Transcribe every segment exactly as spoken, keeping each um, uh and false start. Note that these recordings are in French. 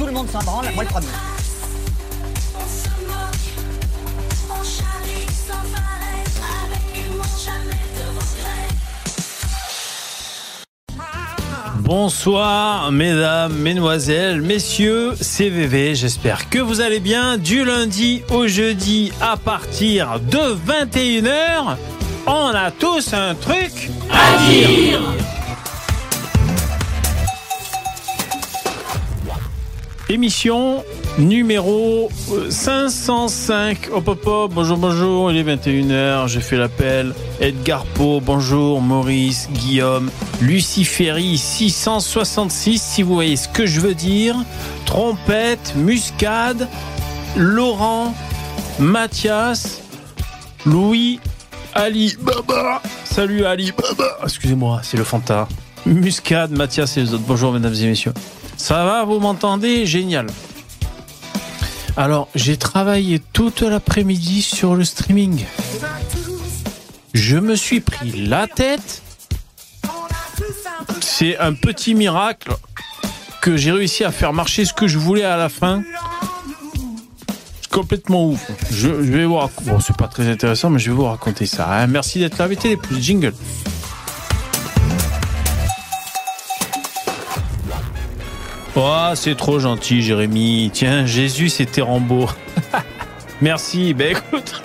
le monde s'en branle, moi le premier. Bonsoir mesdames, mesdemoiselles, messieurs, c'est V V, j'espère que vous allez bien. Du lundi au jeudi à partir de vingt et une heures, on a tous un truc à dire. Émission numéro cinq cent cinq. Hop hop hop, bonjour bonjour, il est vingt et une heures, j'ai fait l'appel. Edgar Pau, bonjour, Maurice, Guillaume, Luciféry six cent soixante-six, si vous voyez ce que je veux dire. Trompette, Muscade, Laurent, Mathias, Louis, Ali Baba. Salut Ali Baba. Excusez-moi, c'est le Fanta. Muscade, Mathias et les autres. Bonjour mesdames et messieurs. Ça va, vous m'entendez? Génial. Alors, j'ai travaillé toute l'après-midi sur le streaming. Je me suis pris la tête. C'est un petit miracle que j'ai réussi à faire marcher ce que je voulais à la fin. C'est complètement ouf. Je, je vais vous raconter. Bon, c'est pas très intéressant, mais je vais vous raconter ça. Hein. Merci d'être là avec Télé Plus. Jingle. Oh, c'est trop gentil, Jérémy. Tiens, Jésus, c'était Rambo. Merci. Ben écoute.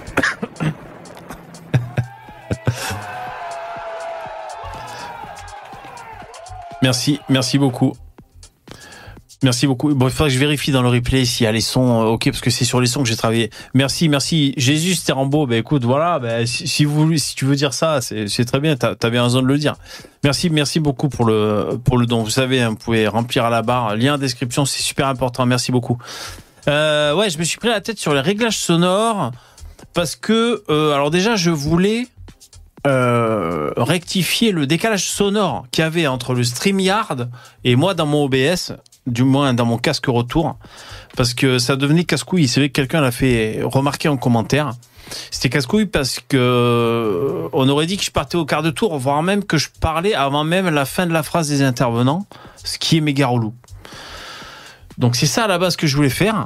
Merci, merci beaucoup. Merci beaucoup. Bon, il faudrait que je vérifie dans le replay s'il y a les sons. Ok, parce que c'est sur les sons que j'ai travaillé. Merci, merci. Jésus, c'était Rambo. Ben écoute, voilà. Ben si, si vous, si tu veux dire ça, c'est, c'est très bien. T'as, t'as bien raison de le dire. Merci, merci beaucoup pour le pour le don. Vous savez, hein, vous pouvez remplir à la barre. Lien en description, c'est super important. Merci beaucoup. Euh, ouais, je me suis pris la tête sur les réglages sonores parce que, euh, alors déjà, je voulais euh, rectifier le décalage sonore qu'il y avait entre le StreamYard et moi dans mon O B S. Du moins dans mon casque retour, parce que ça devenait casse-couille. C'est vrai que quelqu'un l'a fait remarquer en commentaire. C'était casse-couille parce que on aurait dit que je partais au quart de tour, voire même que je parlais avant même la fin de la phrase des intervenants, ce qui est méga relou. Donc c'est ça à la base que je voulais faire.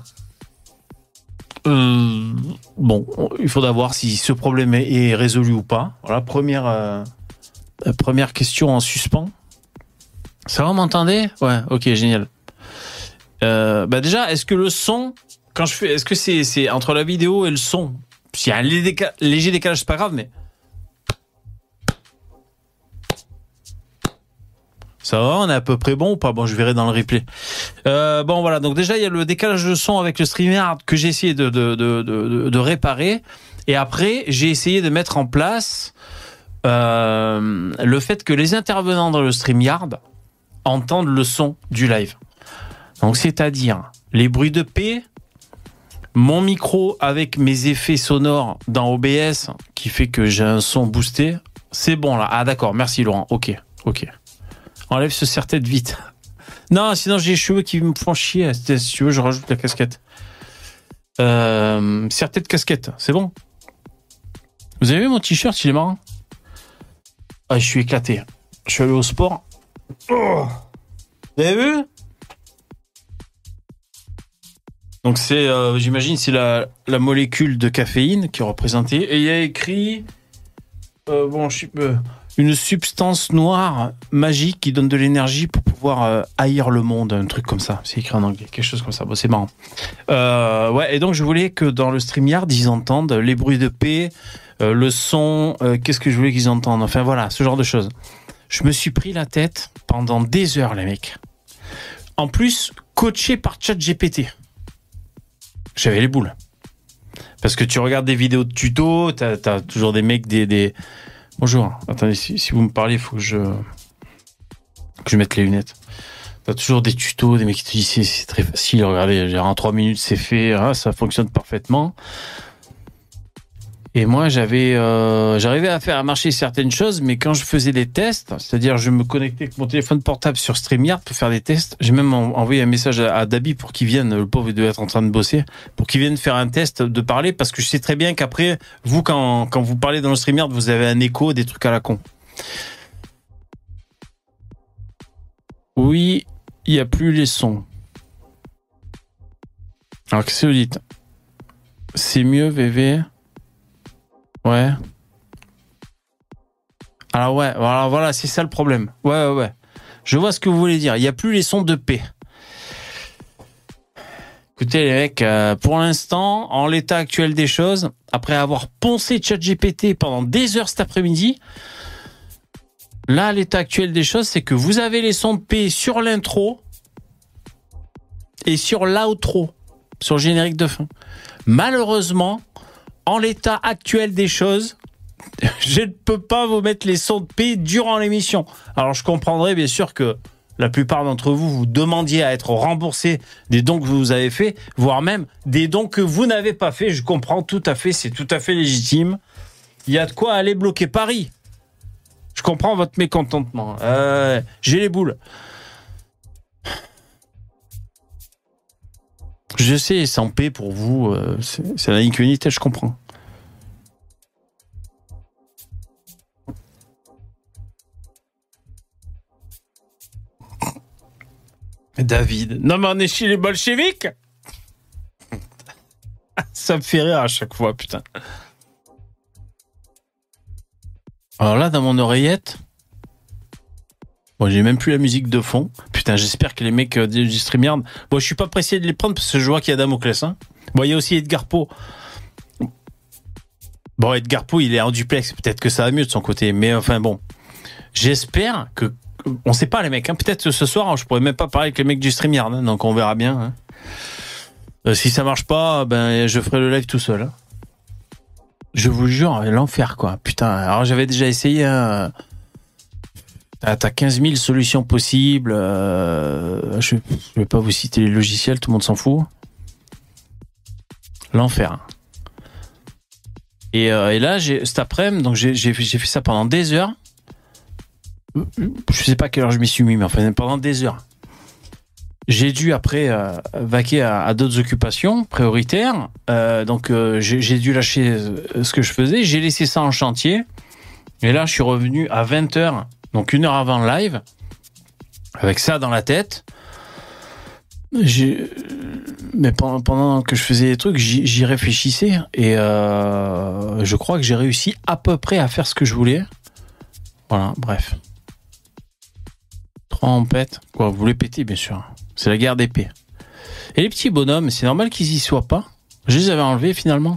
Euh, bon, il faudra voir si ce problème est résolu ou pas. Voilà, première, euh, première question en suspens. Ça va, vous m'entendez? Ouais, ok, génial. Euh, bah déjà, est-ce que le son, quand je fais, est-ce que c'est, c'est entre la vidéo et le son, s'il y a un léger, léger décalage, c'est pas grave, mais ça va, on est à peu près bon ou pas? Bon, je verrai dans le replay. Euh, bon, voilà. Donc déjà, il y a le décalage de son avec le StreamYard que j'ai essayé de, de, de, de, de réparer. Et après, j'ai essayé de mettre en place euh, le fait que les intervenants dans le StreamYard entendent le son du live. Donc, c'est-à-dire les bruits de paix, mon micro avec mes effets sonores dans O B S qui fait que j'ai un son boosté. C'est bon là. Ah d'accord, merci Laurent. Ok, ok. Enlève ce serre-tête vite. Non, sinon j'ai les cheveux qui me font chier. Si tu veux, je rajoute la casquette. Euh, serre-tête casquette, c'est bon. Vous avez vu mon t-shirt, il est marrant. Ah, je suis éclaté. Je suis allé au sport. Oh. Vous avez vu? Donc c'est, euh, j'imagine, c'est la, la molécule de caféine qui est représentée. Et il y a écrit, euh, bon, je sais pas, une substance noire magique qui donne de l'énergie pour pouvoir euh, haïr le monde, un truc comme ça. C'est écrit en anglais, quelque chose comme ça. Bon, c'est marrant. Euh, ouais, et donc je voulais que dans le StreamYard, ils entendent les bruits de paix, euh, le son, euh, qu'est-ce que je voulais qu'ils entendent. Enfin voilà, ce genre de choses. Je me suis pris la tête pendant des heures, les mecs. En plus, coaché par ChatGPT. J'avais les boules. Parce que tu regardes des vidéos de tuto, t'as, t'as toujours des mecs, des, des... Bonjour, attendez, si, si vous me parlez, il faut que je... que je mette les lunettes. T'as toujours des tutos, des mecs qui te disent c'est, c'est très facile, regardez, en trois minutes c'est fait, hein, ça fonctionne parfaitement. Et moi, j'avais, euh, j'arrivais à faire marcher certaines choses, mais quand je faisais des tests, c'est-à-dire je me connectais avec mon téléphone portable sur StreamYard pour faire des tests, j'ai même envoyé un message à, à Dabi pour qu'il vienne, le pauvre il devait être en train de bosser, pour qu'il vienne faire un test de parler, parce que je sais très bien qu'après, vous, quand, quand vous parlez dans le StreamYard, vous avez un écho, des trucs à la con. Oui, il n'y a plus les sons. Alors, qu'est-ce que vous dites? C'est mieux, V V? Ouais. Alors, ouais, voilà, voilà, c'est ça le problème. Ouais, ouais, ouais. Je vois ce que vous voulez dire. Il n'y a plus les sons de P. Écoutez, les mecs, euh, pour l'instant, en l'état actuel des choses, après avoir poncé ChatGPT pendant des heures cet après-midi, là, l'état actuel des choses, c'est que vous avez les sons de P sur l'intro et sur l'outro, sur le générique de fin. Malheureusement, en l'état actuel des choses, je ne peux pas vous mettre les sons de P durant l'émission. Alors, je comprendrai bien sûr que la plupart d'entre vous, vous demandiez à être remboursé des dons que vous avez faits, voire même des dons que vous n'avez pas faits. Je comprends tout à fait, c'est tout à fait légitime. Il y a de quoi aller bloquer Paris. Je comprends votre mécontentement. Euh, j'ai les boules. Je sais, sans P pour vous, euh, c'est, c'est la nicunité, je comprends. David. Non mais on est chez les bolcheviks. Ça me fait rire à chaque fois, putain. Alors là, dans mon oreillette, bon, j'ai même plus la musique de fond. Putain, j'espère que les mecs euh, du StreamYard... Bon, je suis pas pressé de les prendre parce que je vois qu'il y a Damoclès. Hein. Bon, il y a aussi Edgar Poe. Bon, Edgar Poe, il est en duplex. Peut-être que ça va mieux de son côté. Mais enfin, bon. J'espère que... On sait pas, les mecs. Hein. Peut-être que ce soir, hein, je pourrais même pas parler avec les mecs du StreamYard. Hein, donc, on verra bien. Hein. Euh, si ça marche pas, ben, je ferai le live tout seul. Hein. Je vous jure, l'enfer, quoi. Putain, alors j'avais déjà essayé... Hein, T'as quinze mille solutions possibles. Euh, je ne vais pas vous citer les logiciels, tout le monde s'en fout. L'enfer. Et, euh, et là, j'ai, cet après-midi, donc j'ai, j'ai, j'ai fait ça pendant des heures. Je sais pas à quelle heure je m'y suis mis, mais enfin, pendant des heures. J'ai dû après euh, vaquer à, à d'autres occupations prioritaires. Euh, donc euh, j'ai, j'ai dû lâcher ce que je faisais. J'ai laissé ça en chantier. Et là, je suis revenu à vingt heures. Donc une heure avant le live, avec ça dans la tête, j'ai... mais pendant, pendant que je faisais des trucs, j'y, j'y réfléchissais et euh, je crois que j'ai réussi à peu près à faire ce que je voulais. Voilà, bref. Trois en pète. Quoi, vous les pétez, bien sûr. C'est la guerre d'épée. Et les petits bonhommes, c'est normal qu'ils y soient pas. Je les avais enlevés finalement.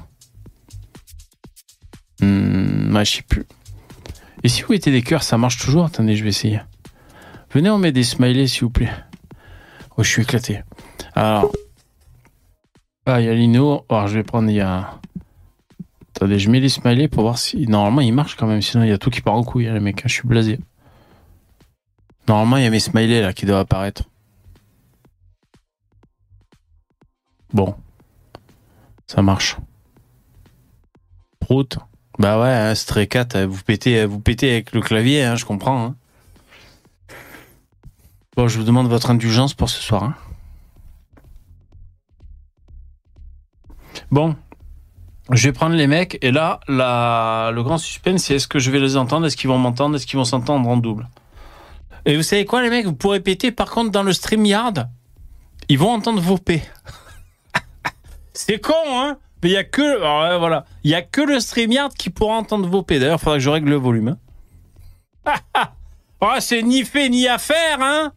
Hum, ouais, je sais plus. Et si vous mettez des cœurs, ça marche toujours? Attendez, je vais essayer. Venez, on met des smileys, s'il vous plaît. Oh, je suis éclaté. Alors. Ah, il y a Lino. Alors, je vais prendre, il y a... Attendez, je mets les smileys pour voir si... Normalement, il marche quand même. Sinon, il y a tout qui part en couille, hein, les mecs. Je suis blasé. Normalement, il y a mes smileys, là, qui doivent apparaître. Bon. Ça marche. Prout. Bah ouais, hein, Stray quatre, vous pétez, vous pétez avec le clavier, hein, je comprends. Hein. Bon, je vous demande votre indulgence pour ce soir. Hein. Bon, je vais prendre les mecs, et là, la, le grand suspense, c'est est-ce que je vais les entendre, est-ce qu'ils vont m'entendre, est-ce qu'ils vont s'entendre en double. Et vous savez quoi, les mecs, vous pourrez péter, par contre, dans le StreamYard, ils vont entendre vos P. C'est con, hein? Mais il y a que, alors, voilà, il y a que le StreamYard qui pourra entendre vos P. D'ailleurs, il faudra que je règle le volume. Hein. Oh, c'est ni fait ni à faire, hein.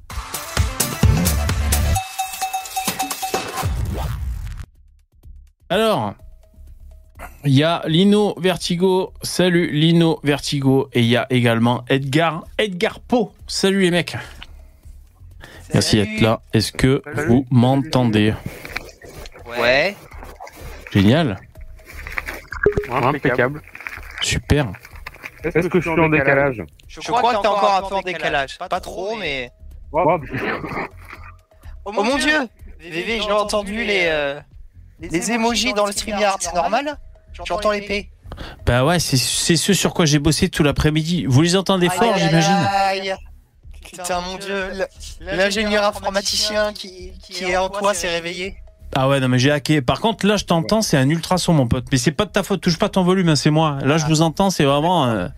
Alors, il y a Lino Vertigo. Salut Lino Vertigo. Et il y a également Edgar, Edgar Poe. Salut les mecs. Salut. Merci d'être là. Est-ce que Salut. vous m'entendez? Ouais. Génial. Impeccable. Super. Est-ce, Est-ce que, que je suis en décalage? Je, je crois, crois que t'es encore un peu en décalage. Pas, pas trop, mais... Oh, oh mon Dieu, Dieu. V V, j'ai entendu les, euh, les, les emojis dans le StreamYard, c'est normal? J'entends les P. Bah ouais, c'est, c'est ce sur quoi j'ai bossé tout l'après-midi. Vous les entendez aïe, fort, aïe, j'imagine aïe, aïe. Putain, mon Dieu, l'ingénieur informaticien qui, qui est en toi s'est réveillé. Ah ouais, non mais j'ai hacké. Par contre, là, je t'entends, c'est un ultrason, mon pote. Mais c'est pas de ta faute, touche pas ton volume, hein, c'est moi. Là, je vous entends, c'est vraiment... Euh,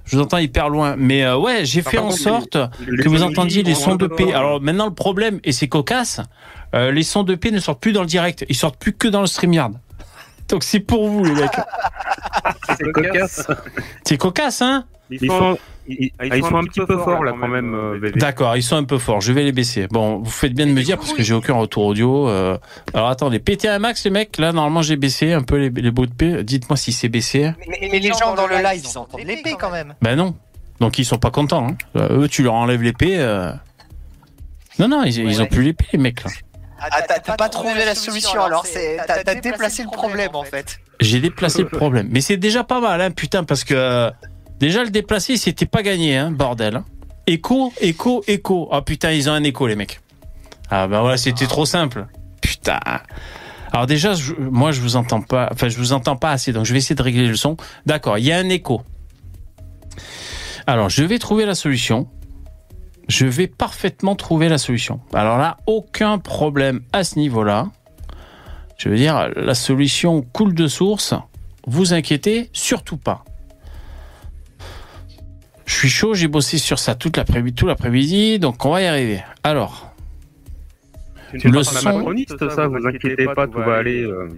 Je vous entends hyper loin. Mais euh, ouais, j'ai fait en sorte que vous entendiez les sons de paix. Alors maintenant, le problème, et c'est cocasse, euh, les sons de paix ne sortent plus dans le direct. Ils sortent plus que dans le StreamYard. Donc c'est pour vous, les mecs. C'est cocasse. C'est cocasse, hein? Ils sont, ils, ils sont un petit peu forts là quand même. Euh, D'accord, ils sont un peu forts. Je vais les baisser. Bon, vous faites bien de me dire parce que j'ai aucun retour audio. Euh... Alors attendez, pétez un max les mecs. Là, normalement, j'ai baissé un peu les, les bouts de paix. Dites-moi si c'est baissé. Mais, mais, mais les gens dans le live, ils entendent l'épée quand même. Ben non. Donc ils sont pas contents. Hein. Euh, eux, tu leur enlèves l'épée. Euh... Non, non, ils, ouais, ils ont ouais. plus l'épée, les mecs là. Ah, t'as, t'as pas trouvé la solution alors, c'est, t'as, t'as déplacé le problème en fait. J'ai déplacé le problème. Mais c'est déjà pas mal, hein, putain, parce que euh, déjà le déplacer, c'était pas gagné, hein, bordel. Écho, écho, écho. Ah putain, ils ont un écho, les mecs. Ah bah voilà, c'était ah. trop simple. Putain. Alors déjà, je, moi je vous entends pas, enfin je vous entends pas assez, donc je vais essayer de régler le son. D'accord, il y a un écho. Alors je vais trouver la solution. Je vais parfaitement trouver la solution. Alors là, aucun problème à ce niveau-là. Je veux dire, la solution coule de source. Vous inquiétez surtout pas. Je suis chaud, j'ai bossé sur ça toute l'après-midi, tout l'après-midi, donc on va y arriver. Alors, c'est le son... macroniste, ça, vous inquiétez pas, tout va aller... Euh...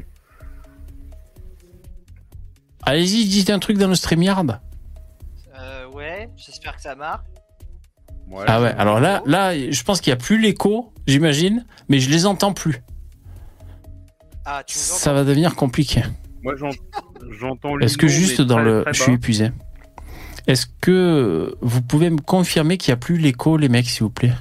Allez-y, dites un truc dans le StreamYard. Euh, ouais, j'espère que ça marche. Ouais, ah ouais, alors là, là, je pense qu'il n'y a plus l'écho, j'imagine, mais je les entends plus. Ah, tu ça va devenir compliqué. Moi, j'entends, j'entends Est-ce que juste dans le... Je suis épuisé. Est-ce que vous pouvez me confirmer qu'il n'y a plus l'écho, les mecs, s'il vous plaît?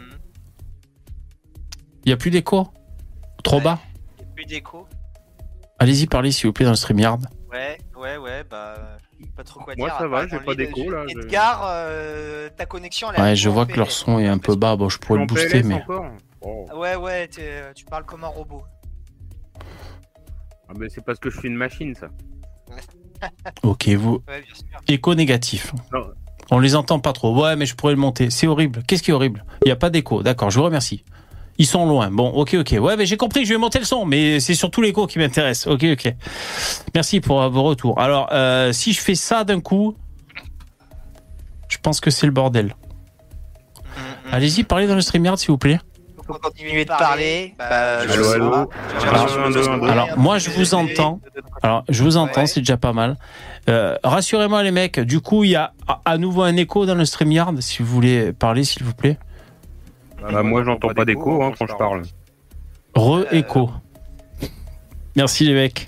Il n'y a plus d'écho? Trop ouais, bas? Il n'y a plus d'écho. Allez-y, parlez, s'il vous plaît, dans le StreamYard. Ouais, ouais, ouais, bah... Pas trop quoi Moi dire. ça va, j'ai pas d'écho là. Edgar, euh, ta connexion elle est ouais, je vois que leur son est un peu bas. Bon, je pourrais le booster, mais. Oh. Ouais, ouais, tu parles comme un robot. Ah, mais c'est parce que je suis une machine, ça. Ok, vous. Ouais, écho négatif. Non. On les entend pas trop. Ouais, mais je pourrais le monter. C'est horrible. Qu'est-ce qui est horrible? Il n'y a pas d'écho. D'accord, je vous remercie. Ils sont loin. Bon, ok, ok. Ouais, mais j'ai compris, je vais monter le son, mais c'est surtout l'écho qui m'intéresse. Ok, ok. Merci pour vos retours. Alors, euh, si je fais ça d'un coup, je pense que c'est le bordel. Mm-hmm. Allez-y, parlez dans le StreamYard, s'il vous plaît. Faut continuer de parler. Bah, allô, allô. Alors, alors, moi, je vous entends. Alors, je vous entends, ouais. C'est déjà pas mal. Euh, rassurez-moi, les mecs. Du coup, il y a à nouveau un écho dans le StreamYard, si vous voulez parler, s'il vous plaît. Bah, moi, j'entends pas d'écho hein, quand je parle. Re-écho. Euh... Merci, les mecs.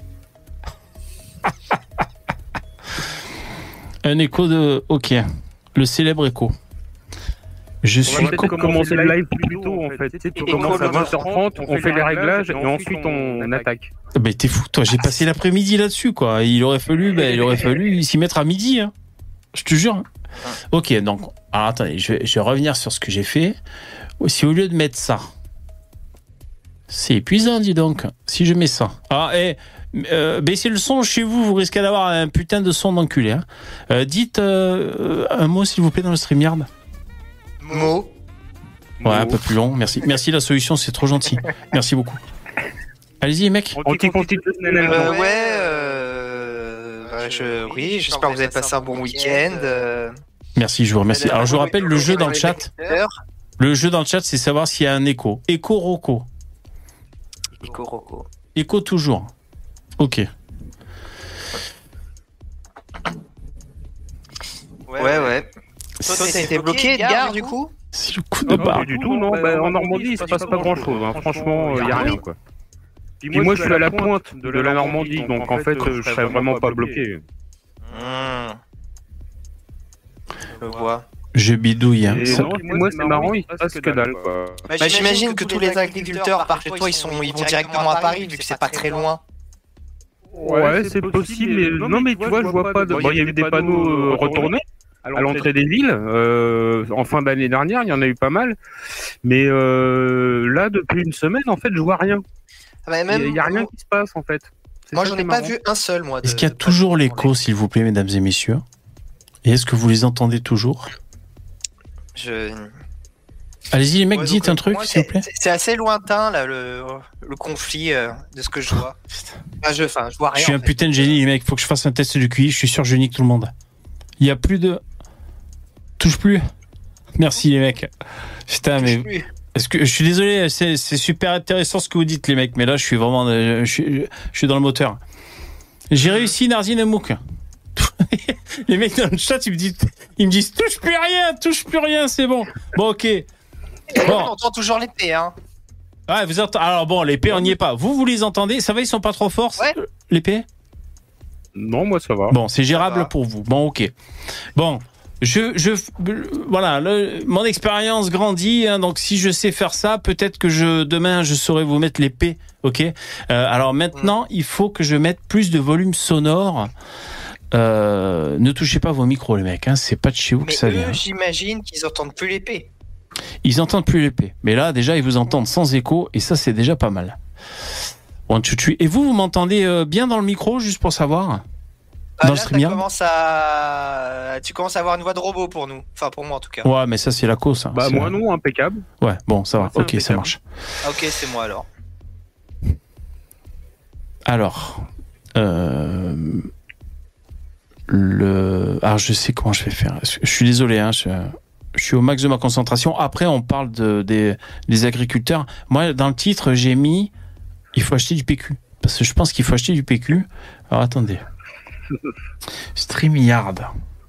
Un écho de... Ok. Le célèbre écho. Je suis... On va peut-être commencer le live plus tôt, en fait. Tu sais, tu commences à vingt heures trente, on fait les réglages, et ensuite on attaque. Bah, t'es fou, toi. J'ai passé l'après-midi là-dessus, quoi. Il aurait fallu, bah, il aurait fallu s'y mettre à midi, hein. Je te jure. Ok, donc... Alors, attendez, je vais, je vais revenir sur ce que j'ai fait. Si au lieu de mettre ça, c'est épuisant, dis donc. Si je mets ça, ah, et euh, baissez le son chez vous, vous risquez d'avoir un putain de son d'enculé. Hein. Euh, dites euh, un mot, s'il vous plaît, dans le StreamYard. Mot. Ouais, un peu plus long. Merci, merci la solution, c'est trop gentil. Merci beaucoup. Allez-y, mec. Anticonstitutionnel. Euh, ouais. Euh, bah, je, oui, j'espère que vous avez passé un bon week-end. Euh... Merci, je vous remercie. Alors, je vous rappelle le jeu dans le chat. Le jeu dans le chat, c'est savoir s'il y a un écho. Écho, roco. Écho, roco. Écho toujours. Ok. Ouais, ouais. ouais. Toi, t'as été bloqué, Edgar, du coup? C'est le coup de barre. Pas du tout, non. Bah, en Normandie, il se passe pas grand-chose. Hein. Franchement, il y a rien, quoi. Puis moi, Puis moi je suis à la pointe de la Normandie, donc en fait, je serais vraiment pas bloqué. Mmh. Je vois. Je bidouille. Hein. Ça... Non, moi, c'est marrant, il se passe que dalle, quoi. Bah, bah, j'imagine que tous les agriculteurs, par chez toi, ils, sont, ils vont directement à Paris, vu que c'est pas très loin. Ouais, c'est possible, mais non, mais tu vois, je vois pas de... Bon, il y a eu des panneaux retournés à l'entrée des villes. Euh, en fin d'année dernière, il y en a eu pas mal. Mais euh, là, depuis une semaine, en fait, je vois rien. Il ah bah n'y a rien qui se passe, en fait. Moi, j'en ai pas vu un seul, moi. Est-ce qu'il y a toujours l'écho, s'il vous plaît, mesdames et messieurs? Et est-ce que vous les entendez toujours? Je... Allez-y, les mecs, ouais, dites un truc, s'il vous plaît. C'est assez lointain, là, le, le conflit euh, de ce que je vois. Enfin, je, enfin, je vois rien. Je suis un fait. putain de génie, les mecs. Faut que je fasse un test du Q I. Je suis sûr que je nique tout le monde. Il y a plus de... touche plus. Merci les mecs. Putain, mais est-ce que je suis désolé, c'est, c'est super intéressant ce que vous dites les mecs, mais là je suis vraiment, je suis, je suis dans le moteur. J'ai réussi Narzine Mouk. Les mecs dans le chat ils me disent, ils me disent touche plus rien, touche plus rien, c'est bon. Bon ok. Bon. On entend toujours l'épée hein. Ouais, vous entendez. Alors bon, l'épée on n'y est pas. Vous vous les entendez? Ça va, ils sont pas trop forts ouais. L'épée? Non, moi ça va. Bon, c'est gérable pour vous. Bon ok. Bon. Je, je, voilà, le, mon expérience grandit, hein, donc si je sais faire ça, peut-être que je, demain, je saurai vous mettre l'épée, ok. Euh, alors maintenant, mmh. il faut que je mette plus de volume sonore. Euh, ne touchez pas vos micros, les mecs, hein, c'est pas de chez vous mais que ça eux, vient. J'imagine qu'ils entendent plus l'épée. Ils entendent plus l'épée, mais là, déjà, ils vous entendent sans écho, et ça, c'est déjà pas mal. Bon, et vous, vous m'entendez bien dans le micro, juste pour savoir? Ah, dans là, le commence à... Tu commences à avoir une voix de robot pour nous. Enfin, pour moi, en tout cas. Ouais, mais ça, c'est la cause. Hein. Bah, c'est moi, la... non, impeccable. Ouais, bon, ça va. Ouais, ok, impeccable. Ça marche. Ok, c'est moi, alors. Alors... Euh... Le... Alors, je sais comment je vais faire. Je suis désolé, hein. Je... je suis au max de ma concentration. Après, on parle de, des... des agriculteurs. Moi, dans le titre, j'ai mis... Il faut acheter du P Q. Parce que je pense qu'il faut acheter du P Q. Alors, attendez... StreamYard.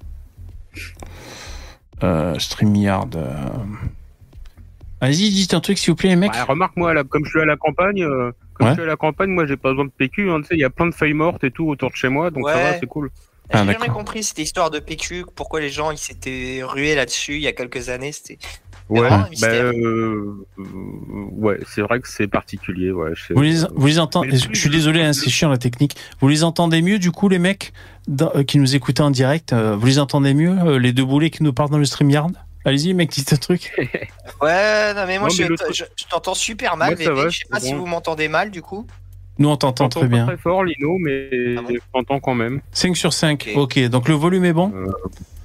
Euh, StreamYard. Euh... Allez-y, dites un truc s'il vous plaît, les mecs. Ouais, remarque-moi, là, comme je suis à la campagne, euh, comme ouais. je suis à la campagne, moi j'ai pas besoin de P Q. Hein, tu sais, il y a plein de feuilles mortes et tout autour de chez moi, donc ouais. ça va, c'est cool. J'ai ah, jamais compris cette histoire de P Q. Pourquoi les gens ils s'étaient rués là-dessus il y a quelques années. C'était. Ouais, bah, euh, euh, ouais, c'est vrai que c'est particulier. Ouais, vous, les, vous les entendez? Je, je suis désolé, hein, c'est chiant la technique. Vous les entendez mieux du coup, les mecs dans, euh, qui nous écoutaient en direct? euh, Vous les entendez mieux, euh, les deux boulets qui nous parlent dans le StreamYard? Allez-y, mec, dites un truc. Ouais, non, mais moi non, je, mais je, je, je t'entends super mal. Ouais, va, je sais pas bon. si vous m'entendez mal du coup. Nous, on t'entend très bien. Pas très fort, Lino, mais ah bon je t'entends quand même. cinq sur cinq. Ok, okay. Donc le volume est bon euh...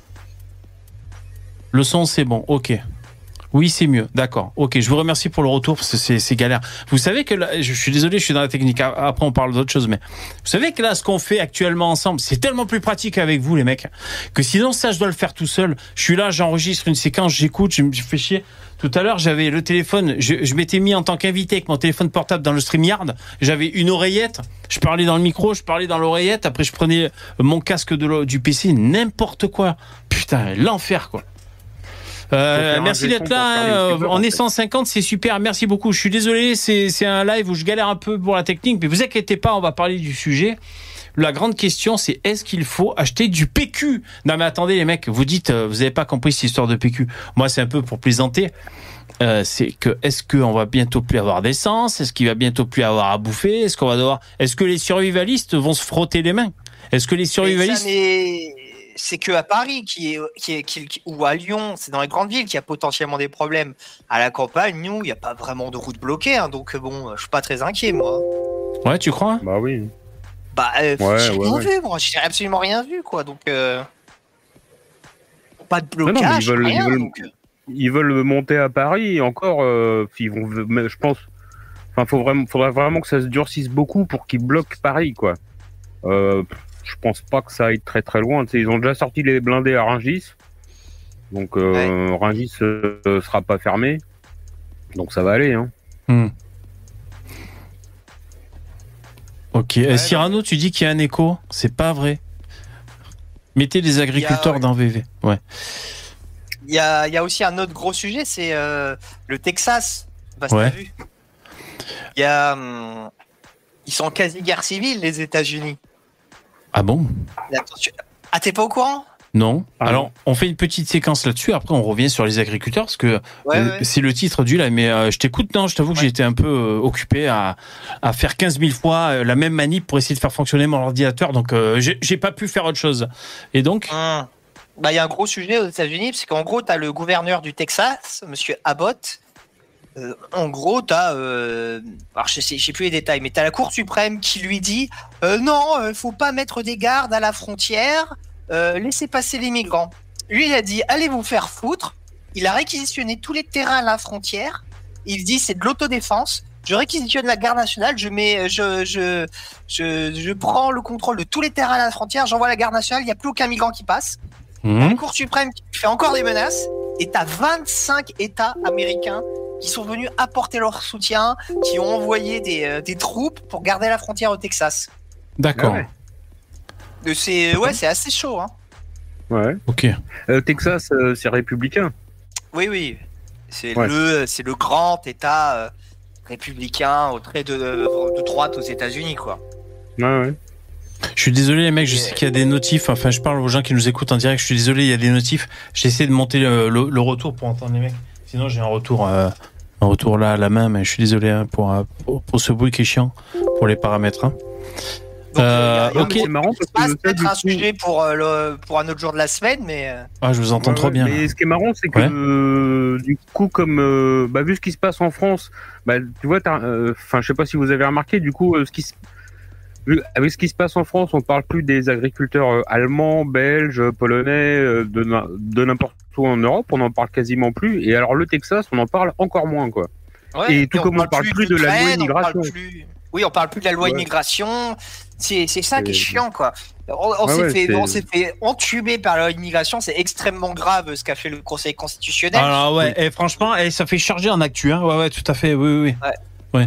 Le son, c'est bon. Ok. Oui, c'est mieux. D'accord. Ok, je vous remercie pour le retour parce que c'est, c'est galère. Vous savez que là, je suis désolé, je suis dans la technique. Après, on parle d'autre chose, mais vous savez que là, ce qu'on fait actuellement ensemble, c'est tellement plus pratique avec vous, les mecs, que sinon, ça, je dois le faire tout seul. Je suis là, j'enregistre une séquence, j'écoute, je me fais chier. Tout à l'heure, j'avais le téléphone, je, je m'étais mis en tant qu'invité avec mon téléphone portable dans le StreamYard. J'avais une oreillette, je parlais dans le micro, je parlais dans l'oreillette. Après, je prenais mon casque de du P C, n'importe quoi. Putain, l'enfer, quoi. Euh, merci d'être là. Euh, on est cent cinquante, c'est super. Merci beaucoup. Je suis désolé, c'est, c'est un live où je galère un peu pour la technique, mais vous inquiétez pas, on va parler du sujet. La grande question, c'est est-ce qu'il faut acheter du P Q? Non, mais attendez, les mecs, vous dites, vous n'avez pas compris cette histoire de P Q. Moi, c'est un peu pour plaisanter. Euh, c'est que est-ce qu'on va bientôt plus avoir d'essence? Est-ce qu'il va bientôt plus avoir à bouffer? Est-ce qu'on va devoir? Est-ce que les survivalistes vont se frotter les mains? Est-ce que les survivalistes? C'est que à Paris qui est, qui est, qui, ou à Lyon, c'est dans les grandes villes qu'il y a potentiellement des problèmes. À la campagne, nous, il n'y a pas vraiment de route bloquée, hein, donc bon, je suis pas très inquiet, moi. Ouais, tu crois? Bah oui. Bah, euh, ouais, j'ai ouais, rien ouais. vu, moi, j'ai absolument rien vu, quoi, donc euh... pas de blocage, non, ils veulent, rien. Ils veulent, donc... ils veulent monter à Paris, encore, euh, ils vont, je pense, enfin, faut vraiment, faudrait vraiment que ça se durcisse beaucoup pour qu'ils bloquent Paris, quoi. Euh, Je pense pas que ça aille très très loin. Tu sais, ils ont déjà sorti les blindés à Rungis. Donc euh, ouais. Rungis euh, sera pas fermé. Donc ça va aller. Hein. Hmm. Ok. Ouais, Cyrano, donc... tu dis qu'il y a un écho. C'est pas vrai. Mettez les agriculteurs a... dans V V. Ouais. Il y a, il y a aussi un autre gros sujet, c'est euh, le Texas. Bah, ouais. T'as vu. Il y a, hum, ils sont en quasi-guerre civile, les États-Unis. Ah bon? Ah, t'es pas au courant? Non. Ah Alors, non. on fait une petite séquence là-dessus. Après, on revient sur les agriculteurs parce que ouais, euh, ouais. c'est le titre du live. Mais euh, je t'écoute. Non, je t'avoue ouais. que j'ai été un peu euh, occupé à, à faire quinze mille fois euh, la même manip pour essayer de faire fonctionner mon ordinateur. Donc, euh, j'ai, j'ai pas pu faire autre chose. Et donc? Hum. Bah, il y a un gros sujet aux États-Unis, c'est qu'en gros, t'as le gouverneur du Texas, Monsieur Abbott. Euh, en gros, t'as, euh, alors je sais, je sais plus les détails, mais t'as la Cour suprême qui lui dit euh, non, euh, faut pas mettre des gardes à la frontière, euh, laissez passer les migrants. Lui, il a dit allez vous faire foutre. Il a réquisitionné tous les terrains à la frontière. Il dit c'est de l'autodéfense. Je réquisitionne la garde nationale, je mets, je, je, je, je prends le contrôle de tous les terrains à la frontière, j'envoie la garde nationale, il n'y a plus aucun migrant qui passe. Mmh. La Cour suprême qui fait encore des menaces, et t'as vingt-cinq États américains qui sont venus apporter leur soutien, qui ont envoyé des, euh, des troupes pour garder la frontière au Texas. D'accord. Ah ouais. C'est ouais, c'est assez chaud. Hein. Ouais. Ok. Euh, Texas, euh, c'est républicain. Oui, oui. C'est ouais. le, c'est le grand État euh, républicain au trait de, de droite aux États-Unis, quoi. Ouais, ouais. Je suis désolé les mecs, je sais qu'il y a des notifs, enfin je parle aux gens qui nous écoutent en direct, je suis désolé, il y a des notifs. J'essaie de monter le, le, le retour pour entendre les mecs. Sinon j'ai un retour euh, un retour là à la main, mais je suis désolé hein, pour, pour, pour ce bruit qui est chiant pour les paramètres. Hein. Donc, euh, y a, y a ok. C'est marrant parce que c'est peut-être un sujet pour, euh, le, pour un autre jour de la semaine, mais... Ah, je vous entends ouais, trop ouais, bien. Mais ce qui est marrant, c'est que ouais. euh, du coup, comme euh, bah, vu ce qui se passe en France, bah, tu vois, enfin, euh, je sais pas si vous avez remarqué, du coup, euh, ce qui se avec ce qui se passe en France, on parle plus des agriculteurs euh, allemands, belges, polonais, euh, de, de n'importe où en Europe, on n'en parle quasiment plus. Et alors le Texas, on en parle encore moins, quoi. Ouais, et tout et comme on ne parle, parle plus de la loi immigration. Plus... Oui, on parle plus de la loi ouais. immigration. C'est c'est ça et... qui est chiant, quoi. On, on ouais, s'est ouais, fait on s'est fait entuber par la loi immigration. C'est extrêmement grave ce qu'a fait le Conseil constitutionnel. Alors ouais, oui. Et franchement, et ça fait charger en actu, hein. Ouais, ouais, tout à fait. Oui, oui. Ouais. ouais.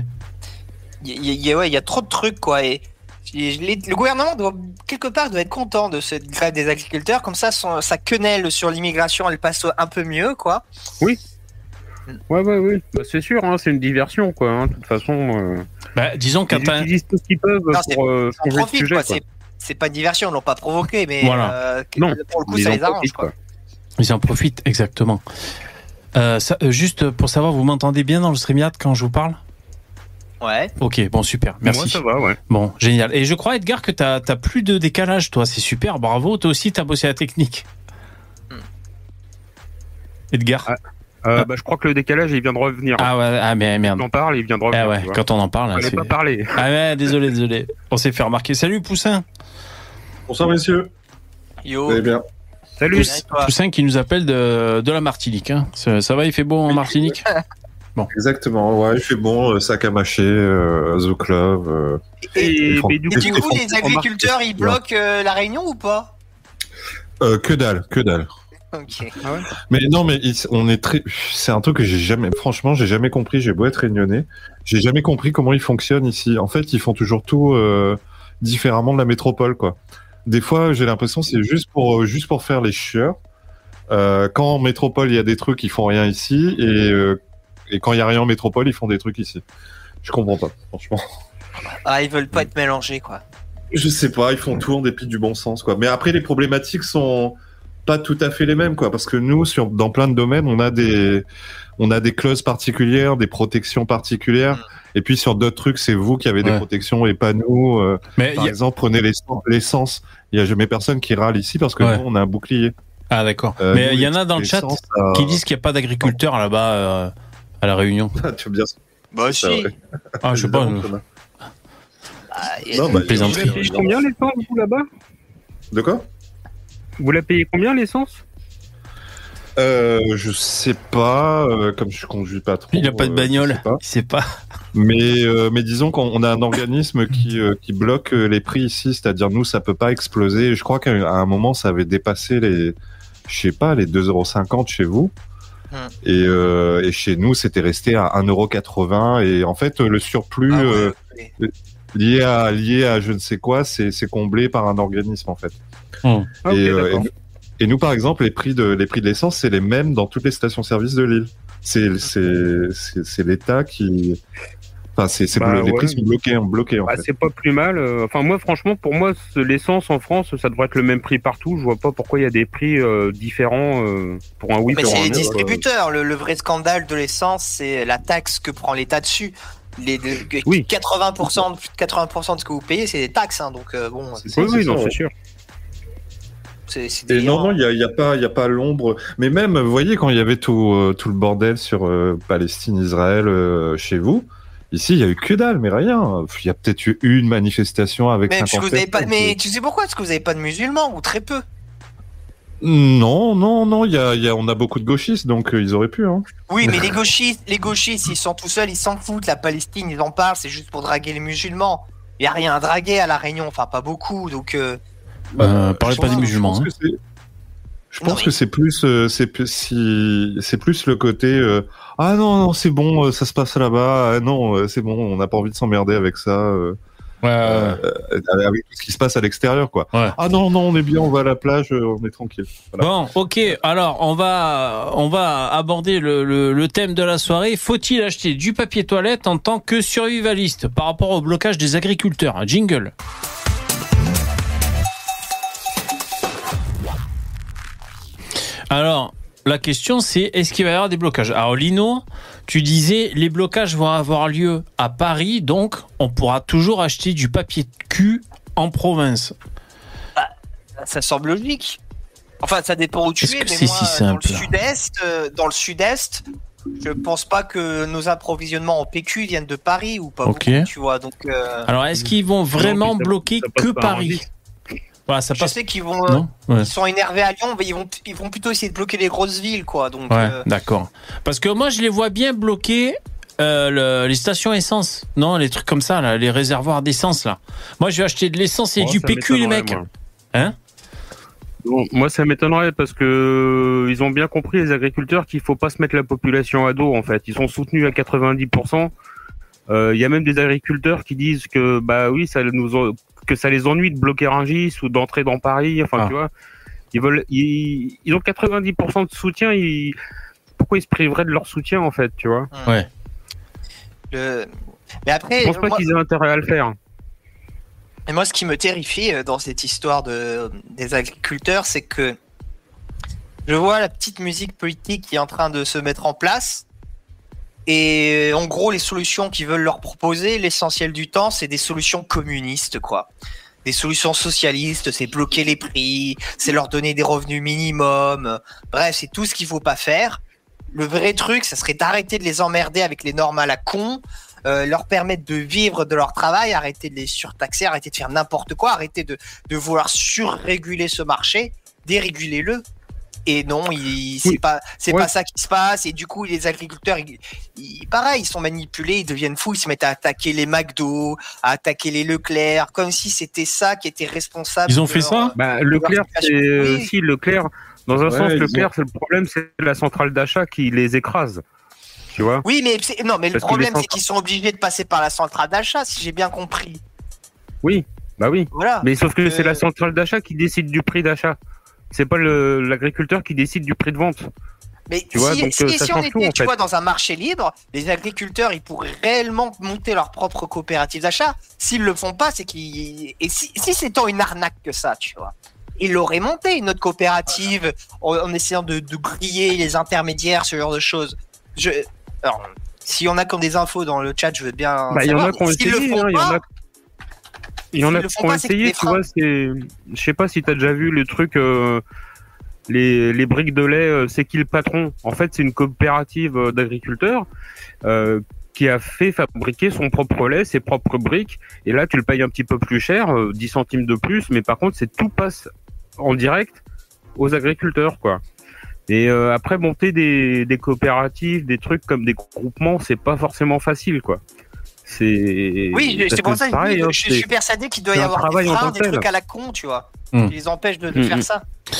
Il y, y, ouais, il y a trop de trucs, quoi. Et le gouvernement doit quelque part doit être content de cette grève des agriculteurs, comme ça son, sa quenelle sur l'immigration elle passe un peu mieux, quoi. Oui. Ouais, ouais, oui. Bah, c'est sûr, hein, c'est une diversion, quoi. Hein, de toute façon. Euh... Bah, disons qu'à ils utilisent tout ce qu'ils peuvent non, pour euh, changer profite, de sujet. Quoi. Quoi. C'est, c'est pas une diversion, ils l'ont pas provoqué, mais voilà. euh, non, pour le coup, ça les arrange. Profitent, quoi. Quoi. Ils en profitent, exactement. Euh, ça, euh, juste pour savoir, vous m'entendez bien dans le StreamYard quand je vous parle ? Ouais. Ok, bon, super, merci. Moi, ça va, ouais. Bon, génial. Et je crois, Edgar, que t'as, t'as plus de décalage, toi, c'est super, bravo. Toi aussi, t'as bossé la technique. Hmm. Edgar ah, euh, ah. Bah, je crois que le décalage, il vient de revenir. Ah ouais, ah, mais merde. Quand on parle, il vient de revenir. Ah ouais, quand on en parle. On c'est... pas parler. Ah ouais, désolé, désolé. On s'est fait remarquer. Salut, Poussin. Bonsoir, messieurs. Yo. Vous allez bien? Salut. Pouss, Poussin qui nous appelle de, de la Martinique. Hein. Ça, ça va, il fait beau en Martinique? Bon. Exactement, ouais, il fait bon, sac à mâcher, euh, The Club. Euh, et, et, font, et du coup, font, les agriculteurs, ils bloquent euh, la Réunion ou pas? euh, Que dalle, que dalle. Okay. Ah ouais. Mais non, mais on est très. C'est un truc que j'ai jamais. Franchement, j'ai jamais compris. J'ai beau être réunionnais, j'ai jamais compris comment ils fonctionnent ici. En fait, ils font toujours tout euh, différemment de la métropole, quoi. Des fois, j'ai l'impression que c'est juste pour juste pour faire les chieurs. Euh, quand en métropole il y a des trucs, ils font rien ici, et euh, et quand il y a rien en métropole, ils font des trucs ici. Je comprends pas, franchement. Ah, ils veulent pas être mélangés, quoi. Je sais pas, ils font tout en dépit du bon sens, quoi. Mais après, les problématiques sont pas tout à fait les mêmes, quoi, parce que nous, sur dans plein de domaines, on a des on a des clauses particulières, des protections particulières. Mmh. Et puis sur d'autres trucs, c'est vous qui avez ouais. des protections et pas nous. Euh, Mais par a... exemple, prenez l'essence. l'essence. Il y a jamais personne qui râle ici parce que ouais. nous, on a un bouclier. Ah d'accord. Euh, Mais il y en a dans le chat ça... qui disent qu'il n'y a pas d'agriculteurs là-bas euh, à la Réunion. Ah, tu veux bien. Bah si. Ouais. Ah je sais pas. Ah, non, bah, plaisanterie. Vous payez combien l'essence vous là-bas? De quoi? Vous la payez combien l'essence? Euh, je sais pas, euh, comme je conduis pas trop. Il a pas de bagnole, euh, il sait pas. Mais euh, mais disons qu'on a un organisme qui euh, qui bloque les prix ici, c'est-à-dire nous ça peut pas exploser. Je crois qu'à un moment ça avait dépassé les, je sais pas, les deux euros cinquante chez vous. Hum. Et euh, et chez nous c'était resté à un euro quatre-vingts et en fait le surplus ah ouais, euh, okay. lié à lié à je ne sais quoi, c'est c'est comblé par un organisme en fait. Hum. Et, okay, euh, et Et nous, par exemple, les prix de les prix de l'essence, c'est les mêmes dans toutes les stations-service de l'île. C'est c'est c'est, c'est l'État qui, enfin, c'est c'est bah, blo... ouais. les prix sont bloqués, bloqués en bah, fait. C'est pas plus mal. Enfin, moi, franchement, pour moi, l'essence en France, ça devrait être le même prix partout. Je vois pas pourquoi il y a des prix euh, différents euh, pour un oui, mais pour un non. Mais c'est les distributeurs. Le, le vrai scandale de l'essence, c'est la taxe que prend l'État dessus. Les, les oui. quatre-vingts pour cent, plus de quatre-vingts pour cent de ce que vous payez, c'est des taxes. Hein, donc euh, bon. C'est, c'est, oui, c'est oui, non, c'est sûr. C'est, c'est et non, non, il y a, y a pas, il y a pas l'ombre. Mais même, vous voyez, quand il y avait tout, euh, tout le bordel sur euh, Palestine, Israël, euh, chez vous, ici, il y a eu que dalle, mais rien. Il y a peut-être eu une manifestation avec mais cinquante personnes. Pas, mais tu sais pourquoi? Parce que vous avez pas de musulmans ou très peu. Non, non, non. Il y a, il y a, on a beaucoup de gauchistes, donc euh, ils auraient pu. Hein. Oui, mais les gauchistes, les gauchistes, ils sont tout seuls, ils s'en foutent. La Palestine, ils en parlent, c'est juste pour draguer les musulmans. Il y a rien à draguer à la Réunion, enfin pas beaucoup, donc. Euh... Euh, parlez pas des musulmans. Hein. Je pense que c'est plus, euh, c'est plus, si, c'est plus le côté euh, ah non non c'est bon, euh, ça se passe là-bas, ah, non euh, c'est bon, on n'a pas envie de s'emmerder avec ça, euh, Ouais, euh, euh, avec tout ce qui se passe à l'extérieur quoi. ouais. Ah non non on est bien, on va à la plage, euh, on est tranquille. Voilà. Bon, ok. Alors, on va, on va aborder le, le, le thème de la soirée. Faut-il acheter du papier toilette en tant que survivaliste par rapport au blocage des agriculteurs? Un jingle. Alors, la question c'est, est-ce qu'il va y avoir des blocages? Alors Lino, tu disais, les blocages vont avoir lieu à Paris, donc on pourra toujours acheter du papier de cul en province. Bah, ça semble logique. Enfin, ça dépend où tu Est-ce es, que mais c'est moi, si simple? dans le sud-est, euh, dans le sud-est, je pense pas que nos approvisionnements en P Q viennent de Paris ou pas Ok. beaucoup, tu vois. Donc, euh, Alors, est-ce qu'ils vont vraiment Non, puis ça- bloquer ça passe que par un Paris? indice. Voilà, ça je passe. sais qu'ils vont, euh, Non ouais. ils sont énervés à Lyon, mais ils vont, ils vont plutôt essayer de bloquer les grosses villes, quoi. Donc, Ouais, euh, d'accord. Parce que moi, je les vois bien bloquer euh, le- les stations essence. Non, les trucs comme ça, là, les réservoirs d'essence, là. Moi, je vais acheter de l'essence et Oh, du ça P Q, les m'étonnerait, mecs. moi. Hein? Bon, moi, ça m'étonnerait parce que ils ont bien compris, les agriculteurs, qu'il faut pas se mettre la population à dos, en fait. Ils sont soutenus à quatre-vingt-dix pour cent. Euh, Il y a même des agriculteurs qui disent que, bah oui, ça nous, en- que ça les ennuie de bloquer Rungis ou d'entrer dans Paris. Enfin, Ah. tu vois, ils veulent, ils, ils ont quatre-vingt-dix pour cent de soutien. Ils, pourquoi ils se priveraient de leur soutien, en fait, tu vois? Ouais. le- mais après, Je pense pas moi, qu'ils aient intérêt à le faire. et moi, ce qui me terrifie euh, dans cette histoire de, des agriculteurs, c'est que je vois la petite musique politique qui est en train de se mettre en place. Et en gros, les solutions qu'ils veulent leur proposer, l'essentiel du temps, c'est des solutions communistes, quoi. Des solutions socialistes, c'est bloquer les prix, c'est leur donner des revenus minimum. Bref, c'est tout ce qu'il faut pas faire. Le vrai truc, ça serait d'arrêter de les emmerder avec les normes à la con, euh, leur permettre de vivre de leur travail, arrêter de les surtaxer, arrêter de faire n'importe quoi, arrêter de, de vouloir surréguler ce marché, dérégulez-le. Et non, il, c'est Oui. pas, c'est Ouais. pas ça qui se passe. Et du coup, les agriculteurs, ils, ils- pareil, ils sont manipulés, ils deviennent fous, ils se mettent à attaquer les McDo, à attaquer les Leclerc, comme si c'était ça qui était responsable. Ils ont de fait leur- ça? Bah, Leclerc, c'est Oui. aussi Leclerc. Dans un Ouais, sens, ils Leclerc, ont- c'est le problème, c'est la centrale d'achat qui les écrase. Tu vois? Oui, mais c'est- non, mais le Parce que problème, les c'est qu'ils sont obligés de passer par la centrale d'achat, si j'ai bien compris. Oui, bah oui. Voilà. Mais sauf que Euh, c'est la centrale d'achat qui décide du prix d'achat. C'est pas le- l'agriculteur qui décide du prix de vente. Mais Tu vois, si, donc, si- euh, si ça on change était, tout, en tu fait. vois, dans un marché libre, les agriculteurs, ils pourraient réellement monter leur propre coopérative d'achat. S'ils le font pas, c'est qu'ils, et si, si c'est tant une arnaque que ça, tu vois, ils l'auraient monté, une autre coopérative, en, en essayant de, de griller les intermédiaires, ce genre de choses. Je, alors, si on a comme des infos dans le chat, je veux bien Bah, il y en savoir. a qui ont S'ils le essayé, font hein, il y en pas, a. Il y en s'ils a le qui font ont pas, c'est qu'ils essayé, les tu vois, c'est. Je sais pas si t'as déjà vu le truc, euh, les, les briques de lait, euh, c'est qui le patron? En fait, c'est une coopérative euh, d'agriculteurs euh, qui a fait fabriquer son propre lait, ses propres briques, et là, tu le payes un petit peu plus cher, euh, dix centimes de plus, mais par contre, c'est tout passe en direct aux agriculteurs, quoi. Et euh, après, monter des, des coopératives, des trucs comme des groupements, c'est pas forcément facile, quoi. C'est. oui, je- parce c'est pour que ça que pareil, je, hein, je c'est- suis persuadé qu'il doit y c'est un avoir des travail en freins, tant des que tel. trucs à la con, tu vois, Hmm. qui les empêchent de, de Hmm, faire hmm. ça.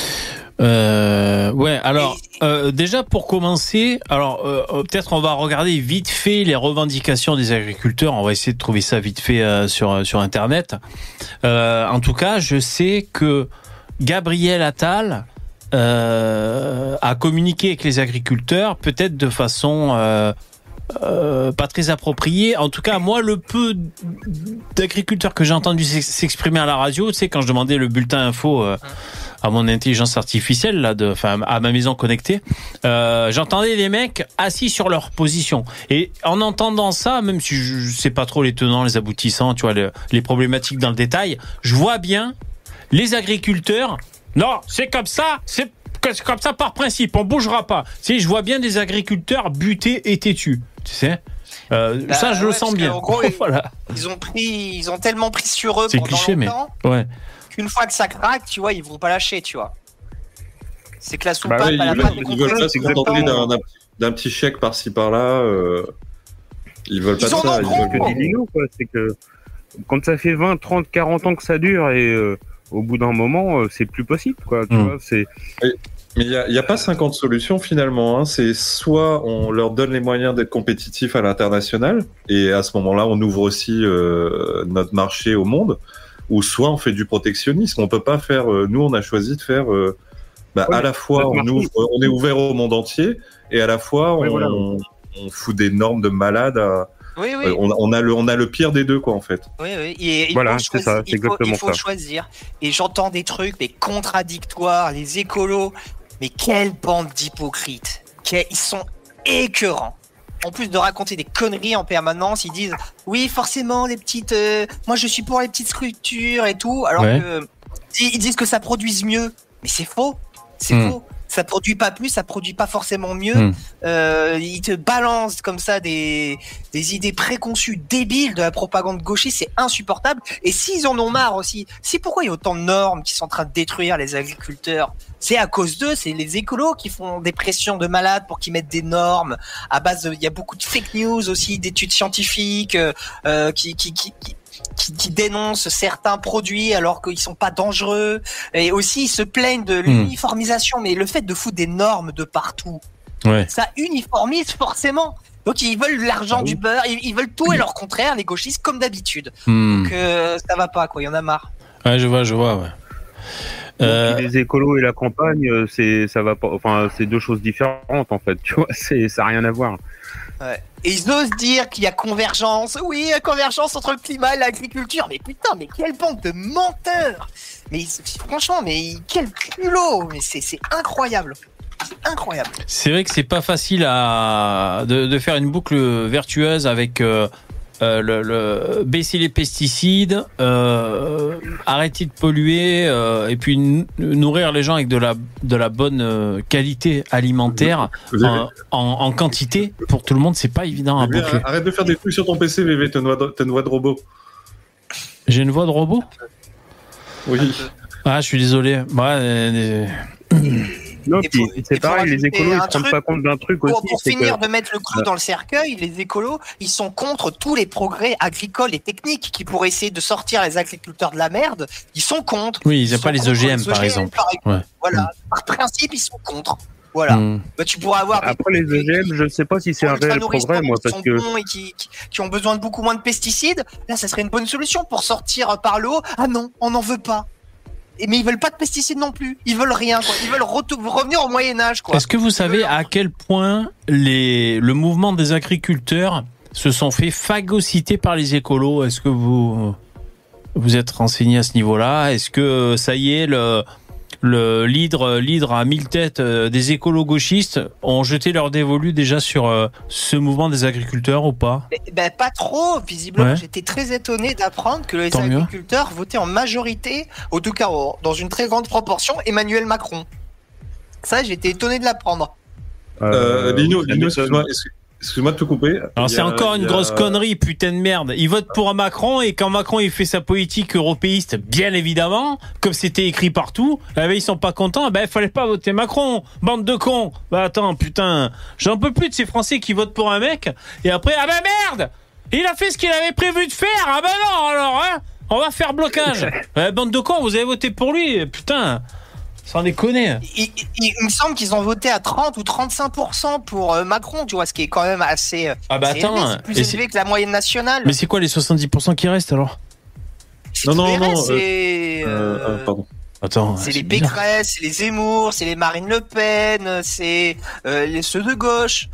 Euh, ouais, alors euh, déjà pour commencer, alors euh, euh, peut-être on va regarder vite fait les revendications des agriculteurs. On va essayer de trouver ça vite fait euh, sur sur internet. Euh, en tout cas, je sais que Gabriel Attal euh, a communiqué avec les agriculteurs, peut-être de façon euh, euh, pas très appropriée. En tout cas, moi, le peu d'agriculteurs que j'ai entendu s'ex- s'exprimer à la radio, tu sais, quand je demandais le bulletin info euh, à mon intelligence artificielle, là, de, enfin, à ma maison connectée, euh, j'entendais les mecs assis sur leur position. Et en entendant ça, même si je sais pas trop les tenants, les aboutissants, tu vois, les, les problématiques dans le détail, je vois bien les agriculteurs. Non, c'est comme ça, c'est c'est comme ça par principe, on bougera pas. Tu sais, je vois bien des agriculteurs butés et têtus, tu sais. Euh, Bah, ça, je ouais, le sens parce bien. qu'en gros, ils- Voilà. Ils ont pris, ils ont tellement pris sur eux C'est pendant cliché, mais longtemps ouais. qu'une fois que ça craque, tu vois, ils vont pas lâcher, tu vois. C'est que la soupape, Bah ouais, elle a ils pas veulent- de Ils veulent pas se exactement. contenter d'un- d'un d'un petit chèque par-ci par-là. Euh... Ils veulent pas Ils de en ça. ont Ils gros. veulent que dit Lino, quoi. C'est que quand ça fait vingt, trente, quarante ans que ça dure et euh, au bout d'un moment, euh, c'est plus possible, quoi. Tu Mm. vois, c'est. Mais il n'y a, y a pas cinquante solutions finalement. Hein. C'est soit on leur donne les moyens d'être compétitifs à l'international, et à ce moment-là, on ouvre aussi euh, notre marché au monde, ou soit on fait du protectionnisme. On peut pas faire. Euh, nous, on a choisi de faire euh, bah, ouais, à la fois on, ouvre, on est ouvert au monde entier, et à la fois on, ouais, voilà. on, on fout des normes de malades à. Oui, oui. Euh, on, on, a le, on a le pire des deux, quoi, en fait. Oui, oui. Et, il voilà, faut c'est ça, c'est il faut, exactement il faut ça. choisir. Et j'entends des trucs, mais contradictoires, les écolos. Mais quelle bande d'hypocrites. Ils sont écœurants. En plus de raconter des conneries en permanence, ils disent oui, forcément, les petites. Euh, moi, je suis pour les petites structures et tout. Alors ouais. que ils disent que ça produise mieux. Mais c'est faux. C'est mmh. faux. Ça produit pas plus, ça produit pas forcément mieux. Mmh. Euh, ils te balancent comme ça des, des idées préconçues débiles de la propagande gauchiste, c'est insupportable. Et s'ils en ont marre aussi, c'est pourquoi il y a autant de normes qui sont en train de détruire les agriculteurs. C'est à cause d'eux, c'est les écolos qui font des pressions de malades pour qu'ils mettent des normes. À base, de, il y a beaucoup de fake news aussi, d'études scientifiques euh, qui, qui, qui, qui Qui, qui dénoncent certains produits alors qu'ils sont pas dangereux, et aussi ils se plaignent de l'uniformisation. Mmh. Mais le fait de foutre des normes de partout, ouais. ça uniformise forcément. Donc ils veulent l'argent ah oui. du beurre, ils, ils veulent tout et leur contraire, les gauchistes comme d'habitude. Mmh. Donc euh, ça va pas quoi, il y en a marre. Ouais, je vois, je vois. Ouais. Euh... Les écolos et la campagne, c'est ça va pas. Enfin, c'est deux choses différentes en fait. Tu vois, c'est ça a rien à voir. Ouais. Et ils osent dire qu'il y a convergence. Oui, il y a convergence entre le climat et l'agriculture. Mais putain, mais quelle bande de menteurs. Mais franchement, mais quel culot. Mais c'est, c'est incroyable. C'est incroyable. C'est vrai que c'est pas facile à de, de faire une boucle vertueuse avec euh, euh, le, le baisser les pesticides, euh, arrêter de polluer euh, et puis n- nourrir les gens avec de la de la bonne euh, qualité alimentaire en, en, en quantité pour tout le monde. C'est pas évident à boucler. Arrête de faire des trucs sur ton P C, V V. T'as une voix de, t'as une voix de robot. J'ai une voix de robot. Oui. Ah, je suis désolé. Ouais, euh, Non, puis, pour, c'est pareil, les écolos ils ne se rendent pas compte d'un truc pour, aussi. Pour finir que... de mettre le clou dans le cercueil, les écolos, ils sont contre tous les progrès agricoles et techniques qui pourraient essayer de sortir les agriculteurs de la merde. Ils sont contre. Oui, ils n'aiment pas les O G M, les O G M par exemple. Par exemple. Ouais. Voilà, mmh. par principe, ils sont contre. Voilà. Mmh. Bah, tu pourras avoir. Après, des, les O G M, je ne sais pas si c'est un réel progrès, moi, parce que. Et qui, qui, qui ont besoin de beaucoup moins de pesticides. Là, ça serait une bonne solution pour sortir par le haut. Ah non, on n'en veut pas. Mais ils veulent pas de pesticides non plus. Ils veulent rien, quoi. Ils veulent re- revenir au Moyen-Âge, quoi. Est-ce que vous savez à quel point les, le mouvement des agriculteurs se sont fait phagocyter par les écolos? Est-ce que vous, vous êtes renseigné à ce niveau-là? Est-ce que, ça y est, le, le l'hydre, l'hydre à mille têtes des écolos gauchistes ont jeté leur dévolu déjà sur euh, ce mouvement des agriculteurs ou pas? Ben, ben pas trop, visiblement. Ouais. J'étais très étonné d'apprendre que les Tant agriculteurs mieux. votaient en majorité, en tout cas dans une très grande proportion, Emmanuel Macron. Ça, j'étais étonné de l'apprendre. Euh, Lino, Lino, excuse-moi, excuse-moi de te couper. Alors c'est a, encore une a... grosse connerie, putain de merde. Ils votent pour Macron et quand Macron il fait sa politique européiste, bien évidemment, comme c'était écrit partout, eh ben, ils sont pas contents, ben il fallait pas voter Macron, bande de cons. Bah attends, putain, j'en peux plus de ces Français qui votent pour un mec et après ah ben merde, il a fait ce qu'il avait prévu de faire. Ah ben non alors hein, on va faire blocage. eh, bande de cons, vous avez voté pour lui, putain. Sans déconner. Il, il, il, il me semble qu'ils ont voté à trente ou trente-cinq pour cent pour euh, Macron, tu vois, ce qui est quand même assez. Ah bah attends, élevé, c'est plus élevé c'est... que la moyenne nationale. Mais c'est quoi les soixante-dix pour cent qui restent alors? C'est non, non, non. C'est. Euh, euh, pardon. Attends. C'est, c'est les Pécresse, c'est les Zemmour, c'est les Marine Le Pen, c'est euh, les ceux de gauche.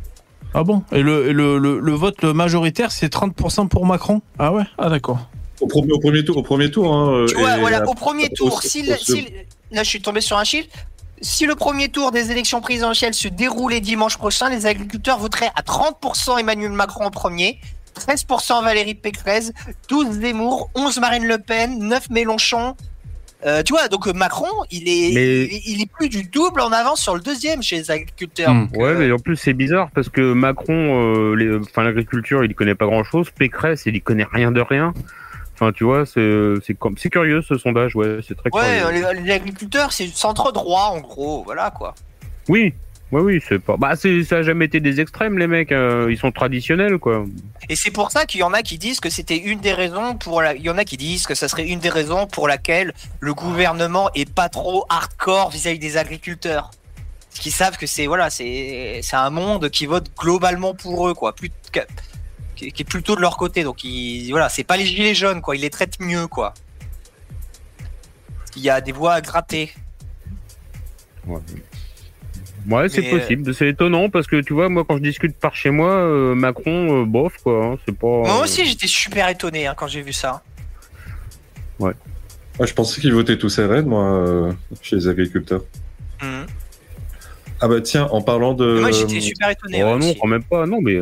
Ah bon? Et le, le, le, le vote majoritaire, c'est trente pour cent pour Macron? Ah ouais? Ah d'accord. Au premier, au premier tour, au premier tour. Hein, tu vois, voilà, au premier tour, si, si, là je suis tombé sur un chiffre. Si le premier tour des élections présidentielles se déroulait dimanche prochain, les agriculteurs voteraient à trente pour cent Emmanuel Macron en premier, treize pour cent Valérie Pécresse, douze Zemmour, onze Marine Le Pen, neuf Mélenchon. Euh, tu vois, donc Macron, il est, mais... il, il est plus du double en avance sur le deuxième chez les agriculteurs. Mmh. Ouais, mais en plus c'est bizarre parce que Macron, euh, les, enfin l'agriculture, il connaît pas grand-chose. Pécresse, il y connaît rien de rien. Enfin, tu vois, c'est, c'est, c'est curieux ce sondage, ouais, c'est très curieux. Ouais, les, les agriculteurs, c'est centre droit, en gros, voilà quoi. Oui, Oui, oui, c'est pas. Bah, c'est, ça a jamais été des extrêmes, les mecs. Euh, ils sont traditionnels, quoi. Et c'est pour ça qu'il y en a qui disent que c'était une des raisons pour la... Il y en a qui disent que ça serait une des raisons pour laquelle le gouvernement est pas trop hardcore vis-à-vis des agriculteurs. Parce qu'ils savent que c'est voilà, c'est c'est un monde qui vote globalement pour eux, quoi, plus que... qui est plutôt de leur côté. Donc ils... voilà, c'est pas les gilets jaunes, quoi. Ils les traitent mieux, quoi. Il y a des voix à gratter. Ouais. Ouais, c'est Mais possible. Euh... C'est étonnant parce que tu vois, moi, quand je discute par chez moi, euh, Macron, euh, bof, quoi. Hein, c'est pas. Moi aussi, j'étais super étonné hein, quand j'ai vu ça. Ouais. Ah, je pensais qu'ils votaient tous R N, moi, euh, chez les agriculteurs. Mmh. Ah bah tiens, en parlant de. Mais moi, j'étais super étonné. Oh non, quand même pas. Non, mais.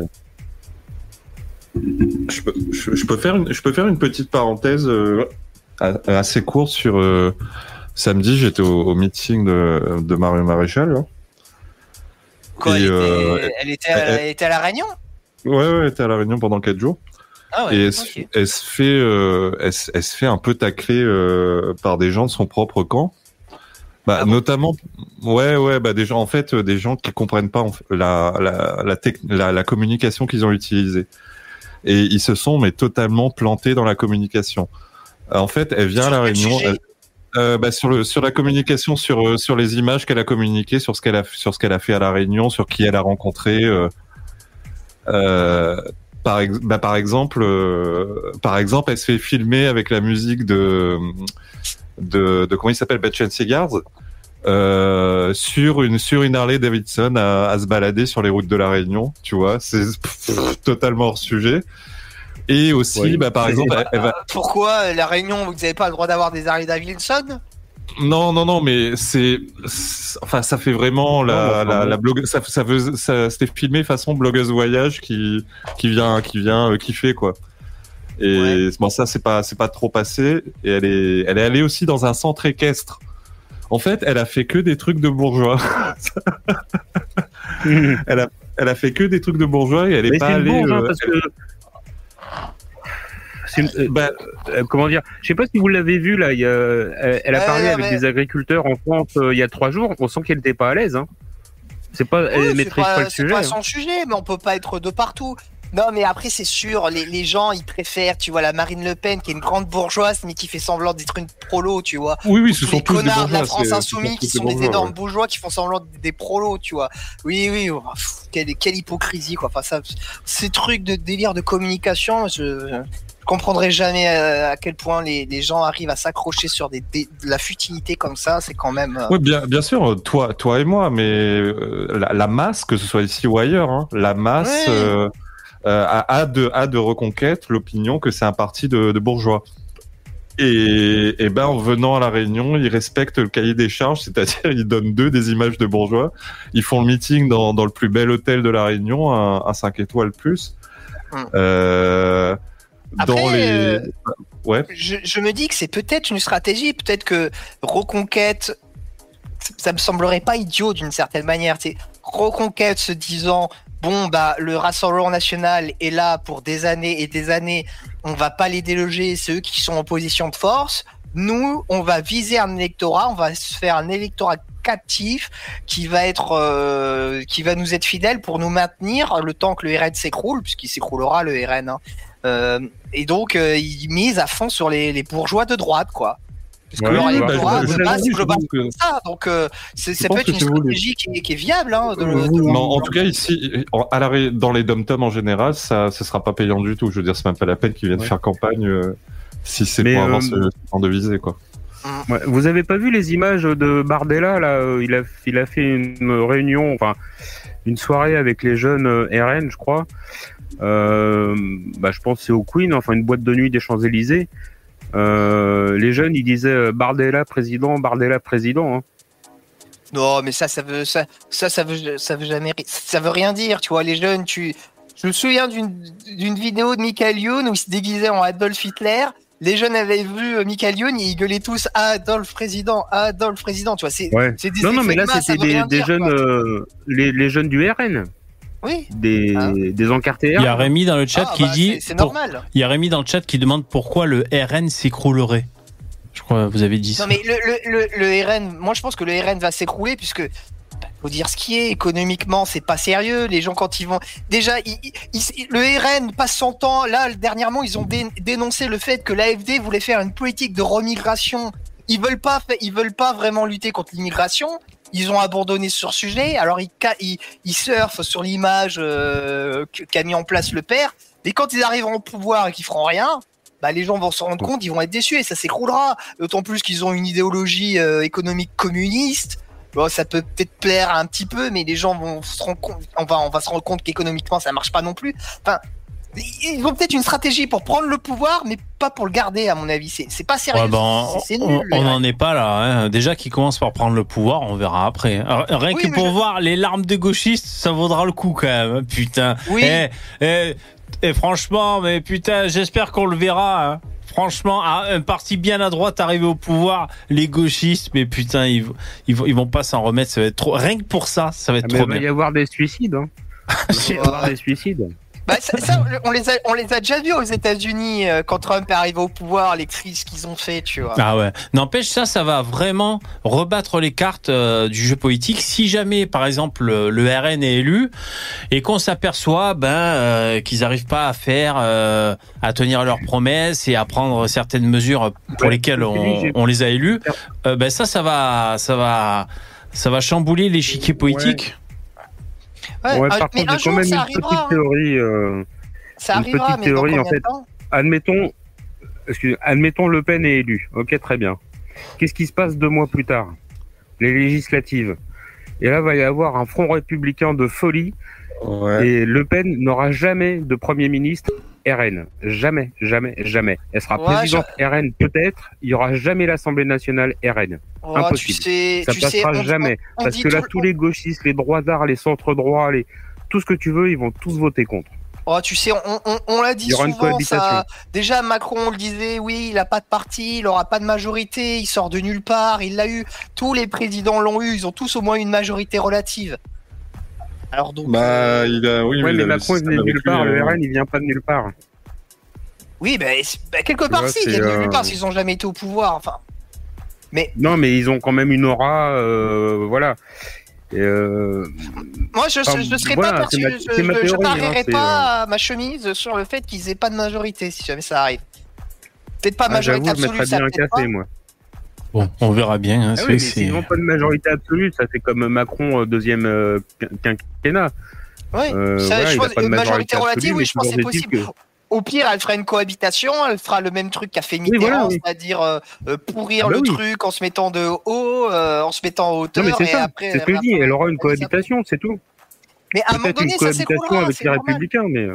Je peux, je, je peux faire une, je peux faire une petite parenthèse euh, assez courte sur. Euh, samedi, j'étais au, au meeting de, de Marion Maréchal. Là. Quoi, elle, euh, était, elle, était à, elle, elle était à La Réunion ? Ouais, ouais, elle était à La Réunion pendant quatre jours. Ah ouais, et elle, okay. elle, se fait, euh, elle, elle se fait un peu tacler euh, par des gens de son propre camp. Bah, ah bon notamment, ouais, ouais, bah des gens, en fait, des gens qui comprennent pas en fait, la, la, la, tec, la, la communication qu'ils ont utilisée. Et ils se sont, mais totalement plantés dans la communication. En fait, elle vient à La Réunion. Elle, Euh, bah, sur le sur la communication, sur sur les images qu'elle a communiquées, sur ce qu'elle a sur ce qu'elle a fait à La Réunion, sur qui elle a rencontré. Euh, euh, par ex, bah, par exemple, euh, par exemple, elle se fait filmer avec la musique de de, de comment il s'appelle, Batch Cigars, euh, sur une sur une Harley Davidson à, à se balader sur les routes de La Réunion. Tu vois, c'est pff, totalement hors sujet. Et aussi, oui. bah, par exemple, elle, elle va... Pourquoi La Réunion, vous n'avez pas le droit d'avoir des Harley Davidson ? Non, non, non, mais c'est, c'est... enfin, ça fait vraiment la, non, la, la blog, ça, ça veut, ça, c'était filmé façon blogueuse voyage qui, qui vient, qui vient euh, kiffer, quoi. Et ouais. Bon, ça, c'est pas, c'est pas trop passé. Et elle est, elle est allée aussi dans un centre équestre. En fait, elle a fait que des trucs de bourgeois. elle a, elle a fait que des trucs de bourgeois et elle est mais pas allée. Bourge, hein, parce elle... que... C'est, bah, euh, comment dire, je sais pas si vous l'avez vu là, il y a, elle, elle a parlé euh, avec mais... des agriculteurs en France euh, il y a trois jours. On sent qu'elle n'était pas à l'aise. Hein. C'est pas, oui, elle maîtrise pas, pas le c'est sujet. C'est pas hein. son sujet, mais on peut pas être de partout. Non, mais après c'est sûr, les, les gens ils préfèrent, tu vois, la Marine Le Pen qui est une grande bourgeoise mais qui fait semblant d'être une prolo, tu vois. Oui, oui, ce tous sont les tous connards des de la France insoumise qui sont bourgeois, des énormes ouais. bourgeois qui font semblant d'être des prolos, tu vois. Oui, oui, oh, pff, quelle, quelle hypocrisie quoi. Enfin ça, ces trucs de délire de communication, je. Je comprendrai jamais à quel point les, les gens arrivent à s'accrocher sur des, des, de la futilité comme ça, c'est quand même... Euh... Oui, bien, bien sûr, toi, toi et moi, mais euh, la, la masse, que ce soit ici ou ailleurs, hein, la masse oui. euh, euh, a, de, a de reconquête l'opinion que c'est un parti de, de bourgeois. Et, et ben, en venant à La Réunion, ils respectent le cahier des charges, c'est-à-dire ils donnent d'eux des images de bourgeois, ils font le meeting dans, dans le plus bel hôtel de La Réunion, un, un cinq étoiles plus. Hum. Euh... Après, dans les... euh, ouais. je, je me dis que c'est peut-être une stratégie, peut-être que Reconquête, ça me semblerait pas idiot d'une certaine manière. C'est Reconquête se disant, bon bah le Rassemblement National est là pour des années et des années, on va pas les déloger, c'est eux qui sont en position de force. Nous, on va viser un électorat, on va se faire un électorat captif qui va être, euh, qui va nous être fidèle pour nous maintenir le temps que le R N s'écroule, puisqu'il s'écroulera le R N. Hein. Euh, et donc, euh, ils misent à fond sur les, les bourgeois de droite, quoi. Parce que ouais, leur électorat de base, c'est globalement que... ça. Donc, euh, c'est, ça peut être une stratégie qui est, qui est viable. Hein, de, euh, de... Non, en tout cas, ici, à la, dans les dom-toms en général, ça ne sera pas payant du tout. Je veux dire, c'est même pas la peine qu'ils viennent ouais. faire campagne euh, si c'est Mais pour euh... avoir ce temps de visée, quoi. Ouais, vous avez pas vu les images de Bardella là, il a, il a fait une réunion, enfin une soirée avec les jeunes R N, je crois. Euh, bah, je pense que c'est au Queen, enfin une boîte de nuit des Champs-Élysées. Euh, les jeunes, ils disaient Bardella président, Bardella président. Hein. Non, mais ça, ça veut, ça, ça, ça veut, ça veut jamais, ça veut rien dire. Tu vois, les jeunes, tu. Je me souviens d'une d'une vidéo de Michael Youn où il se déguisait en Adolf Hitler. Les jeunes avaient vu Michael Youn, ils gueulaient tous Adolphe président, Adolphe président, tu vois, c'est, ouais. c'est des non, non, mais là, masse, c'était des, des dire, jeunes, euh, les, les jeunes du R N. Oui. Des, ah. des encartés. Il y a Rémi dans le chat ah, qui bah, dit. C'est, c'est pour, normal. Il y a Rémi dans le chat qui demande pourquoi le R N s'écroulerait. Je crois que vous avez dit ça. Non, mais le, le, le, le R N, moi je pense que le R N va s'écrouler puisque Faut dire ce qui est. Économiquement, c'est pas sérieux. Les gens, quand ils vont, déjà, ils, ils, le R N passe son temps. Là, dernièrement, ils ont dé, dénoncé le fait que l'A F D voulait faire une politique de remigration. Ils veulent pas, ils veulent pas vraiment lutter contre l'immigration. Ils ont abandonné sur ce sujet. Alors ils, ils, ils surfent sur l'image euh, qu'a mis en place le père. Et quand ils arriveront au pouvoir et qu'ils feront rien, bah les gens vont se rendre compte, ils vont être déçus et ça s'écroulera. D'autant plus qu'ils ont une idéologie euh, économique communiste. Bon, ça peut peut-être plaire un petit peu, mais les gens vont se rendre compte, on va, on va se rendre compte qu'économiquement ça marche pas non plus. Enfin, ils ont peut-être une stratégie pour prendre le pouvoir, mais pas pour le garder, à mon avis. C'est, c'est pas sérieux. Ouais, ben, c'est, c'est nul. On n'en est pas là. Hein. Déjà qu'ils commencent par prendre le pouvoir, on verra après. Rien oui, que pour je... voir les larmes de gauchistes, ça vaudra le coup quand même. Putain. Oui. Et, et, et franchement, mais putain, j'espère qu'on le verra. Hein. Franchement, un parti bien à droite arrivé au pouvoir, les gauchistes, mais putain, ils, ils, ils vont pas s'en remettre. Ça va être trop. Rien que pour ça, ça va être ah, trop mais bien. Il va y avoir des suicides. Hein. Il va y avoir des suicides. Bah, ça, ça, on les a, on les a déjà vus aux États-Unis euh, quand Trump est arrivé au pouvoir, les crises qu'ils ont fait, tu vois. Ah ouais. N'empêche, ça, ça va vraiment rebattre les cartes euh, du jeu politique. Si jamais, par exemple, le, le R N est élu et qu'on s'aperçoit, ben, euh, qu'ils n'arrivent pas à faire, euh, à tenir leurs promesses et à prendre certaines mesures pour ouais, lesquelles on, on les a élus, euh, ben ça, ça va, ça va, ça va chambouler l'échiquier politique. Ouais. Ouais, ouais, par contre, j'ai quand même une arrivera, petite théorie. Euh, ça une arrivera, petite mais théorie, en fait. Admettons, excusez, admettons Le Pen est élu. Ok, très bien. Qu'est-ce qui se passe deux mois plus tard? Les législatives. Et là, il va y avoir un front républicain de folie. Ouais. Et Le Pen n'aura jamais de Premier ministre R N. Jamais, jamais, jamais. Elle sera ouais, présidente je... R N peut-être. Il n'y aura jamais l'Assemblée nationale R N. Oh, impossible. Tu sais, ça tu passera sais, on, jamais. On, on parce que là, tout... tous les gauchistes, les droits d'art, les centres droits, les... tout ce que tu veux, ils vont tous voter contre. Oh, tu sais, on, on, on l'a dit souvent, ça. Déjà, Macron, on le disait, oui, il n'a pas de parti, il n'aura pas de majorité, il sort de nulle part, il l'a eu. Tous les présidents l'ont eu, ils ont tous au moins une majorité relative. Alors donc. Bah, il a, oui, ouais, mais, mais Macron, il venait de nulle part, le R N, il vient pas de nulle part. Oui, bah, bah quelque part, ouais, si, ils viennent de nulle part, s'ils n'ont jamais été au pouvoir, enfin. Mais... Non, mais ils ont quand même une aura, euh, voilà. Et euh... Moi, je ne serais voilà, pas perçu, ma, je, je, je parierais hein, pas euh... ma chemise sur le fait qu'ils aient pas de majorité, si jamais ça arrive. Peut-être pas ah, majorité absolue, ça peut-être café, pas. Moi. Bon, on verra bien. Hein, ah oui, mais s'ils n'ont pas de majorité absolue, ça fait comme Macron deuxième euh, quinquennat. Oui, euh, ça, voilà, je pense, majorité, majorité relative, oui, je pense que c'est possible. Que... Au pire, elle fera une cohabitation, elle fera le même truc qu'a fait Mitterrand, oui, voilà, oui. c'est-à-dire euh, pourrir ah bah le oui. truc en se mettant de haut, euh, en se mettant en hauteur. Non, mais c'est et ça, après, c'est ce que je dis, elle aura une cohabitation, c'est tout. Mais à un moment donné, ça s'écroulera. Avec les Républicains, mais.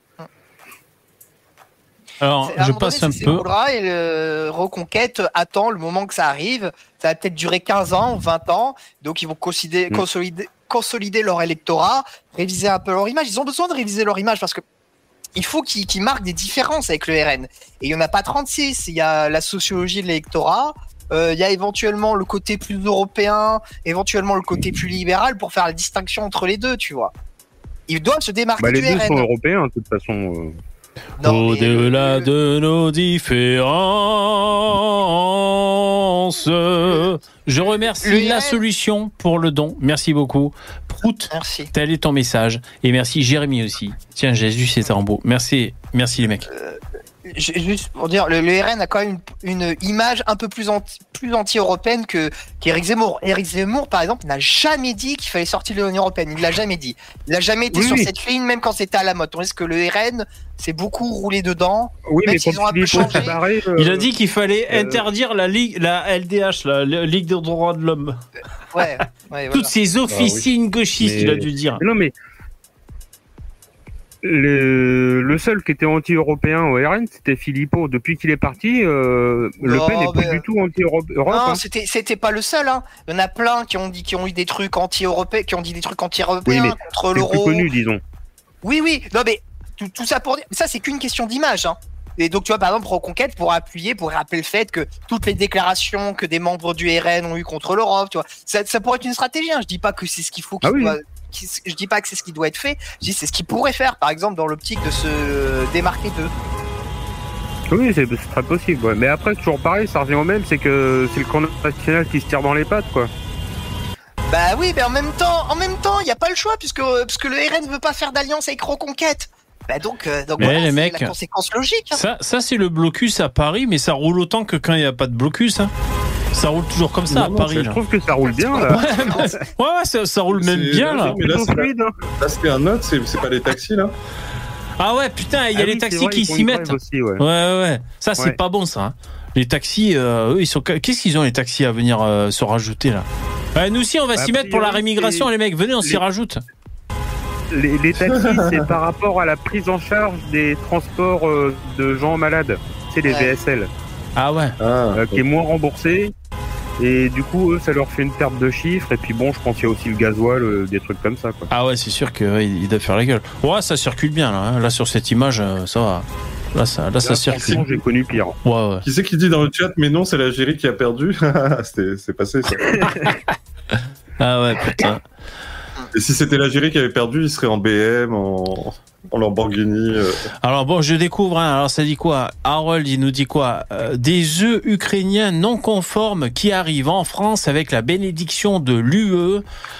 Alors, je passe un peu. Et le Reconquête attend le moment que ça arrive. Ça va peut-être durer quinze ans, vingt ans. Donc, ils vont consolider, mmh. consolider, consolider leur électorat, réviser un peu leur image. Ils ont besoin de réviser leur image parce que il faut qu'ils, qu'ils marquent des différences avec le R N. Et il n'y en a pas trente-six. Il y a la sociologie de l'électorat. Euh, il y a éventuellement le côté plus européen, éventuellement le côté plus libéral pour faire la distinction entre les deux, tu vois. Ils doivent se démarquer bah, du R N. Les deux sont européens, de toute façon. Euh... Non, au-delà mais... de nos différences. Je remercie la solution pour le don. Merci beaucoup. Prout, merci. Tel est ton message. Et merci Jérémy aussi. Tiens, Jésus, c'est un beau. Merci, merci les mecs. Euh, juste pour dire, le, le R N a quand même une, une image un peu plus, anti, plus anti-européenne que, qu'Éric Zemmour. Éric Zemmour, par exemple, n'a jamais dit qu'il fallait sortir de l'Union européenne. Il l'a jamais dit. Il n'a jamais été oui, sur oui. cette ligne, même quand c'était à la mode. Tandis que le R N, c'est beaucoup roulé dedans. Oui, même mais s'ils ont un peu changé. Barré, euh, il a dit qu'il fallait euh... interdire la ligue, la L D H, la, la Ligue des droits de l'homme. Ouais. ouais Toutes voilà. ces officines ah, oui. gauchistes, mais... il a dû dire. Mais non, mais le, le seul qui était anti-européen au R N, c'était Philippot. Depuis qu'il est parti, euh, Le Pen n'est plus du tout anti-Europe. Non, hein. c'était, c'était pas le seul. Hein. Il y en a plein qui ont dit, qui ont eu des trucs anti-européens, qui ont dit des trucs anti-européens oui, contre l'euro. C'est plus connu, disons. Oui, oui. Non, mais tout, tout ça pour dire, ça c'est qu'une question d'image. Hein. Et donc, tu vois, par exemple, Reconquête pour appuyer, pour rappeler le fait que toutes les déclarations que des membres du R N ont eu contre l'Europe, tu vois, ça, ça pourrait être une stratégie. Hein. Je dis pas que c'est ce qu'il faut qu'il ah oui. doit, qu'il, je dis pas que c'est ce qui doit être fait. Je dis c'est ce qu'il pourrait faire, par exemple, dans l'optique de se démarquer d'eux. Oui, c'est, c'est très possible. Ouais. Mais après, toujours pareil, ça revient au même, c'est que c'est le camp national qui se tire dans les pattes, quoi. Bah oui, mais en même temps, en même temps, il y a pas le choix puisque parce que le R N veut pas faire d'alliance avec Reconquête. Bah donc, euh, donc mais voilà, les c'est mecs, la conséquence logique. Hein. Ça, ça c'est le blocus à Paris, mais ça roule autant que quand il n'y a pas de blocus. Hein. Ça roule toujours comme ça non, à non, Paris. Je là. trouve que ça roule bien là. Ouais, ouais, ouais ça, ça roule même C'est- bien là. Mais là, c'est fluide, hein. Là, c'est un autre, c'est c'est pas les taxis là. Ah ouais, putain, il y a Ah les oui, taxis c'est vrai, qui ils font s'y une mettent. grève aussi, ouais. Ouais, ouais, ouais. Ça, c'est Ouais. pas bon, ça. Hein. Les taxis, euh, eux, ils sont. Qu'est-ce qu'ils ont, les taxis, à venir euh, se rajouter, là ouais, nous aussi, on va Bah, s'y mettre pour la priori, rémigration, c'est- les mecs. Venez, on s'y les- rajoute. Les, les taxis, c'est par rapport à la prise en charge des transports euh, de gens malades. C'est les Ouais. V S L, Ah ouais. Ah, euh, qui est moins remboursé. Et du coup, eux, ça leur fait une perte de chiffres. Et puis bon, je pense qu'il y a aussi le gasoil, euh, des trucs comme ça, quoi. Ah ouais, c'est sûr qu'ils doivent faire la gueule. Ouais, ça circule bien, là. Hein. Là, sur cette image, euh, ça va. Là, ça, là, ça Là, circule. franchement, j'ai connu pire. Ouais, ouais. Qui c'est qui dit dans le chat, mais non, c'est l'Algérie qui a perdu. C'était- C'est passé ça. Ah ouais, putain. Et si c'était l'Algérie qui avait perdu, il serait en B M, en, en Lamborghini. euh. Alors bon, je découvre, hein. Alors ça dit quoi? Harold, il nous dit quoi? Euh, Des œufs ukrainiens non conformes qui arrivent en France avec la bénédiction de l'U E.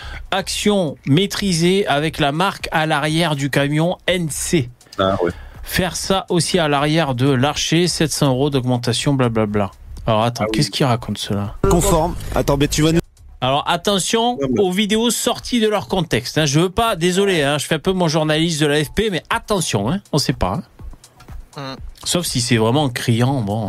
Action maîtrisée avec la marque à l'arrière du camion N C. Ah ouais. Faire ça aussi à l'arrière de l'Archer, sept cents euros d'augmentation, blablabla. Alors attends, Ah oui. qu'est-ce qu'il raconte cela? Conforme. Attends, mais tu vas nous. Alors attention aux vidéos sorties de leur contexte. Hein. Je veux pas, désolé, hein, je fais un peu mon journaliste de l'A F P, mais attention, hein, on sait pas. Hein. Mm. Sauf si c'est vraiment criant, bon.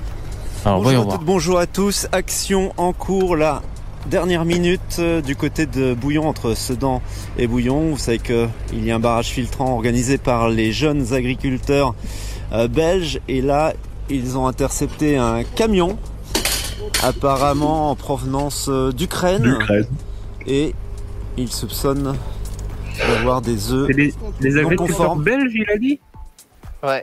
Alors Bonjour voyons à voir. toutes, bonjour à tous. Action en cours, la dernière minute euh, du côté de Bouillon, entre Sedan et Bouillon. Vous savez qu'il y a un barrage filtrant organisé par les jeunes agriculteurs euh, belges. Et là, ils ont intercepté un camion, apparemment en provenance euh, d'Ukraine. L'Ukraine. Et ils soupçonnent d'avoir des œufs. C'est les, les Non agriculteurs conformes. belges, il a dit. Ouais.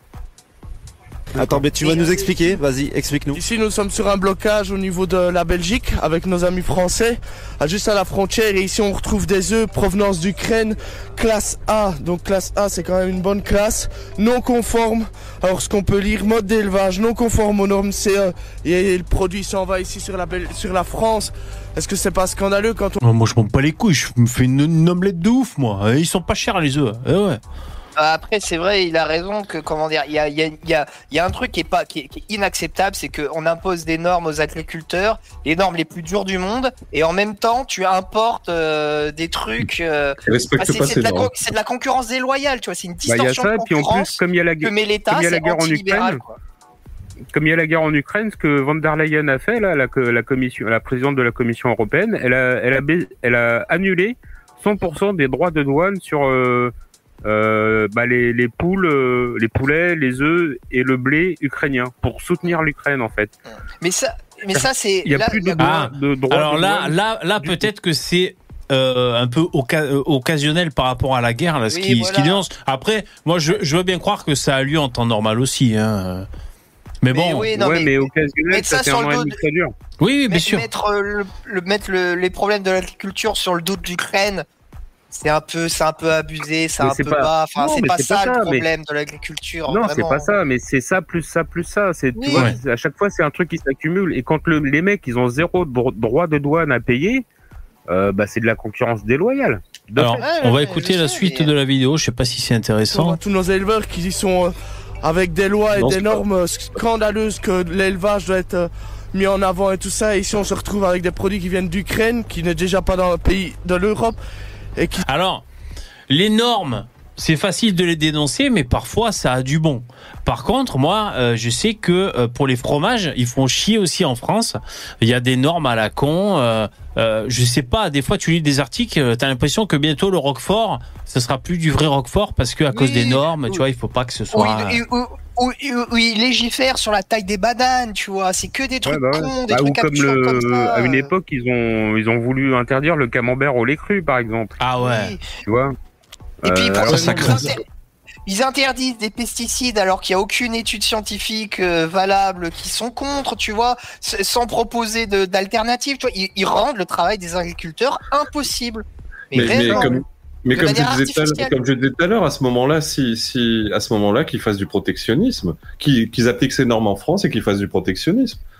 Attends, mais tu vas nous expliquer. Vas-y, explique-nous. Ici, nous sommes sur un blocage au niveau de la Belgique avec nos amis français, à- juste à la frontière. Et ici, on retrouve des œufs provenance d'Ukraine, classe A. Donc, classe A, c'est quand même une bonne classe, non conforme. Alors, ce qu'on peut lire, mode d'élevage non conforme aux normes C E. Et le produit s'en va ici sur la, Bel- sur la France. Est-ce que c'est pas scandaleux quand on... Oh, moi je m'en bats les couilles, je me fais une, une omelette de ouf, moi. Ils sont pas chers les œufs. Eh ouais. Après, c'est vrai, il a raison que, comment dire, il y a, il y a, il y a, il y a un truc qui est pas, qui est, qui est inacceptable, c'est qu'on impose des normes aux agriculteurs, les normes les plus dures du monde, et en même temps, tu importes euh, des trucs. Euh, Ils respectent ah, c'est, pas c'est, ces de la, normes. con- c'est de la concurrence déloyale, tu vois, c'est une Bah, il y a distorsion ça, et de puis en concurrence plus, comme il y a la que guerre. met l'État, comme il y a la c'est guerre en anti-libéral, Ukraine, quoi. Comme il y a la guerre en Ukraine, ce que von der Leyen a fait, là, la, la, commission, la présidente de la Commission européenne, elle a, elle a, elle a annulé cent pour cent des droits de douane sur euh, euh, bah, les, les poules, euh, les poulets, les œufs et le blé ukrainien pour soutenir l'Ukraine, en fait. Mais ça, mais ça, c'est. Il y a là, plus de, là- Ah, droits de droits Alors de là, douane. là, là, du peut-être que c'est euh, un peu oca- euh, occasionnel par rapport à la guerre, là, ce Oui, qui, voilà. ce qui dénonce. Après, moi, je, je veux bien croire que ça a lieu en temps normal aussi. Hein. Mais bon, Mais oui, non, ouais, mais- mais, occasionnel, mettre ça, ça fait sur un le mois et dos demi de- que ça dure. oui, oui, bien mettre, sûr. mettre, euh, le, le- mettre le- les problèmes de l'agriculture sur le dos de l'Ukraine, c'est un peu, c'est un peu abusé, c'est Mais un c'est peu pas- bas. Enfin, non, c'est mais pas c'est ça pas le ça, mais- problème de l'agriculture. Non, c'est vraiment. pas ça, mais c'est ça plus ça plus ça. C'est Oui. tu vois, Ouais. à chaque fois c'est un truc qui s'accumule et quand le, les mecs ils ont zéro dro- droit de douane à payer, euh, bah c'est de la concurrence déloyale. De Alors, fait. Ouais, on va ouais, écouter je la sais, suite mais- de la vidéo. Je sais pas si c'est On intéressant. voit tous nos éleveurs qui y sont euh, avec des lois et Non, des c'est pas- normes euh, scandaleuses que l'élevage doit être euh, mis en avant et tout ça. Et ici, on se retrouve avec des produits qui viennent d'Ukraine, qui n'est déjà pas dans le pays de l'Europe et qui Alors, les normes, c'est facile de les dénoncer, mais parfois ça a du bon. Par contre, moi, euh, je sais que euh, pour les fromages, ils font chier aussi en France. Il y a des normes à la con. Euh, euh, je sais pas, des fois tu lis des articles, euh, t'as l'impression que bientôt le Roquefort, ce sera plus du vrai Roquefort parce que à cause Oui, des normes, oui. tu vois, il faut pas que ce Où soit. il, où- où- où- où il légifère sur la taille des bananes, tu vois. C'est que des Ouais, trucs bah ouais. cons, des Bah, ou trucs comme absurdes le, comme ça. à une euh. époque ils ont ils ont voulu interdire le camembert au lait cru par exemple. Ah ouais. Oui. Tu vois. Et puis, Euh, pour alors, ça, ça ils, craint. inter- ils interdisent des pesticides alors qu'il n'y a aucune étude scientifique euh, valable qui sont contre, tu vois, s- sans proposer de- d'alternative. Tu vois, ils, ils rendent le travail des agriculteurs impossible. Mais, Mais, mais vraiment. comme, mais De comme, je manière disais tout à l'heure- artificielle. comme je disais tout à l'heure, à ce moment-là, si, si, à ce moment-là, qu'ils fassent du protectionnisme, qu'ils qu'ils appliquent ces normes en France et qu'ils fassent du protectionnisme.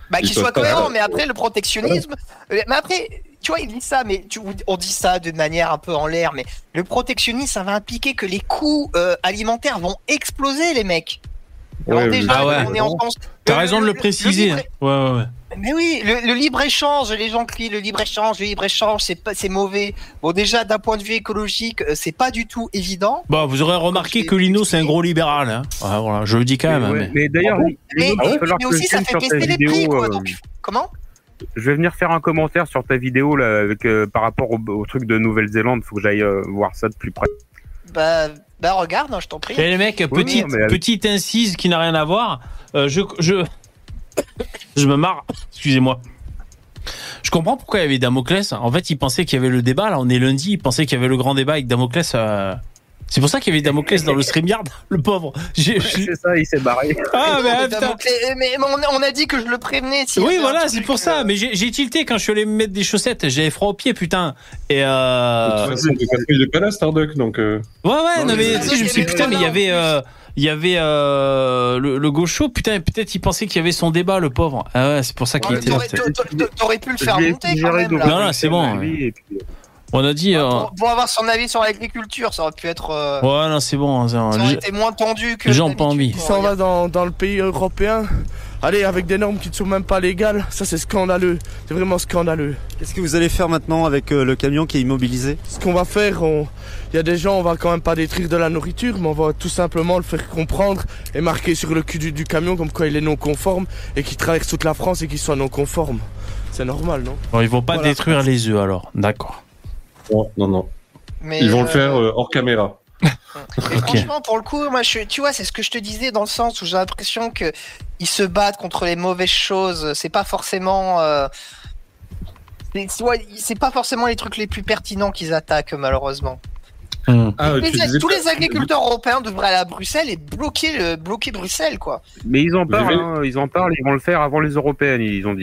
Bah, qu'il soit cohérent, mais après, le protectionnisme. Ouais. Mais après, tu vois, il dit ça, mais tu, on dit ça de manière un peu en l'air, mais le protectionnisme, ça va impliquer que les coûts euh, alimentaires vont exploser, les mecs. Alors, Ouais, déjà, ah ouais. on est en France. T'as le- raison de le préciser. libre- Ouais, ouais, ouais. Mais oui, le, le libre-échange, les gens crient le libre-échange, le libre-échange, c'est pas, c'est mauvais. Bon, déjà, d'un point de vue écologique, euh, c'est pas du tout évident. Bon, vous aurez remarqué que Lino, c'est un gros libéral. Hein. Ouais, voilà, je le dis quand même. hein, Ouais, mais... mais d'ailleurs, Mais, Lino, il va mais- falloir mais que aussi, je ça vienne fait sur ta baisser les vidéo, prix, quoi. euh, Donc, comment Je vais venir faire un commentaire sur ta vidéo là, avec, euh, par rapport au, au truc de Nouvelle-Zélande. Faut que j'aille euh, voir ça de plus près. Bah, bah regarde, hein, je t'en prie. Et les mecs, petite, non, mais- petite incise qui n'a rien à voir. Euh, je, je, je me marre. Excusez-moi. Je comprends pourquoi il y avait Damoclès. En fait, il pensait qu'il y avait le débat. Là, on est lundi. Il pensait qu'il y avait le grand débat avec Damoclès. Euh... C'est pour ça qu'il y avait Damoclès dans le StreamYard, le pauvre. J'ai- Ouais, je- c'est ça, il s'est barré. Ah, Non, mais, mais ah, putain. Damoclès- mais on, on a dit que je le prévenais. s'il y Oui, avait un voilà, truc, c'est pour ça. euh, Mais j'ai j'ai tilté quand je suis allé me mettre des chaussettes. J'avais froid aux pieds, putain. Et euh... De toute façon, de toute façon, il est pas là, Starduck, donc. euh, Ouais, ouais, non, Non, mais mais tu sais, je me suis dit, putain, mais il y avait, euh, il y avait euh, le, le gaucho, putain, peut-être il pensait qu'il y avait son débat, le pauvre. Ah ouais, c'est pour ça qu'il ouais, était là. T'aurais peut-être. t'aurais- t'aurais pu le faire Je l'ai monter quand suggéré même. de Là. Non, là, c'est bon, lui, et puis, On a dit. Euh... Pour, pour avoir son avis sur l'agriculture, ça aurait pu être. euh, Ouais, non, c'est bon. Ça aurait Les été moins tendu que. les gens ont pas d'habitude, envie. quoi. Il s'en va dans, dans le pays européen, allez, avec des normes qui ne sont même pas légales, ça c'est scandaleux, c'est vraiment scandaleux. Qu'est-ce que vous allez faire maintenant avec euh, le camion qui est immobilisé? Ce qu'on va faire, on- il y a des gens, on va quand même pas détruire de la nourriture, mais on va tout simplement le faire comprendre et marquer sur le cul du, du camion comme quoi il est non conforme et qu'il traverse toute la France et qu'il soit non conforme. C'est normal, non? Bon, ils vont pas Voilà. détruire les œufs alors. D'accord. Non, non, non. Mais, Ils vont euh, le faire euh, hors caméra. mais Ok. franchement, pour le coup, moi, je, tu vois, c'est ce que je te disais dans le sens où j'ai l'impression que ils se battent contre les mauvaises choses. C'est pas forcément. Euh, c'est tu vois, c'est pas forcément les trucs les plus pertinents qu'ils attaquent, malheureusement. Hum. Ah, Les- tu disais tous que- les agriculteurs européens devraient aller à Bruxelles et bloquer, le, bloquer Bruxelles, quoi. Mais ils en Vous parlent, avez- hein, ils en parlent, ils vont le faire avant les européennes, ils ont dit.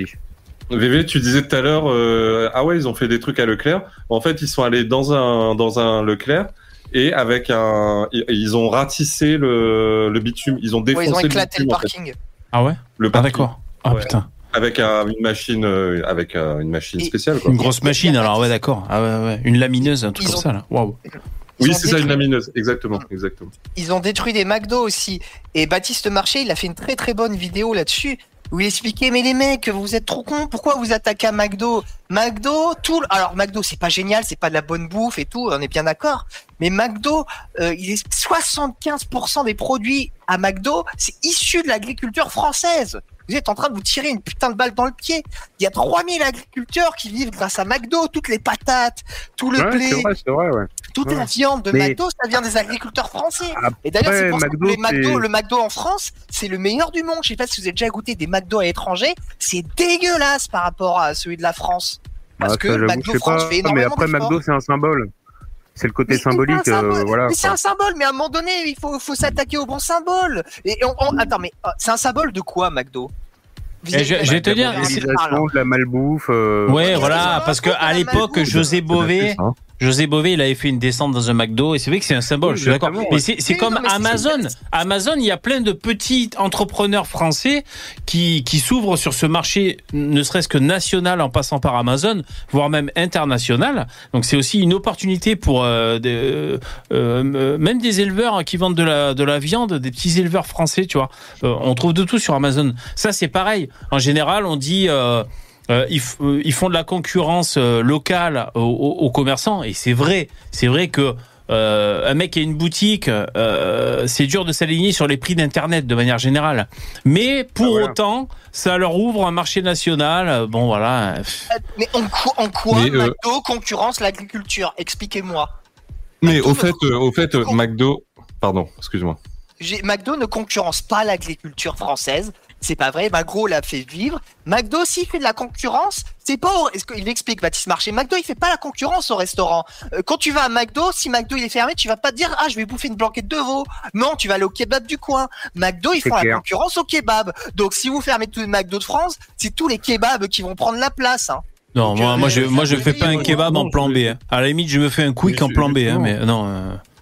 V V, tu disais tout à l'heure, euh, ah ouais, ils ont fait des trucs à Leclerc. En fait, ils sont allés dans un dans un Leclerc et avec un, ils- ils ont ratissé le, le bitume. Ils ont Ouais, défoncé ils ont éclaté le le bitume. en fait. parking. Ah ouais. Le Ah parking. d'accord. Ah Ouais. putain. Avec un- une machine, euh, avec euh, une machine Et- spéciale. Quoi. Une grosse machine alors. Ouais, d'accord. Ah ouais, ouais. Une lamineuse, un truc Ils comme ont- ça là. Waouh. Ils Oui, ont c'est ça, une détruit- lamineuse. Exactement, exactement. Ils ont détruit des McDo aussi. Et Baptiste Marché, il a fait une très très bonne vidéo là-dessus où il expliquait mais les mecs, vous êtes trop cons, pourquoi vous attaquez à McDo? McDo, tout. le- Alors McDo, c'est pas génial, c'est pas de la bonne bouffe et tout, on est bien d'accord. Mais McDo, euh, il est soixante-quinze pour cent des produits à McDo, c'est issu de l'agriculture française. Vous êtes en train de vous tirer une putain de balle dans le pied. Il y a trois mille agriculteurs qui vivent grâce à McDo, toutes les patates, tout le Ouais, blé, c'est vrai, c'est vrai, ouais. toute Ouais. la viande de Mais- McDo, ça vient des agriculteurs français. Après, Et d'ailleurs, c'est pour ça McDo, que les McDo, c'est- le McDo en France, c'est le meilleur du monde. Je sais pas si vous avez déjà goûté des McDo à l'étranger. C'est dégueulasse par rapport à celui de la France. Parce Ah, que ça, j'avoue, McDo je sais France pas, fait mais énormément après d'efforts. McDo, c'est un symbole. C'est le côté Mais c'est symbolique, un symbole. euh, voilà. Mais c'est quoi. un symbole, mais à un moment donné, il faut, faut s'attaquer au bon symbole. Et on, on- attends, mais euh, c'est un symbole de quoi, McDo? Et je- je vais te De dire, la c'est- mondialisation, de la malbouffe. euh, Ouais, Ouais, voilà, c'est parce que ça, à la l'époque, malbouffe. José Bové, Hein. José Bové, il avait fait une descente dans un McDo et c'est vrai que c'est un symbole, Oui, je suis d'accord. exactement, Mais ouais. c'est c'est Oui, comme non, mais c'est- Amazon. c'est- Amazon, il y a plein de petits entrepreneurs français qui, qui s'ouvrent sur ce marché, ne serait-ce que national en passant par Amazon, voire même international. Donc c'est aussi une opportunité pour euh, des, euh, euh, même des éleveurs qui vendent de la, de la viande, des petits éleveurs français, tu vois. Euh, on trouve de tout sur Amazon. Ça, c'est pareil. En général, on dit... Euh, Euh, ils, f- euh, ils font de la concurrence euh, locale aux, aux- aux commerçants et c'est vrai, c'est vrai que euh, un mec qui a une boutique, euh, c'est dur de s'aligner sur les prix d'internet de manière générale. Mais pour Ah, voilà. autant, ça leur ouvre un marché national. Euh, Bon voilà. Euh, Mais en quoi, en quoi Mais, euh, McDo concurrence l'agriculture? Expliquez-moi. Mais au McDo fait, ne- euh, au fait, euh, McDo, pardon, excuse-moi. J'ai- McDo ne concurrence pas l'agriculture française. C'est pas vrai. McDo l'a fait vivre. McDo, s'il fait de la concurrence, c'est pas. Au... Est-ce qu'il explique, Baptiste Marché? McDo, il fait pas la concurrence au restaurant. Euh, quand tu vas à McDo, si McDo il est fermé, tu vas pas te dire ah je vais bouffer une blanquette de veau. Non, tu vas aller au kebab du coin. McDo, ils C'est font la clair. concurrence au kebab. Donc si vous fermez tous les McDo de France, c'est tous les kebabs qui vont prendre la place. Hein. Non, Donc, moi, euh, moi je, ça moi je veut fais dire, pas un euh, kebab en plan B. hein. À la limite, je me fais un quick Mais en plan B, hein, justement. mais non. euh,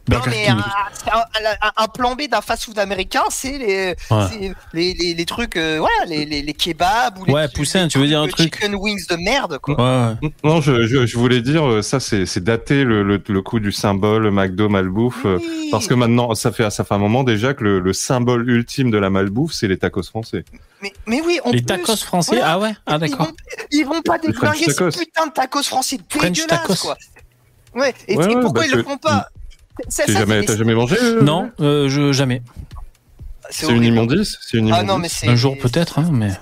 Non, mais un, un, un, un plan B d'un fast-food américain, c'est les, ouais. c'est les, les, les trucs, euh, voilà, les, les, les kebabs ou les, ouais, poussin, tu veux dire un truc chicken wings de merde, quoi. Ouais, ouais. Non, je, je, je voulais dire, ça, c'est, c'est daté le, le, le coup du symbole McDo malbouffe, oui. Parce que maintenant, ça fait, ça fait un moment déjà que le, le symbole ultime de la malbouffe, c'est les tacos français. Mais, mais oui, on les tacos français, voilà. Ah ouais, ah d'accord. Ils vont, ils vont pas déglinguer ces putains de tacos français dégueulasses, quoi. Ouais, et, ouais, et pourquoi ouais, bah, ils le font pas? Ça, ça, jamais, t'as jamais mangé euh, Non, euh, je jamais. C'est, c'est une immondice, c'est une immondice. Ah non, mais c'est, un jour peut-être, hein, mais.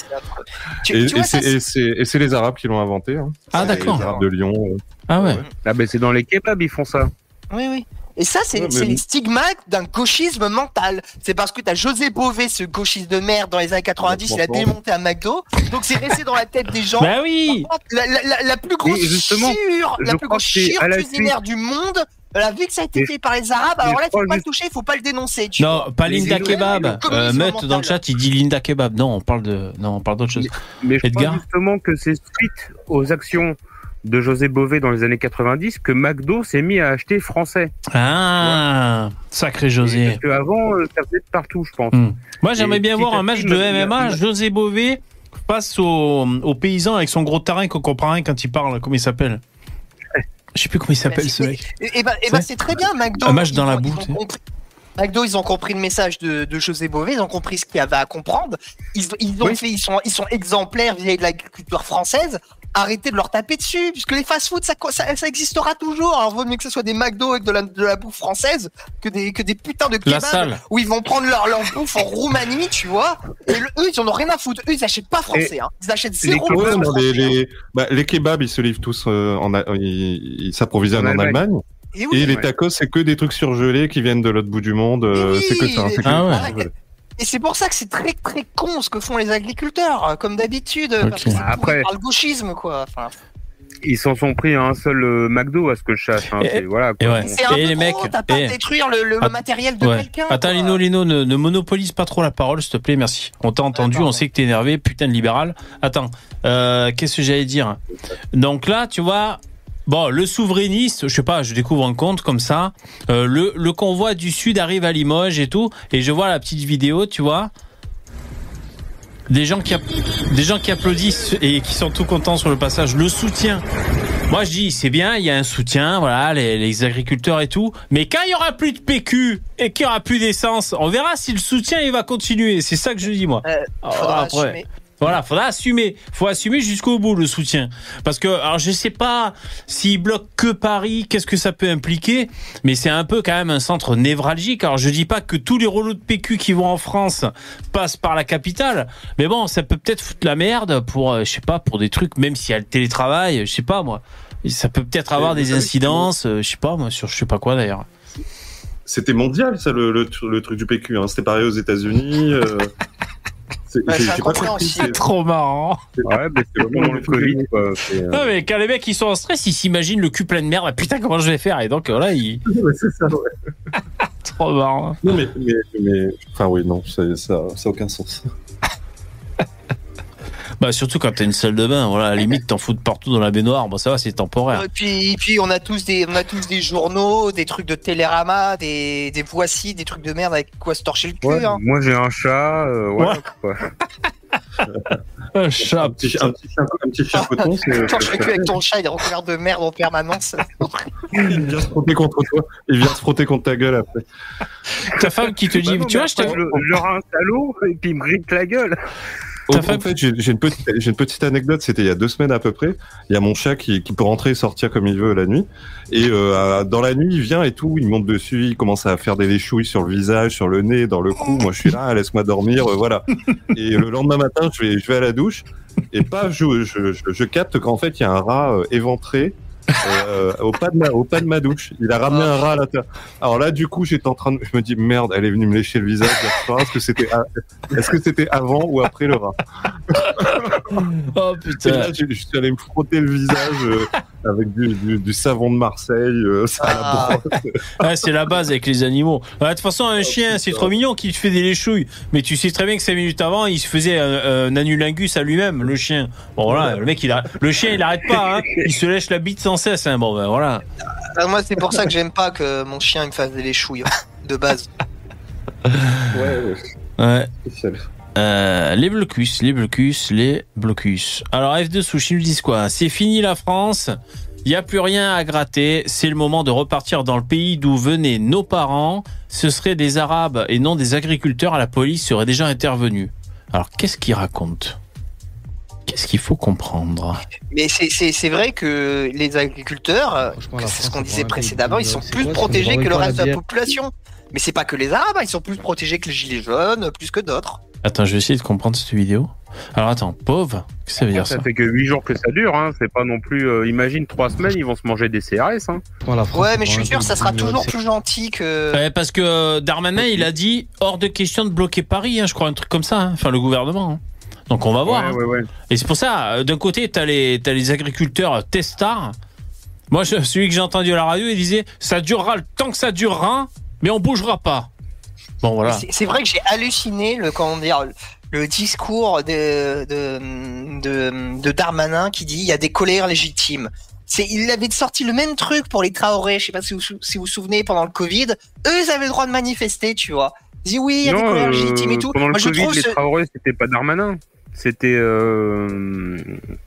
Tu, et, tu vois, et, c'est, ça, et, c'est, et c'est les Arabes qui l'ont inventé. Hein. Ah d'accord. Les Arabes de Lyon. Euh. Ah ouais. Ah ben c'est dans les kebabs ils font ça. Oui oui. Et ça, c'est, ouais, c'est mais... les stigmates d'un gauchisme mental. C'est parce que t'as José Bové, ce gauchiste de merde, dans les années quatre-vingt-dix, il a démonté un McDo. Donc c'est resté dans la tête des gens. Bah oui. La, la, la, la plus grosse chure, la plus grosse chure cuisinière du monde. La vu que ça a été fait par les Arabes, alors là, il faut pas le toucher, il faut pas le dénoncer. Tu non, vois. pas Linda Kebab. Euh, Meut dans le chat, il dit Linda Kebab. Non, on parle de, non, on parle d'autre chose. Mais, mais je Edgar pense justement que c'est suite aux actions de José Bové dans les années quatre-vingt-dix que McDo s'est mis à acheter français. Ah, ouais. Sacré José. Parce qu'avant, ça venait de partout, je pense. Hum. Moi, j'aimerais Et bien voir un match de M M A. José Bové face aux, aux paysans avec son gros tarin qu'on comprend rien quand il parle. Comment il s'appelle? Je sais plus comment il s'appelle, ce mec. Et bah, et bah c'est très bien, McDo. Un match dans la boue. McDo, ils ont compris le message de, de José Bové, ils ont compris ce qu'il y avait à comprendre. Ils, ils ont oui. fait, ils sont, ils sont exemplaires vis-à-vis de la culture française. Arrêtez de leur taper dessus, puisque les fast-food, ça, ça, ça existera toujours. Alors, vaut mieux que ce soit des McDo avec de la, de la bouffe française que des, que des putains de kebabs où ils vont prendre leur, leur bouffe en Roumanie, tu vois. Et le, eux, ils en ont rien à foutre. Eux, ils achètent pas français, hein. Ils achètent zéro les, bouffe non, français, les, les, hein. bah, les kebabs, ils se livrent tous euh, en, ils, ils s'approvisionnent en, en Allemagne. Allemagne. Et, oui, et les tacos, ouais. c'est que des trucs surgelés qui viennent de l'autre bout du monde. Euh, oui, c'est que ça. C'est que ah ouais. Et c'est pour ça que c'est très très con ce que font les agriculteurs, comme d'habitude. Okay. Parce que c'est après par le gauchisme, quoi. Enfin, ils s'en sont pris à un seul euh, McDo, à ce que je sache. Hein. Et, c'est, voilà, quoi. Et, ouais. c'est un et peu les trop, mecs, t'as pas et... à détruire le, le, le matériel de ouais. quelqu'un. Attends, quoi. Lino, Lino, ne, ne monopolise pas trop la parole, s'il te plaît, merci. On t'a entendu, Attends, on sait que t'es énervé, putain de libéral. Attends, euh, qu'est-ce que j'allais dire? Donc là, tu vois... Bon, le souverainiste, je sais pas, je découvre un compte comme ça. Euh, le, le convoi du Sud arrive à Limoges et tout, et je vois la petite vidéo, tu vois. Des gens qui, des gens qui applaudissent et qui sont tout contents sur le passage. Le soutien. Moi, je dis, c'est bien, il y a un soutien, voilà, les, les agriculteurs et tout. Mais quand il y aura plus de P Q et qu'il y aura plus d'essence, on verra si le soutien il va continuer. C'est ça que je dis, moi. Euh, faudra après. Assumer. Voilà, faudra assumer. Faut assumer jusqu'au bout le soutien. Parce que, alors je sais pas s'ils bloquent que Paris, qu'est-ce que ça peut impliquer, mais c'est un peu quand même un centre névralgique. Alors je dis pas que tous les relots de P Q qui vont en France passent par la capitale, mais bon, ça peut peut-être foutre la merde pour, je sais pas, pour des trucs, même s'il y a le télétravail, je sais pas moi. Ça peut peut-être avoir et des incidences, je sais pas moi, sur je sais pas quoi d'ailleurs. C'était mondial ça, le, le, le truc du P Q, hein. C'était pareil aux États-Unis. Euh... C'est, bah, j'ai, j'ai pas compris, c'est trop marrant. Ouais, mais c'est vraiment le Covid, quoi. C'est, euh... Non, mais quand les mecs ils sont en stress, ils s'imaginent le cul plein de merde. Ah, putain, comment je vais faire? Et donc là, ils. Ouais, c'est ça, ouais. Trop marrant. Non, mais, mais, mais. Enfin, oui, non, ça, ça, ça a aucun sens. Bah, surtout quand t'as une salle de bain, voilà, à la limite, t'en fous de partout dans la baignoire, bon, ça va, c'est temporaire. Et puis, et puis on a tous des, on a tous des journaux, des trucs de Télérama, des, des voici, des trucs de merde avec quoi se torcher le cul, ouais, hein. Moi, j'ai un chat, euh, ouais. ouais. Quoi. Un chat, un petit, un petit chat, un petit chat coton, c'est. Torche le cul avec ton chat, il est recouvert de merde en permanence. Il vient se frotter contre toi, il vient se frotter contre ta gueule après. Ta femme qui te dit, bah non, tu vois, je te. Je, je rince à l'eau et puis il me grippe la gueule. En fait, j'ai, j'ai, une petite, j'ai une petite anecdote, c'était il y a deux semaines à peu près. Il y a mon chat qui, qui peut rentrer et sortir comme il veut la nuit. Et euh, dans la nuit, il vient et tout, il monte dessus, il commence à faire des léchouilles sur le visage, sur le nez, dans le cou. Moi, je suis là, laisse-moi dormir, euh, voilà. Et le lendemain matin, je vais, je vais à la douche et paf, je, je, je, je capte qu'en fait, il y a un rat euh, éventré. Euh, au pas de ma au pas de ma douche, il a ramené un rat à la terre. Alors là, du coup, j'étais en train de, je me dis merde, elle est venue me lécher le visage hier soir. Est-ce que c'était, est-ce que c'était avant ou après le rat? Oh Et putain. là, je, je suis allé me frotter le visage euh, avec du, du, du savon de Marseille, euh, ça à la Ah. brosse. Ouais, c'est la base avec les animaux. Ouais, de toute façon, un chien, c'est trop mignon qu'il te fait des léchouilles. Mais tu sais très bien que cinq minutes avant, il se faisait un, un anulingus à lui-même, le chien. Bon, voilà, le mec, il a, le chien, il arrête pas, hein. Il se lèche la bite sans cesse, hein. Bon, ben, voilà. Ah, moi, c'est pour ça que j'aime pas que mon chien il me fasse des léchouilles de base. Ouais, ouais, Ouais. spécial. Euh, les blocus, les blocus, les blocus. Alors, F deux Souche, ils nous disent quoi? C'est fini la France. Il n'y a plus rien à gratter. C'est le moment de repartir dans le pays d'où venaient nos parents. Ce seraient des Arabes et non des agriculteurs. La police serait déjà intervenue. Alors, qu'est-ce qu'ils racontent? Qu'est-ce qu'il faut comprendre? Mais c'est, c'est, c'est vrai que les agriculteurs, euh, Franchement, la c'est ce France, qu'on c'est disait vraiment un pays précédemment, de- ils sont c'est plus quoi, c'est protégés qu'on que le boit reste de la bière. population. Mais c'est pas que les Arabes, ils sont plus protégés que les gilets jaunes, plus que d'autres. Attends, je vais essayer de comprendre cette vidéo. Alors, attends, pauvre, qu'est-ce que ça veut dire ça? Ça fait que huit jours que ça dure, hein. C'est pas non plus. Euh, imagine trois semaines, ils vont se manger des C R S. Hein. Franchement, la France, Ouais, c'est mais je suis vraiment sûr un que ça pays sera guignol, toujours c'est- plus gentil que. Ouais, parce que euh, Darmanin, il a dit hors de question de bloquer Paris, hein, je crois, un truc comme ça. Hein. Enfin, le gouvernement. Hein. Donc, on va voir. Ouais, hein. ouais, ouais. Et c'est pour ça, euh, d'un côté, t'as les, t'as les agriculteurs testards. Moi, je, celui que j'ai entendu à la radio, il disait ça durera le temps que ça durera, mais on bougera pas. Bon, voilà. C'est, c'est vrai que j'ai halluciné le, comment dire, le discours de, de, de, de Darmanin qui dit il y a des colères légitimes. C'est, il avait sorti le même truc pour les Traoré, je sais pas si vous si vous, vous souvenez, pendant le Covid. Eux, ils avaient le droit de manifester, tu vois. Ils disent oui, il y a des Non, colères euh, légitimes et tout. pendant Moi, le je Covid, trouve les ce- Traoré, c'était pas Darmanin. C'était euh,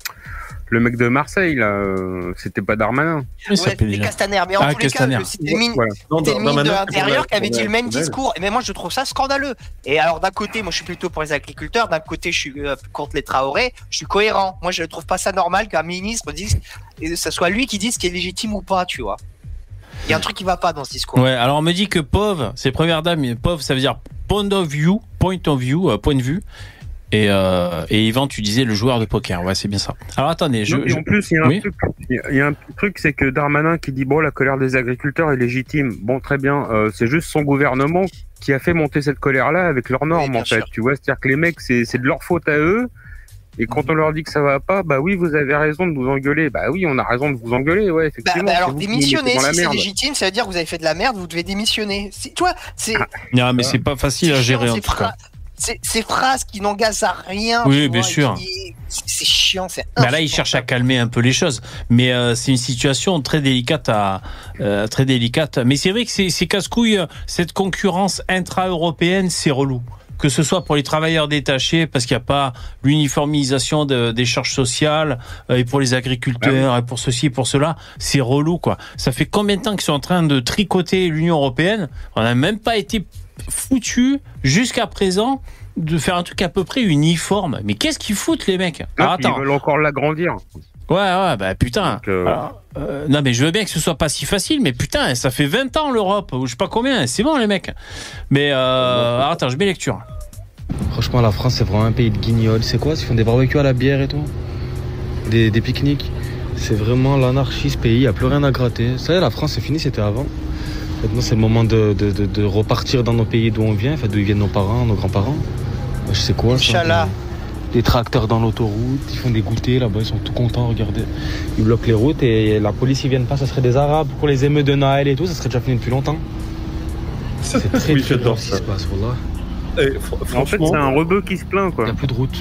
le mec de Marseille, là. euh, C'était pas Darmanin. Comment il Ouais, s'appelle c'était déjà Castaner. Mais en Ah, tous les Castaner. cas, le- c'était le mini- Voilà. Non, C'était le ministre de Darmanin, c'est l'Intérieur pour qui avait la- dit le même pour la- discours. Et mais moi, je trouve ça scandaleux. Et alors, d'un côté, moi, je suis plutôt pour les agriculteurs. D'un côté, je suis euh, contre les Traoré. Je suis cohérent. Moi, je ne trouve pas ça normal qu'un ministre dise, et ce soit lui qui dise ce qui est légitime ou pas, tu vois. Il y a un truc qui va pas dans ce discours. Ouais, alors on me dit que P O V, c'est première dame, mais P O V, ça veut dire point of view, point of view, euh, point de vue. Et, euh, et Yvan, tu disais le joueur de poker. Ouais, c'est bien ça. Alors attendez, je. Non, et je- en plus, il y a un Oui. truc, il y a- il y a un petit truc, c'est que Darmanin qui dit bon, la colère des agriculteurs est légitime. Bon, très bien, euh, c'est juste son gouvernement qui a fait monter cette colère-là avec leurs normes, bien en fait. sûr. Tu vois, c'est-à-dire que les mecs, c'est c'est de leur faute à eux. Et quand on leur dit que ça va pas, bah oui, vous avez raison de vous engueuler. Bah oui, on a raison de vous engueuler, ouais, Bah, effectivement. bah, c'est alors vous qui nous démissionner, mettez dans la si c'est merde. légitime, ça veut dire que vous avez fait de la merde, vous devez démissionner. C'est, toi, c'est, Ah, Non, mais c'est pas facile à c'est gérer chiant, en ces tout cas. phra- Ces, ces phrases qui n'engagent à rien. Oui, tu bien vois, et sûr. qui- C'est chiant, c'est. Bah là, il cherche à calmer un peu les choses, mais euh, c'est une situation très délicate à euh, très délicate. Mais c'est vrai que c'est, c'est casse-couille. Cette concurrence intra-européenne, c'est relou. Que ce soit pour les travailleurs détachés, parce qu'il n'y a pas l'uniformisation de, des charges sociales, euh, et pour les agriculteurs, et pour ceci, et pour cela, c'est relou, quoi. Ça fait combien de temps qu'ils sont en train de tricoter l'Union européenne? On n'a même pas été foutu jusqu'à présent de faire un truc à peu près uniforme. Mais qu'est-ce qu'ils foutent, les mecs? Alors, Ils veulent encore l'agrandir. Ouais, ouais, bah putain. Donc, euh, Alors, euh, non, mais je veux bien que ce soit pas si facile, mais putain, ça fait vingt ans l'Europe, ou je sais pas combien, c'est bon les mecs. Mais euh, alors, attends, je mets lecture. Franchement, la France, c'est vraiment un pays de guignols. C'est quoi? Ils font des barbecues à la bière et tout. Des, des pique-niques. C'est vraiment l'anarchie, ce pays. Il n'y a plus rien à gratter. Ça y est, la France, c'est fini, c'était avant. Maintenant, c'est le moment de, de, de, de repartir dans nos pays d'où on vient, enfin, d'où viennent nos parents, nos grands-parents. Je sais quoi, ça. Inch'Allah. Des tracteurs dans l'autoroute, ils font des goûters là-bas, ils sont tout contents, regardez. Ils bloquent les routes et la police, ils viennent pas, ça serait des Arabes pour les émeutes de Noël et tout, ça serait déjà fini depuis longtemps. C'est très, Oui, très j'adore grave ce qui ça. se passe, voilà. Et fr- En fait, franchement, c'est un rebeu qui se plaint, Il quoi. n'y a plus de route.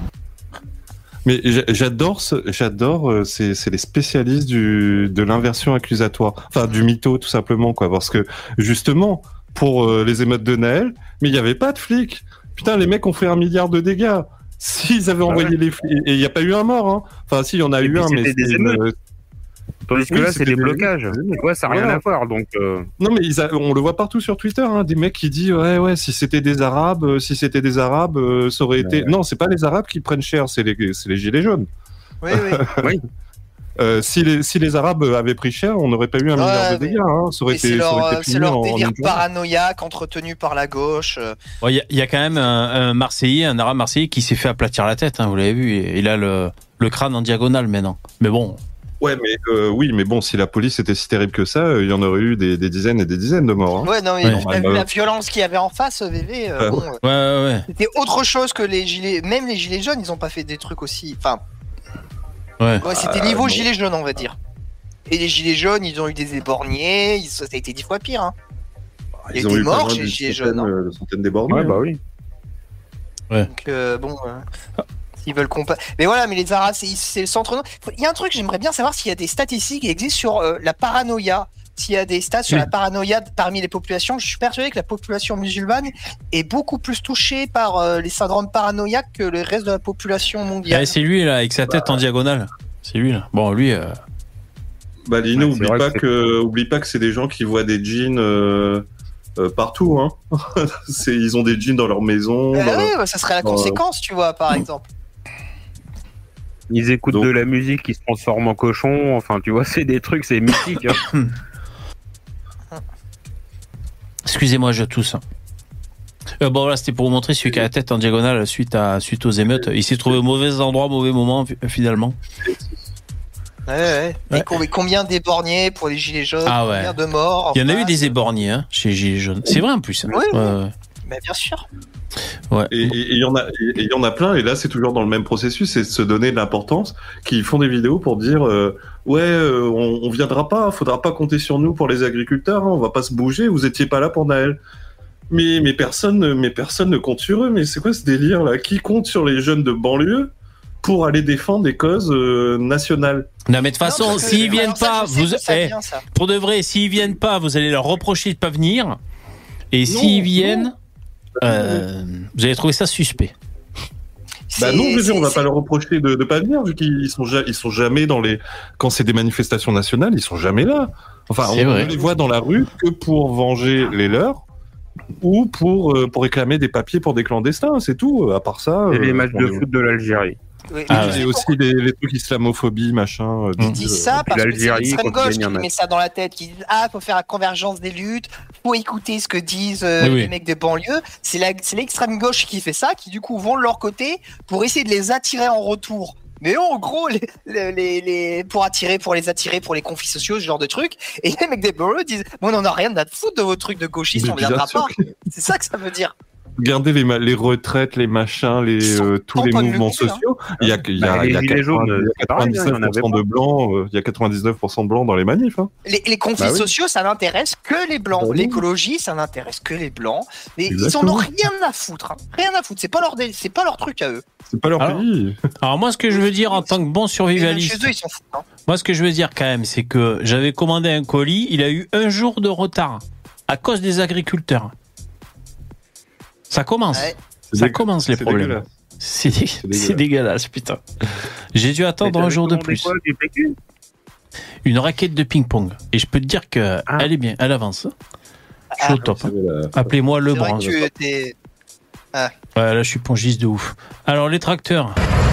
mais j'a- j'adore, ce- j'adore, euh, c'est c'est les spécialistes du de l'inversion accusatoire, enfin du mytho tout simplement quoi, parce que justement pour euh, les émeutes de Noël, mais il y avait pas de flics. Putain, les mecs ont fait un milliard de dégâts. S'ils avaient Bah envoyé ouais. les flics, et il n'y a pas eu un mort, hein. Enfin, si, il y en a Et eu puis, un, mais c'était des c'était une- émeutes. Tandis que Oui, là, c'est c'était des des blocages. émeutes. Tu vois, ça n'a rien Voilà. à voir. Donc, euh, Non, mais ils a- on le voit partout sur Twitter, hein, des mecs qui disent ouais, ouais, si c'était des Arabes, euh, si c'était des Arabes, euh, ça aurait été. Non, c'est pas les Arabes qui prennent cher, c'est les, c'est les gilets jaunes. Oui, oui. oui. Euh, si, les, si les Arabes avaient pris cher, on n'aurait pas eu un Ouais, milliard de mais- dégâts. Hein. Ça aurait Et c'est été, ça leur, aurait été euh, fini c'est leur en- en délire une journée. paranoïaque entretenu par la gauche. euh. Il y, a- y a quand même un, un Marseillais, un Arabe Marseillais qui s'est fait aplatir la tête, hein, vous l'avez vu. Il a le, le crâne en diagonale maintenant. Mais bon, Ouais, mais euh, oui, mais bon, si la police était si terrible que ça, il euh, y en aurait eu des, des dizaines et des dizaines de morts. Hein. Ouais, non, mais ouais. t'as vu la violence qu'il y avait en face, V V. Euh, euh, bon, ouais, ouais, ouais. C'était autre chose que les gilets. Même les gilets jaunes, ils ont pas fait des trucs aussi. Enfin. Ouais. ouais c'était euh, niveau bon. gilets jaunes, on va dire. Et les gilets jaunes, ils ont eu des éborgnés. Ils... Ça a été dix fois pire. Hein. Il y a Ils ont des eu morts pas chez les gilets jaunes. euh, de centaines d'éborgnés. Ouais, bah oui. Ouais. Donc, euh, bon. Euh... Ils veulent compa- mais voilà, mais les Arabes, c'est, c'est le centre. Il y a un truc, j'aimerais bien savoir s'il y a des statistiques qui existent sur euh, la paranoïa. S'il y a des stats sur oui. la paranoïa parmi les populations, je suis persuadé que la population musulmane est beaucoup plus touchée par euh, les syndromes paranoïaques que le reste de la population mondiale. Ah, c'est lui là, avec sa tête bah, en diagonale. C'est lui là. Bon, lui. Euh... Bah, Lino, ouais, oublie pas que, que oublie pas que c'est des gens qui voient des jeans. Euh... Euh, partout, hein. c'est, ils ont des jeans dans leur maison. Euh, dans oui, leur... bah, ça serait la conséquence, tu vois, par exemple. Ils écoutent Donc... de la musique qui se transforme en cochon. Enfin, tu vois, c'est des trucs, c'est mythique. Hein. Excusez-moi, je tousse. Euh, bon, voilà, c'était pour vous montrer celui qui a la tête en diagonale suite, à, suite aux émeutes. Il s'est trouvé au mauvais endroit, au mauvais moment, finalement. Ouais, ouais. ouais. Et combien d'éborgnés pour les gilets jaunes, ah, ouais. combien de morts. Il y en a eu des éborgnés hein, chez les gilets jaunes. C'est vrai en plus. Hein. Oui, ouais, oui. ouais. Mais bien sûr. Ouais. Et il y en a, et il y en a plein. Et là, c'est toujours dans le même processus, c'est de se donner de l'importance. Qui font des vidéos pour dire, euh, ouais, euh, on, on viendra pas, faudra pas compter sur nous pour les agriculteurs. Hein, on va pas se bouger. Vous étiez pas là pour Naël. Mais, mais personne, mais personne ne compte sur eux. Mais c'est quoi ce délire là? Qui compte sur les jeunes de banlieue pour aller défendre des causes euh, nationales? Non, mais de toute façon, non, s'ils viennent pas, vous, eh, vient, pour de vrai, s'ils viennent pas, vous allez leur reprocher de pas venir. Et s'ils viennent, euh, vous allez trouver ça suspect. Bah non, je veux dire, on va pas leur reprocher de, de pas venir, vu qu'ils sont, ja- ils sont jamais dans les. Quand c'est des manifestations nationales, ils sont jamais là. Enfin, c'est on vrai. les voit dans la rue que pour venger les leurs. Ou pour, euh, pour réclamer des papiers pour des clandestins, c'est tout. À part ça. Et euh, les matchs de est... foot de l'Algérie. Oui, ah, et ouais. aussi les, les trucs islamophobie, machin. Ils disent ça parce que c'est l'extrême gauche qui gagne, met ça dans la tête, qui disent ah, faut faire la convergence des luttes, faut écouter ce que disent euh, oui, les oui. mecs des banlieues. C'est, la, c'est l'extrême gauche qui fait ça, qui du coup vont de leur côté pour essayer de les attirer en retour. Mais en gros, les, les, les, les, pour attirer, pour les attirer, pour les conflits sociaux, ce genre de trucs. Et les mecs des banlieues disent bon, on en a rien à foutre de vos trucs de gauchistes, mais on viendra pas. Que... C'est ça que ça veut dire. Regardez les, ma- les retraites, les machins, les, euh, tous les mouvements cul, sociaux. Hein. Il y a, il y a, bah, il y a quatre-vingt-dix-neuf pour cent de blancs, euh, il y a quatre-vingt-dix-neuf pour cent de blancs dans les manifs. Hein. Les, les conflits bah, sociaux, oui. ça n'intéresse que les blancs. Bah, L'écologie, oui. ça n'intéresse que les blancs. Mais Exactement. Ils en ont rien à foutre. Hein. Rien à foutre. C'est pas leur, dé... c'est pas leur truc à eux. C'est pas leur alors, pays. Alors moi, ce que je veux dire en tant que bon survivaliste, chez eux, ils sont fous, hein. Moi, ce que je veux dire quand même, c'est que j'avais commandé un colis, il a eu un jour de retard à cause des agriculteurs. Ça commence. Ouais. Ça dég... commence les c'est problèmes. Dégueulasse. C'est, dé... c'est, dégueulasse. c'est dégueulasse, putain. J'ai dû attendre un jour de plus. Quoi, Une raquette de ping-pong. Et je peux te dire qu'elle ah. est bien, elle avance. Je suis ah. au top. Hein. La... Appelez-moi le bras. Étais... Ah. Ouais, là, je suis pongiste de ouf. Alors, les tracteurs.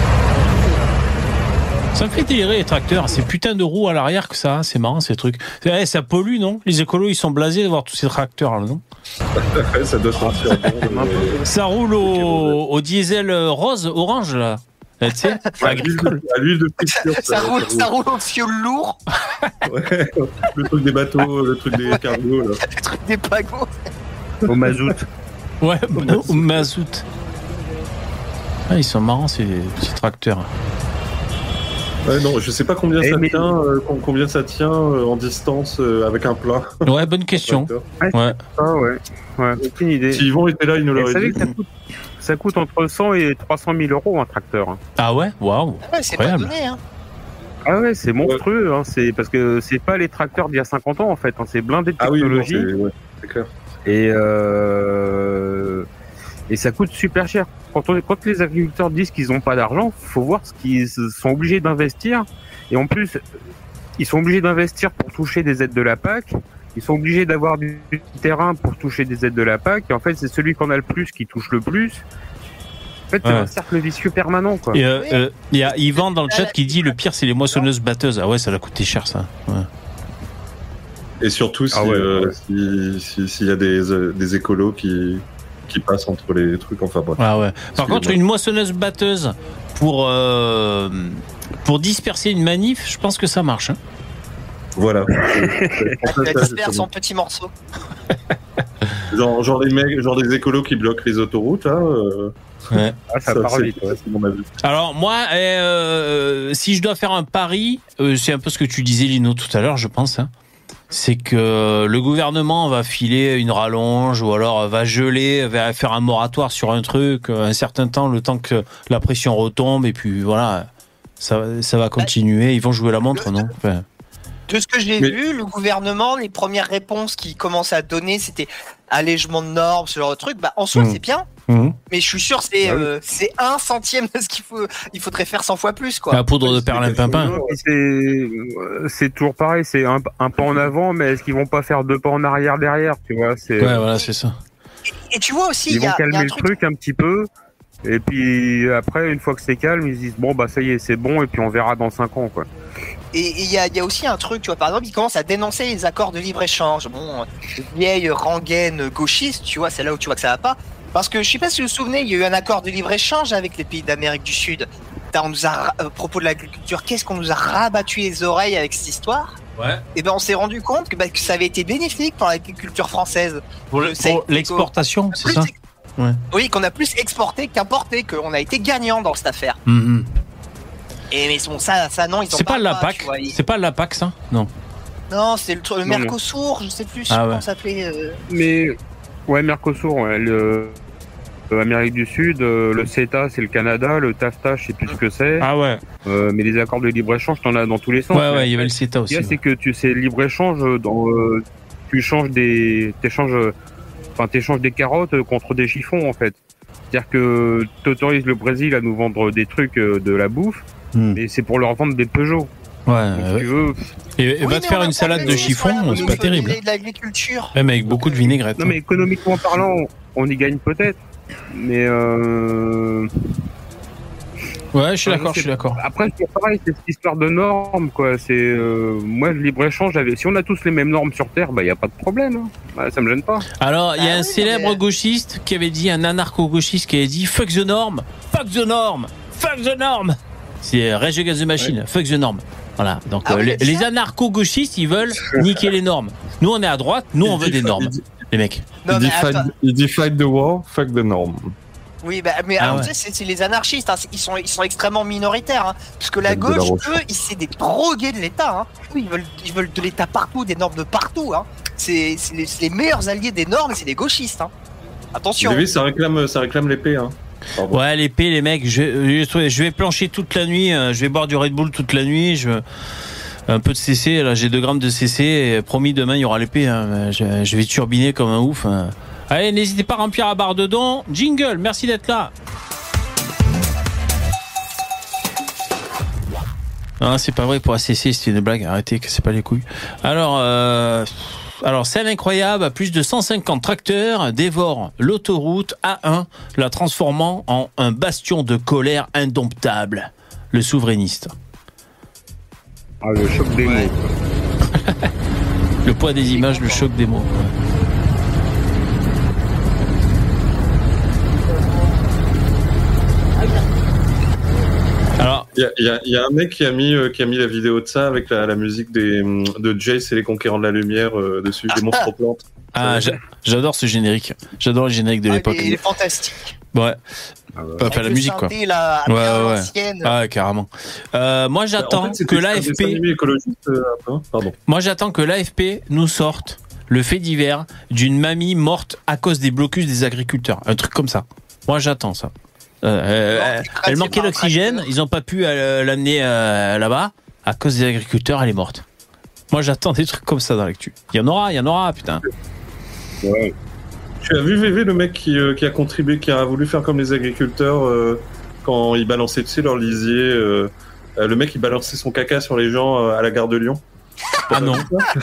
Ça me fait délirer les tracteurs, ces putains de roues à l'arrière que ça, c'est marrant ces trucs. Eh, ça pollue, non? Les écolos, ils sont blasés de voir tous ces tracteurs là, non? Ça doit sortir. Ça roule au, au diesel rose, orange là. Tu sais, à l'huile, à l'huile de friture. Ça, ça, roule, ça roule au fioul lourd. Ouais, le truc des bateaux, le truc des cargos là. Le truc des pagots. Au mazout. Ouais, au mazout. Ah, ils sont marrants ces, ces tracteurs. Ouais, non, je sais pas combien ça mais... tient, euh, combien ça tient euh, en distance euh, avec un plat. Ouais, bonne question. Ouais. Ouais. Ah ouais. Ouais, aucune idée. Si Yvon était là, il nous l'aurait dit. Ça coûte, ça coûte entre cent et trois cent mille euros un tracteur. Hein. Ah ouais, waouh. Ah ouais, c'est pas donné, hein. Ah ouais, c'est monstrueux, ouais. Hein. C'est parce que c'est pas les tracteurs d'il y a cinquante ans en fait. Hein. C'est blindé de technologie. Ah oui, non, c'est... Ouais, c'est clair. Et euh... et ça coûte super cher. Quand, on, quand les agriculteurs disent qu'ils n'ont pas d'argent, faut voir ce qu'ils sont obligés d'investir. Et en plus, ils sont obligés d'investir pour toucher des aides de la P A C. Ils sont obligés d'avoir du, du terrain pour toucher des aides de la P A C. Et en fait, c'est celui qui en a le plus qui touche le plus. En fait, c'est ouais. un cercle vicieux permanent, quoi. Il euh, euh, y a Yvan dans le chat qui dit le pire, c'est les moissonneuses batteuses. Ah ouais, ça l'a coûté cher, ça. Ouais. Et surtout, si, ah ouais, euh, ouais. si, si, s'il y a des, euh, des écolos qui... qui passe entre les trucs, enfin bref. Ah ouais. Par contre, une moissonneuse batteuse pour euh, pour disperser une manif, je pense que ça marche. Hein. Voilà. Tu la disperses en petits morceaux. Genre, genre, les mecs, genre des écolos qui bloquent les autoroutes, là. Euh... Ouais. Ah, ça, ça part vite, ouais. C'est mon avis. Alors moi, euh, si je dois faire un pari, euh, c'est un peu ce que tu disais Lino tout à l'heure, je pense. Hein, c'est que le gouvernement va filer une rallonge ou alors va geler, va faire un moratoire sur un truc un certain temps, le temps que la pression retombe et puis voilà, ça, ça va continuer. Ils vont jouer la montre, non enfin... De ce que j'ai Mais... vu, le gouvernement, les premières réponses qu'il commençait à donner, c'était allègement de normes, ce genre de truc. Bah, en soi, mmh. c'est bien. Mmh. Mais je suis sûr que c'est, euh, c'est un centième de ce qu'il faut. Il faudrait faire cent fois plus, quoi. La poudre de perlimpinpin. C'est, c'est toujours pareil. C'est un, un pas en avant, mais est-ce qu'ils vont pas faire deux pas en arrière derrière, tu vois? C'est, ouais, voilà, c'est ça. Et, et tu vois aussi, ils il y a, vont calmer y a un le truc... truc un petit peu. Et puis après, une fois que c'est calme, ils se disent bon bah ça y est, c'est bon, et puis on verra dans cinq ans, quoi. Et il y a, y a aussi un truc, tu vois, par exemple, ils commencent à dénoncer les accords de libre-échange. Bon, vieille rengaine gauchiste, tu vois, c'est là où tu vois que ça va pas. Parce que je sais pas si vous vous souvenez, il y a eu un accord de libre-échange avec les pays d'Amérique du Sud. On nous a, à propos de l'agriculture, qu'est-ce qu'on nous a rabattu les oreilles avec cette histoire? Ouais. Et ben on s'est rendu compte que, bah, que ça avait été bénéfique pour l'agriculture française. Pour, le, pour l'exportation, c'est ça? Ouais. Oui, qu'on a plus exporté qu'importé, qu'on a été gagnant dans cette affaire. Mm-hmm. Et mais bon, ça, ça non, ils ont c'est pas. pas la P A C. Vois, ils... C'est pas la P A C, ça? Non. Non, c'est le, le Mercosur, je sais plus ah, comment ouais. ça s'appelait. Euh... Mais ouais, Mercosur, ouais, le l'Amérique du Sud, euh, le CETA, c'est le Canada, le TAFTA, je sais plus ce que c'est. Ah ouais. Euh, mais les accords de libre-échange, t'en as dans tous les sens. Ouais, ouais, il y avait le CETA aussi. Ce qu'il y a, c'est que tu sais, libre-échange, dans, euh, tu changes des, t'échanges, enfin, t'échanges des carottes contre des chiffons, en fait. C'est-à-dire que t'autorises le Brésil à nous vendre des trucs euh, de la bouffe, mmh. mais c'est pour leur vendre des Peugeot. Ouais. Donc, ouais. si tu veux... Et, et oui, va te faire une salade de chiffon, c'est pas terrible. De l'agriculture. Même avec beaucoup de vinaigrette. Non, mais économiquement parlant, on y gagne peut-être. Mais euh... ouais, je suis d'accord, je suis d'accord. Après, c'est pareil, c'est cette histoire de normes, quoi. C'est euh... moi, le libre-échange, j'avais... si on a tous les mêmes normes sur Terre, bah, y a pas de problème. Hein. Bah, ça me gêne pas. Alors, il y a ah, un oui, célèbre mais... gauchiste qui avait dit, un anarcho-gauchiste qui avait dit fuck the norm, fuck the norm, fuck the norm. C'est Rage Against the Machine, ouais. Fuck the norm. Voilà. Donc, ah, euh, oui, les, les anarcho-gauchistes, ils veulent niquer les normes. Nous, on est à droite, nous, on veut des normes. Les mecs. Non, il, dit fight, il dit fight the war, fuck the norm. Oui, bah, mais ah alors, ouais. tu sais, c'est, c'est les anarchistes, hein, ils, sont, ils sont extrêmement minoritaires. Hein, parce que la Faites gauche, eux, ils, c'est des drogués de l'État. Hein. Oui, ils veulent, ils veulent de l'État partout, des normes de partout. Hein. C'est, c'est, les, c'est les meilleurs alliés des normes, c'est les gauchistes. Hein. Attention. Vous avez vu, ça réclame, ça réclame l'épée. Hein. Pardon. Ouais, l'épée, les mecs, je, je, je vais plancher toute la nuit, je vais boire du Red Bull toute la nuit, je... un peu de C C, là j'ai deux grammes de C C, et promis demain il y aura l'épée, hein. je, je vais turbiner comme un ouf. Hein. Allez, n'hésitez pas à remplir la barre de dons. Jingle, merci d'être là. Ah, c'est pas vrai, pour A C C c'était une blague, arrêtez, cassez pas les couilles. Alors, euh... Alors, scène incroyable, plus de cent cinquante tracteurs dévorent l'autoroute A un, la transformant en un bastion de colère indomptable. Le souverainiste. Ah, le choc des ouais. mots. Le poids des images, le choc des mots. Alors, il y, y, y a un mec qui a mis euh, qui a mis la vidéo de ça avec la, la musique des de Jace et les Conquérants de la Lumière euh, dessus, des monstres plantes. Ah, j'a, j'adore ce générique. J'adore le générique de ah, l'époque. Il est fantastique. Ouais. Ah ouais. Enfin, la musique quoi. Là, ouais, ouais, ouais. Ah, carrément. Euh, moi, j'attends en fait, que l'A F P. Euh, hein Pardon. Moi, j'attends que l'A F P nous sorte le fait divers d'une mamie morte à cause des blocus des agriculteurs. Un truc comme ça. Moi, j'attends ça. Euh, non, elle, elle manquait d'oxygène, ils n'ont pas pu euh, l'amener euh, là-bas à cause des agriculteurs, elle est morte. Moi, j'attends des trucs comme ça dans l'actu. Il y en aura, il y en aura, putain. Ouais. Tu as vu V V, le mec qui, euh, qui a contribué, qui a voulu faire comme les agriculteurs euh, quand ils balançaient, tu sais, leur lisier. Euh, euh, le mec, il balançait son caca sur les gens euh, à la gare de Lyon. Ah non.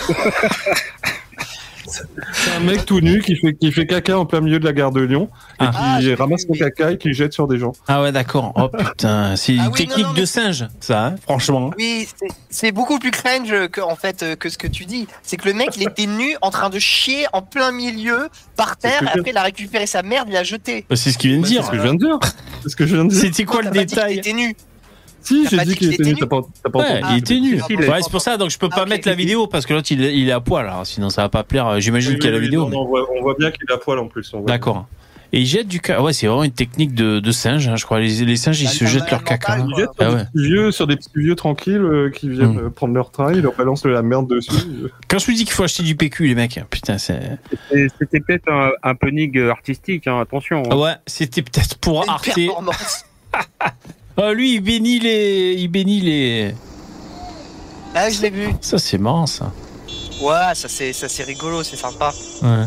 C'est un mec tout nu qui fait, qui fait caca en plein milieu de la gare de Lyon et ah. qui ah, ramasse son caca et qui le jette sur des gens. Ah ouais, d'accord. Oh putain, c'est ah une oui, technique non, non, de mais... singe, ça, hein, franchement. Oui, c'est, c'est beaucoup plus cringe que, en fait, que ce que tu dis. C'est que le mec, il était nu en train de chier en plein milieu, par terre, et après il a récupéré sa merde, il l'a jeté. C'est ce qu'il vient de bah, dire. C'est ce que je viens de dire. C'est ce que je viens de dire. C'était quoi oh, le détail? Il était nu. Si, T'as j'ai pas dit dit qu'il qu'il était était nu, nu t'as pas, t'as pas Ouais, entendu. il était nu. Ah, Ouais, c'est pour ça, donc je peux Ah, pas ok. mettre la vidéo parce que l'autre il, il est à poil, alors, sinon ça va pas plaire. J'imagine Oui, qu'il y a oui, la oui, vidéo. non, mais- non, on, voit, on voit bien qu'il est à poil en plus. on voit D'accord. Et ils jettent du caca. Ouais, c'est vraiment une technique de, de singe, hein, je crois. Les, les singes, ils Bah, se t'as jettent mal leur caca. mental, Ils quoi. jettent sur, Ah des ouais. petits vieux, sur des petits vieux tranquilles euh, qui viennent Mm. euh, prendre leur train, ils leur balancent de la merde dessus. Quand je vous dis qu'il faut acheter du P Q, les mecs, putain, c'est. Et C'était peut-être un, un punning artistique, hein, attention. hein. Ouais, c'était peut-être pour Une Arte. performance. Ah, lui, il bénit les. Il bénit les. Ah, je l'ai vu. Ça, c'est marrant, ça. Ouais, ça c'est ça c'est rigolo, c'est sympa. Ouais.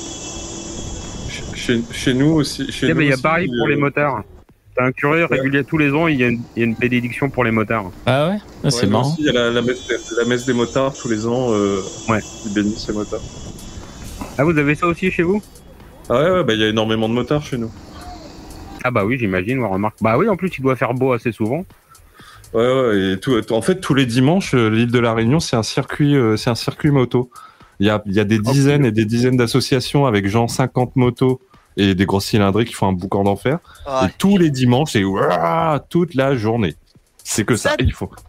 Chez, chez nous aussi. Chez Eh nous ben, il y a aussi, pareil pour euh, les motards. T'as un curé régulier tous les ans, il y a une, il y a une bénédiction pour les motards. Ah ouais, ah, c'est ouais, nous marrant. aussi, il y a la, la, messe, la messe des motards tous les ans. Euh, Ouais. Ils bénissent les motards. Ah, vous avez ça aussi chez vous? Ah ouais, ouais, bah il y a énormément de motards chez nous. Ah bah oui, j'imagine, on remarque. Bah oui, en plus, il doit faire beau assez souvent. Ouais, ouais, et tout, en fait, tous les dimanches, euh, l'île de la Réunion, c'est un circuit, euh, c'est un circuit moto. Il y a, il y a des dizaines et des dizaines d'associations avec genre cinquante motos et des grosses cylindrées qui font un boucan d'enfer. Ouais. Et tous les dimanches, c'est ouah, toute la journée. C'est que ça, Ça- il faut.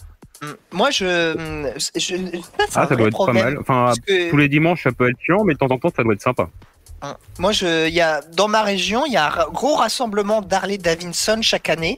Moi, je, je, je- Ah, ça doit être pas mal. Enfin, Parce que- tous les dimanches, ça peut être chiant, mais de temps en temps, ça doit être sympa. Moi, je, il y a, dans ma région, il y a un gros rassemblement d'Harley Davidson chaque année.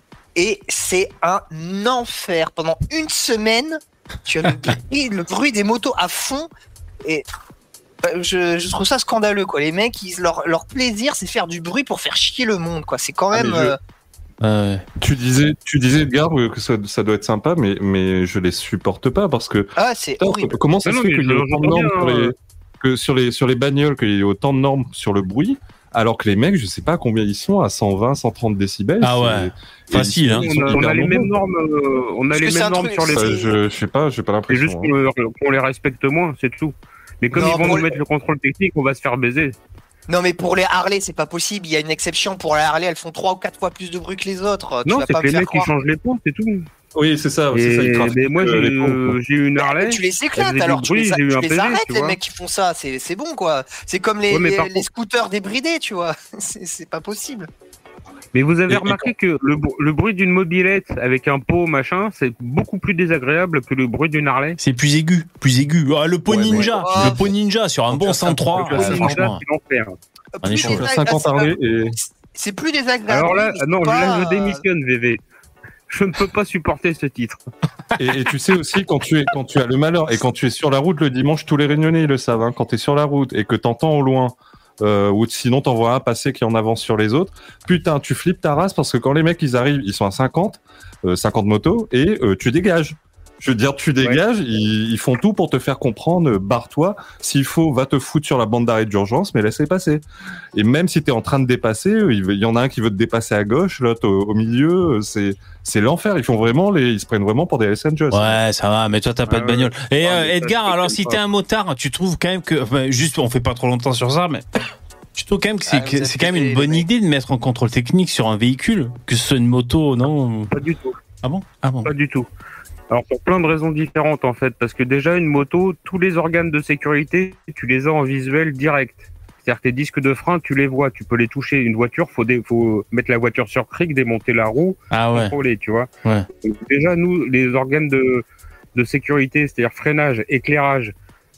Et c'est un enfer. Pendant une semaine, tu as le bruit, le bruit des motos à fond. Et bah, je, je trouve ça scandaleux, quoi. Les mecs, ils, leur, leur plaisir, c'est faire du bruit pour faire chier le monde, quoi. C'est quand Ah, même. mais je- euh, Euh, Tu disais, tu disais Edgar euh, que ça, ça doit être sympa, mais mais je les supporte pas parce que Ah, c'est putain, horrible. comment ça Non, se non, fait mais qu'il y ait je- autant de j'entends normes sur bien, les euh. que sur les sur les bagnoles, qu'il y ait autant de normes sur le bruit, alors que les mecs, je sais pas combien ils sont à cent vingt, cent trente décibels. Ah c'est- ouais. et Facile, ils hein. sont- ils On sont a, on hyper a les nombreux. mêmes normes, euh, on a Parce les que c'est mêmes un normes truc- sur les. Ça, c'est- je, je sais pas, j'ai pas C'est juste l'impression. hein. qu'on qu'on les respecte moins, c'est tout. Mais comme Non, ils vont pour nous les- mettre le contrôle technique, on va se faire baiser. Non, mais pour les Harley, c'est pas possible. Il y a une exception pour les Harley. Elles font trois ou quatre fois plus de bruit que les autres. Tu Non, vas c'est pas que me les faire mecs qui croire. changent les ponts, c'est tout. Oui, c'est ça. c'est ça, ils Et, trafiquent, mais moi, euh, j'ai les ponts, euh, j'ai eu une Harley. Tu les Elle éclates faisait alors, du tu les, bruit, a- j'ai eu tu un les P V, arrêtes, tu les vois. mecs qui font ça, c'est c'est bon quoi. C'est comme les, Ouais, mais les, par les contre- scooters débridés, tu vois. C'est c'est pas possible. Mais vous avez Et- et remarqué que le, br- le bruit d'une mobilette avec un pot machin, c'est beaucoup plus désagréable que le bruit d'une Harley. c'est plus aigu, plus aigu. Ah, le pot Ouais, mais- ninja, Oh, le pot ninja sur un on bon peut faire cent trois. Le euh, Ninja, franchement. c'est l'enfer. On est Plus chaud. On fait désagréable, cinquante c'est pas- Harley et C'est plus désagréable. Alors là, mais c'est non, pas, là, je euh, démissionne, V V. Je ne peux pas supporter ce titre. Et, et tu sais aussi, quand tu, es, quand tu as le malheur et quand tu es sur la route le dimanche, tous les Réunionnais ils le savent, hein, quand tu es sur la route et que t'entends au loin, euh, ou sinon t'en vois un passer qui en avance sur les autres, putain, tu flippes ta race parce que quand les mecs ils arrivent, ils sont à cinquante, euh, cinquante motos et euh, tu dégages. Je veux dire, tu dégages, ils, ils font tout pour te faire comprendre, euh, barre-toi, s'il faut, va te foutre sur la bande d'arrêt d'urgence, mais laisse-les passer. Et même si tu es en train de dépasser, euh, il veut- il y en a un qui veut te dépasser à gauche, l'autre au, au milieu, euh, c'est c'est l'enfer. Ils font vraiment les, ils se prennent vraiment pour des Hells Angels. Ouais, ça va, mais toi t'as pas Ouais, de bagnole. Et Ah, euh, mais ça, Edgar, je alors sais si pas. t'es un motard, tu trouves quand même que, enfin, juste, on fait pas trop longtemps sur ça, mais tu trouves quand même que c'est Ah, vous que êtes c'est quand même pétés, une les bonne mecs. idée de mettre en contrôle technique sur un véhicule, que ce soit une moto, non? Pas du tout. Ah bon? Ah bon? Pas du tout. Alors pour plein de raisons différentes en fait, parce que déjà une moto, tous les organes de sécurité, tu les as en visuel direct. C'est-à-dire que tes disques de frein, tu les vois, tu peux les toucher. Une voiture, faut dé- faut mettre la voiture sur cric, démonter la roue, Ah ouais. contrôler, tu vois. Ouais. Donc déjà nous, les organes de de sécurité, c'est-à-dire freinage, éclairage,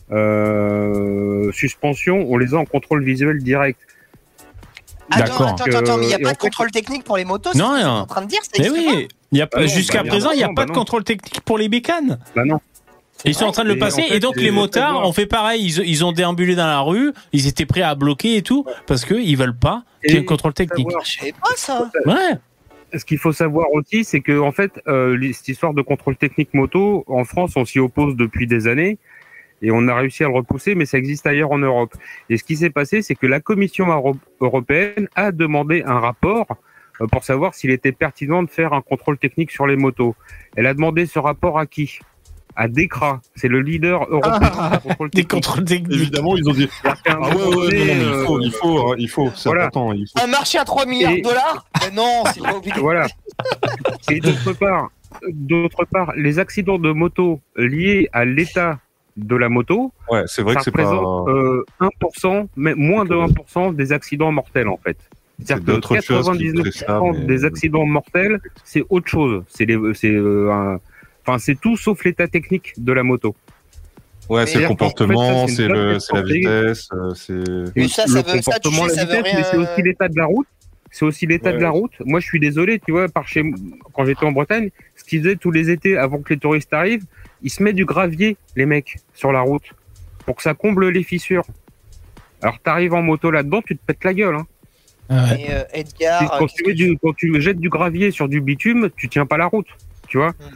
euh, suspension, on les a en contrôle visuel direct. Attends, D'accord. attends, attends, attends, mais il n'y a Et pas en de fait- contrôle technique pour les motos. Non, c'est ce que non. t'es en train de dire, c'est Mais extrêmement- oui, il y a pas- Ah non, jusqu'à bah, présent, il n'y a non, pas bah de non. contrôle technique pour les bécanes. Bah non. Ils sont en train de le Et passer, en fait, et donc les- les faut motards savoir- ont fait pareil. Ils, ils ont déambulé dans la rue, ils étaient prêts à bloquer et tout, parce qu'ils veulent pas qu'il y ait un Et contrôle technique. savoir- Je savais pas ça. Ouais. Ce qu'il faut savoir aussi, c'est que en fait, euh, les- cette histoire de contrôle technique moto, en France, on s'y oppose depuis des années et on a réussi à le repousser, mais ça existe ailleurs en Europe. Et ce qui s'est passé, c'est que la Commission euro- européenne a demandé un rapport euh, pour savoir s'il était pertinent de faire un contrôle technique sur les motos. Elle a demandé ce rapport à qui? À DECRA, c'est le leader européen Ah, du contrôle Des technique. contrôles techniques. Évidemment, ils ont dit C'est-à-dire qu'à un ah ouais moment ouais, donné, non, non, mais il faut, euh, il faut, hein, il faut, c'est voilà. important, il faut. Un marché à trois milliards Et- de dollars Mais non, c'est pas obligé. Voilà. Et d'autre part, d'autre part, les accidents de moto liés à l'état de la moto, Ouais, c'est vrai ça que c'est représente pas. euh, un pour cent, mais moins de un pour cent des accidents mortels en fait. C'est-à-dire que quatre-vingt-dix-neuf pour cent mais... des accidents mortels, c'est autre chose. C'est les, c'est, euh, un... enfin, c'est tout sauf l'état technique de la moto. Ouais, c'est le comportement, c'est, le, c'est la vitesse, c'est. Mais ça, ça veut, ça, tu sais, ça veut rien. Mais c'est aussi l'état de la route. C'est aussi l'état ouais. de la route. Moi, je suis désolé, tu vois, par chez quand j'étais en Bretagne, ce qu'ils faisaient tous les étés avant que les touristes arrivent, ils se mettent du gravier, les mecs, sur la route, pour que ça comble les fissures. Alors, t'arrives en moto là-dedans, tu te pètes la gueule, hein. Ouais. Et euh, Edgar, quand, tu mets du, quand tu jettes du gravier sur du bitume, tu tiens pas la route, tu vois. Hum.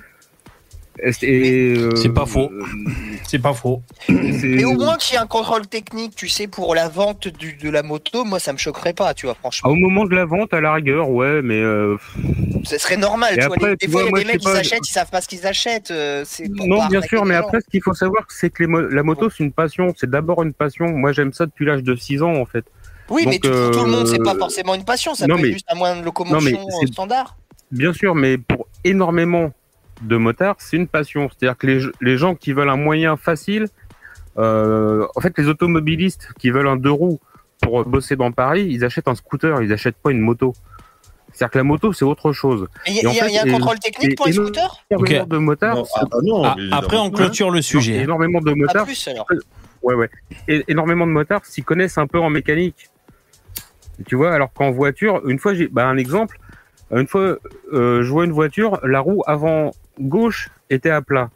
Et, euh, c'est pas faux. C'est pas faux. Mais au moins qu'il y ait un contrôle technique, tu sais, pour la vente du, de la moto, moi ça me choquerait pas, tu vois, franchement. Au moment de la vente, à la rigueur, ouais, mais. Euh... Ce serait normal, et tu après, vois. Les, des fois, il y a des mecs qui pas... achètent, ils savent pas ce qu'ils achètent. Euh, c'est non, bien sûr, mais après, ce qu'il faut savoir, c'est que les mo- la moto, c'est une passion. C'est d'abord une passion. Moi, j'aime ça depuis l'âge de six ans, en fait. Oui, Donc, mais tout, euh... tout le monde, c'est pas forcément une passion. Ça non, peut mais... être juste un moyen de locomotion non, mais standard. Bien sûr, mais pour énormément de motards, c'est une passion. C'est-à-dire que les, les gens qui veulent un moyen facile, euh, en fait, les automobilistes qui veulent un deux roues pour bosser dans Paris, ils achètent un scooter, ils achètent pas une moto. C'est-à-dire que la moto, c'est autre chose. Il y, y, y a un contrôle technique pour les scooters ? Énormément okay. de motards. Non, ah, bah non, ah, après, on clôture le sujet. Non, énormément de motards. Plus, alors. Ouais, ouais. Et, énormément de motards s'y connaissent un peu en mécanique. Tu vois, alors qu'en voiture, une fois, j'ai, bah, un exemple. Une fois, euh, je vois une voiture, la roue avant gauche était à plat.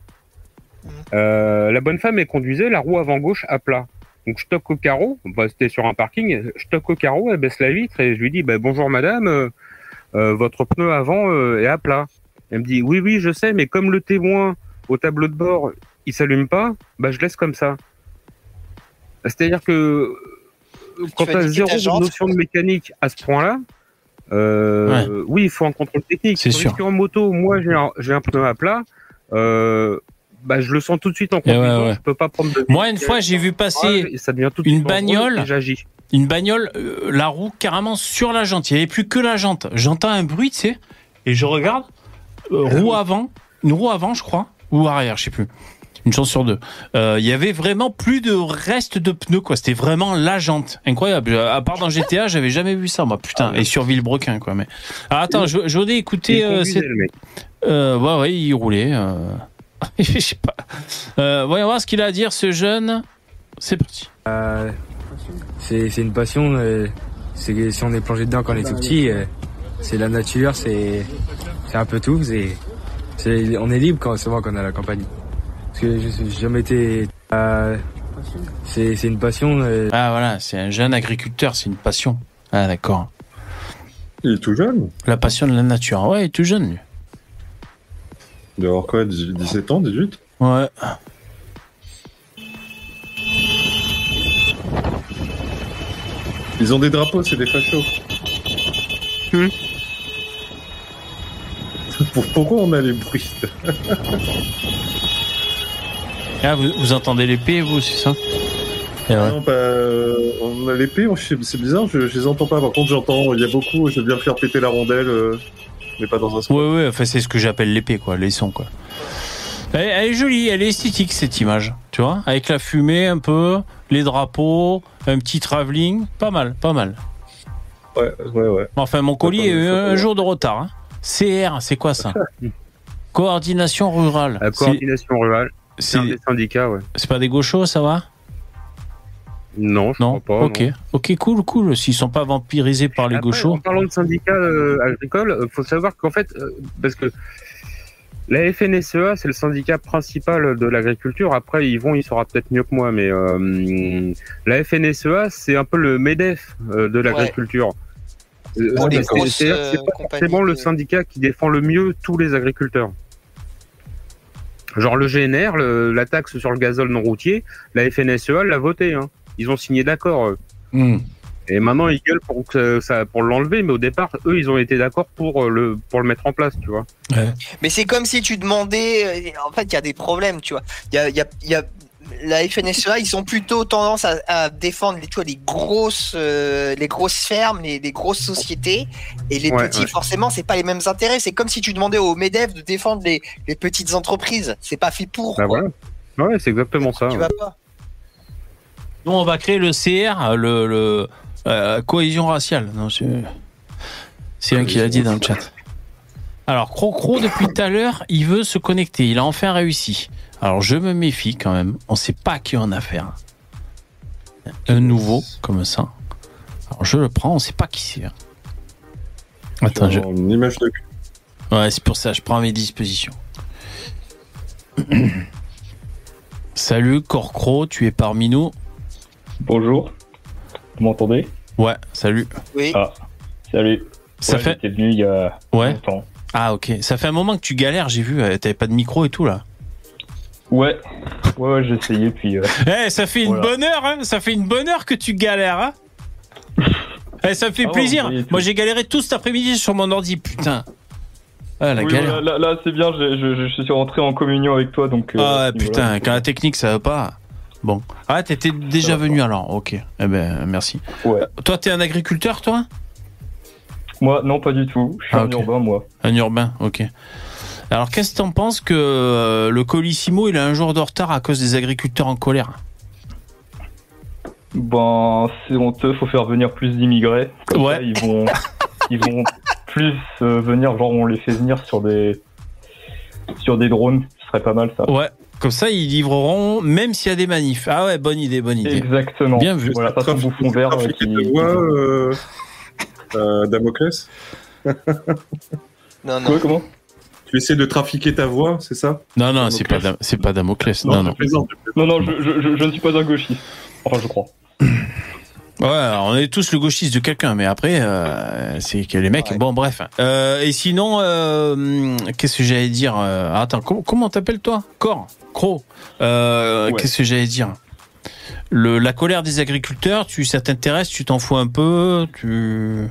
Euh, la bonne femme, elle conduisait la roue avant gauche à plat. Donc je toque au carreau, bah, c'était sur un parking, je toque au carreau, elle baisse la vitre et je lui dis bah, bonjour madame, euh, euh, votre pneu avant euh, est à plat. Elle me dit oui oui je sais, mais comme le témoin au tableau de bord il s'allume pas, bah je laisse comme ça. C'est-à-dire que quand tu as zéro notion de mécanique à ce point-là, euh, ouais. oui il faut un contrôle technique. C'est sûr. En moto, moi j'ai un, j'ai un pneu à plat. Euh, bah, je le sens tout de suite en conduisant, ouais, ouais. Je peux pas prendre de... Moi, une fois, j'ai vu passer ça devient tout de une bagnole, et j'agis. Une bagnole, euh, la roue carrément sur la jante. Il n'y avait plus que la jante. J'entends un bruit, tu sais, et je regarde, euh, roue avant, une roue avant, je crois, ou arrière, je sais plus. Une chance sur deux. Euh, il y avait vraiment plus de reste de pneus, quoi. C'était vraiment la jante. Incroyable. À part dans G T A, j'avais jamais vu ça, moi, putain. Et sur Villebrequin, quoi. Mais alors, attends, je, je voudrais écouter. Euh, cette... euh, ouais, ouais, il roulait. Euh... je sais pas. Euh, voyons voir ce qu'il a à dire, ce jeune. C'est parti. Euh, c'est, c'est une passion. Euh, c'est, si on est plongé dedans quand on est tout petit, euh, c'est la nature, c'est, c'est un peu tout. C'est, c'est, on est libre quand, souvent quand on est à la campagne. Parce que j'ai jamais été. Euh, c'est, c'est une passion. Euh... Ah voilà, c'est un jeune agriculteur, c'est une passion. Ah d'accord. Il est tout jeune. La passion de la nature. Ouais, il est tout jeune, lui. Il doit avoir quoi, dix-sept ans, dix-huit ? Ouais. Ils ont des drapeaux, c'est des fachos. Hum. Pourquoi on a les bruits ? Ah, vous, vous entendez l'épée, vous, c'est ça ? Et ouais. Non, bah, euh, on a l'épée, c'est bizarre, je, je les entends pas. Par contre, j'entends, il y a beaucoup, je veux bien faire péter la rondelle. Euh... mais pas dans un spot. Ouais, ouais, enfin, c'est ce que j'appelle l'épée, quoi, les sons, quoi. Elle, elle est jolie, elle est esthétique, cette image, tu vois, avec la fumée un peu, les drapeaux, un petit travelling, pas mal, pas mal. Ouais, ouais, ouais. Enfin, mon colis a eu un jour de retard. Hein. C R, c'est quoi ça ? Coordination rurale. La coordination c'est... rurale, c'est, c'est un des syndicats, ouais. C'est pas des gauchos, ça va ? Non, je non. crois pas. Ok, non. ok, cool, cool. S'ils sont pas vampirisés par les Après, gauchos. En parlant de syndicats euh, agricoles, il faut savoir qu'en fait, euh, parce que la F N S E A, c'est le syndicat principal de l'agriculture. Après, Yvon, il saura peut-être mieux que moi, mais euh, la F N S E A, c'est un peu le MEDEF euh, de l'agriculture. Ouais. Euh, c'est, grosses, c'est, c'est pas forcément le syndicat qui défend le mieux tous les agriculteurs. Genre le G N R, le, la taxe sur le gazole non routier, la F N S E A l'a voté. Hein. Ils ont signé d'accord. Mmh. Et maintenant, ils gueulent pour, que ça, pour l'enlever, mais au départ, eux, ils ont été d'accord pour le, pour le mettre en place, tu vois. Ouais. Mais c'est comme si tu demandais... En fait, il y a des problèmes, tu vois. Il y a, y a, y a... La F N S E A, ils ont plutôt tendance à, à défendre les, tu vois, les, grosses, euh, les grosses fermes, les, les grosses sociétés. Et les ouais, petits, ouais. forcément, c'est pas les mêmes intérêts. C'est comme si tu demandais au MEDEF de défendre les, les petites entreprises. C'est pas fait pour. Bah ouais. ouais, c'est exactement ça. Tu ouais. vas pas. Nous, on va créer le C R, le, le, Euh, cohésion raciale. Non, c'est, c'est un qui l'a dit dans le chat. Alors, Crocro, depuis tout à l'heure, il veut se connecter. Il a enfin réussi. Alors, je me méfie quand même. On ne sait pas à qui on a affaire. Un nouveau, comme ça. Alors, je le prends, on ne sait pas qui c'est. Attends, je... Une image de... Ouais, c'est pour ça, je prends mes dispositions. Salut, Crocro, tu es parmi nous. Bonjour. Vous m'entendez? Ouais, salut. Oui. Ah, salut. Ça ouais, fait... J'étais venu il y a ouais. longtemps. Ah, ok. Ça fait un moment que tu galères, j'ai vu. T'avais pas de micro et tout, là. Ouais. Ouais, ouais, j'ai essayé, puis... Euh... Eh, hey, ça fait voilà. une bonne heure, hein. Ça fait une bonne heure que tu galères, hein. Eh, ça me fait ah, plaisir. Ouais, moi, j'ai galéré tout cet après-midi sur mon ordi, putain. Ah, la oui, galère. Là, là, là c'est bien, je, je, je suis rentré en communion avec toi, donc... Euh, ah, putain, voilà. Quand la technique, ça va pas... Bon. Ah, t'étais déjà venu pas. Alors, ok. Eh ben, merci. Ouais. Toi, t'es un agriculteur, toi? Moi, non, pas du tout. Je suis ah, un okay. urbain, moi. Un urbain, ok. Alors, qu'est-ce que t'en penses que euh, le Colissimo, il a un jour de retard à cause des agriculteurs en colère? Ben, c'est honteux, faut faire venir plus d'immigrés. Comme ouais. ça, ils vont, ils vont plus euh, venir, genre on les fait venir sur des, sur des drones. Ce serait pas mal, ça. Ouais. Comme ça, ils livreront, même s'il y a des manifs. Ah ouais, bonne idée, bonne idée. Exactement. Bien vu. Voilà, pas son bouffon vert. Euh, qui... de voix, euh, euh, Damoclès. Non, non. Quoi, comment? Tu essaies de trafiquer ta voix, c'est ça? Non, non, c'est pas, c'est pas Damoclès. Non, non. Non, plaisante, non, non, je, je, je, je ne suis pas un gauchiste. Enfin, je crois. Ouais, on est tous le gauchiste de quelqu'un, mais après, euh, c'est que les mecs. Ouais. Bon, bref. Euh, et sinon, euh, qu'est-ce que j'allais dire euh, Attends, comment, comment t'appelles toi? Cor, Cro. Euh, ouais. Qu'est-ce que j'allais dire Le, la colère des agriculteurs, tu, ça t'intéresse? Tu t'en fous un peu? Tu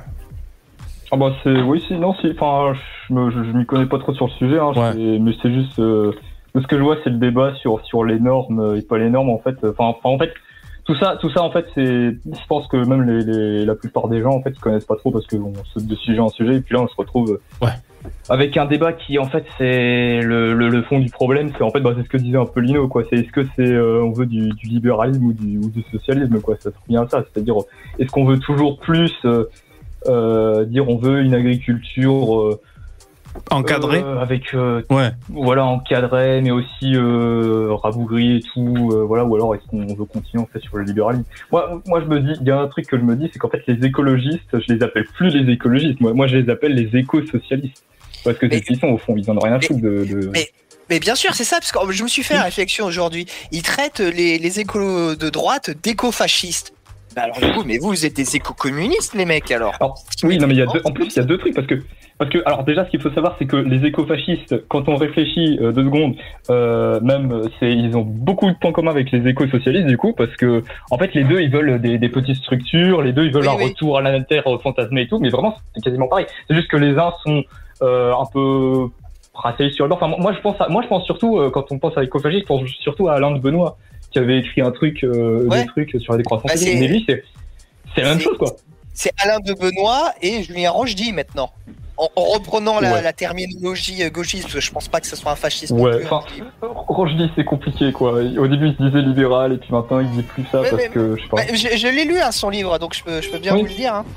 Ah bah c'est, oui, si, non, si. Enfin, je, me, je, je m'y connais pas trop sur le sujet, hein, ouais. mais c'est juste. Euh, ce que je vois, c'est le débat sur sur les normes et pas les normes, en fait. Enfin, en fait. Tout ça, tout ça, en fait, c'est, je pense que même les, les, la plupart des gens, en fait, ils connaissent pas trop parce que on saute de sujet en sujet, et puis là, on se retrouve ouais. avec un débat qui, en fait, c'est le, le, le fond du problème, c'est en fait, bah, c'est ce que disait un peu Lino, quoi. C'est est-ce que c'est, euh, on veut du, du libéralisme ou du, ou du socialisme, quoi. Ça revient à ça, c'est-à-dire, est-ce qu'on veut toujours plus euh, euh, dire, on veut une agriculture euh, encadré euh, avec euh, ouais voilà encadré mais aussi euh, rabougri et tout euh, voilà ou alors est-ce qu'on veut continuer en fait sur le libéralisme. Moi moi je me dis il y a un truc que je me dis c'est qu'en fait les écologistes je les appelle plus les écologistes moi moi je les appelle les éco-socialistes parce que c'est ce qu'ils sont au fond ils en ont rien à foutre de, de... Mais... Mais bien sûr, c'est ça, parce que je me suis fait la réflexion aujourd'hui. Ils traitent les, les écolos de droite d'éco-fascistes. Bah alors du coup, mais vous, vous êtes des éco-communistes, les mecs, alors. alors oui, non, mais il y a deux, en plus, il y a deux trucs, parce que, parce que, alors déjà, ce qu'il faut savoir, c'est que les éco-fascistes, quand on réfléchit euh, deux secondes, euh, même, c'est, ils ont beaucoup de points communs avec les éco-socialistes, du coup, parce que, en fait, les deux, ils veulent des, des petites structures, les deux, ils veulent oui, un oui. retour à la terre fantasmée et tout, mais vraiment, c'est quasiment pareil. C'est juste que les uns sont euh, un peu racistes sur le bord. Enfin, moi, je pense, à, moi, je pense surtout, euh, quand on pense à éco-fascistes, je pense surtout à Alain de Benoît, qui avait écrit un truc, euh, ouais. des trucs sur la décroissance. Bah, mais lui, c'est, c'est la même chose, quoi. C'est Alain de Benoît et Julien Rochdy, maintenant. En, en reprenant la, ouais. la terminologie gauchiste, parce que je pense pas que ce soit un fasciste. Ouais, enfin, Rochdy, c'est compliqué, quoi. Au début, il se disait libéral, et puis maintenant, il dit plus ça, ouais, parce mais, que, je sais pas. Bah, je, je l'ai lu, hein, son livre, donc je peux, je peux bien oui. vous le dire, hein.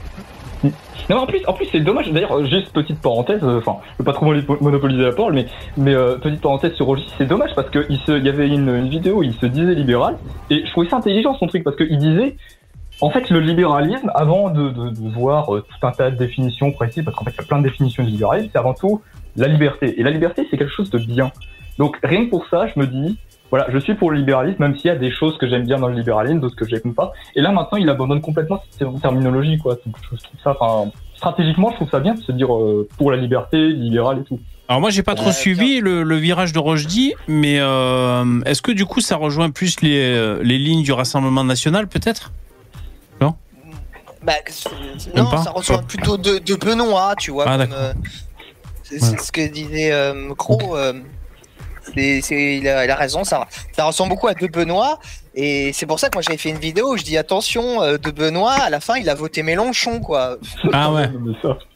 Non, en plus, en plus, c'est dommage. D'ailleurs, juste petite parenthèse. Enfin, euh, je veux pas trop monopoliser la parole, mais, mais euh, petite parenthèse sur Rochdy, c'est dommage parce que il se, il y avait une, une vidéo où il se disait libéral et je trouvais ça intelligent son truc parce que il disait, en fait, le libéralisme, avant de, de, de voir euh, tout un tas de définitions précises, parce qu'en fait, il y a plein de définitions du libéralisme, c'est avant tout la liberté. Et la liberté, c'est quelque chose de bien. Donc, rien que pour ça, je me dis. Voilà, je suis pour le libéralisme, même s'il y a des choses que j'aime bien dans le libéralisme, d'autres que j'aime pas. Et là, maintenant, il abandonne complètement cette terminologie, quoi. Donc, je trouve ça, enfin, stratégiquement, je trouve ça bien de se dire euh, pour la liberté, libéral et tout. Alors moi, j'ai pas trop euh, suivi le, le virage de Rochdy, mais euh, est-ce que du coup, ça rejoint plus les, les lignes du Rassemblement national, peut-être? Non. Bah, non, ça rejoint plutôt de, de Benoît, tu vois. Ah, comme, euh, c'est, ouais. c'est ce que disait euh, Cro. Euh, C'est, c'est, il, a, il a raison, ça, ça ressemble beaucoup à De Benoît, et c'est pour ça que moi j'avais fait une vidéo où je dis attention, euh, De Benoît, à la fin il a voté Mélenchon, quoi. Ah ouais.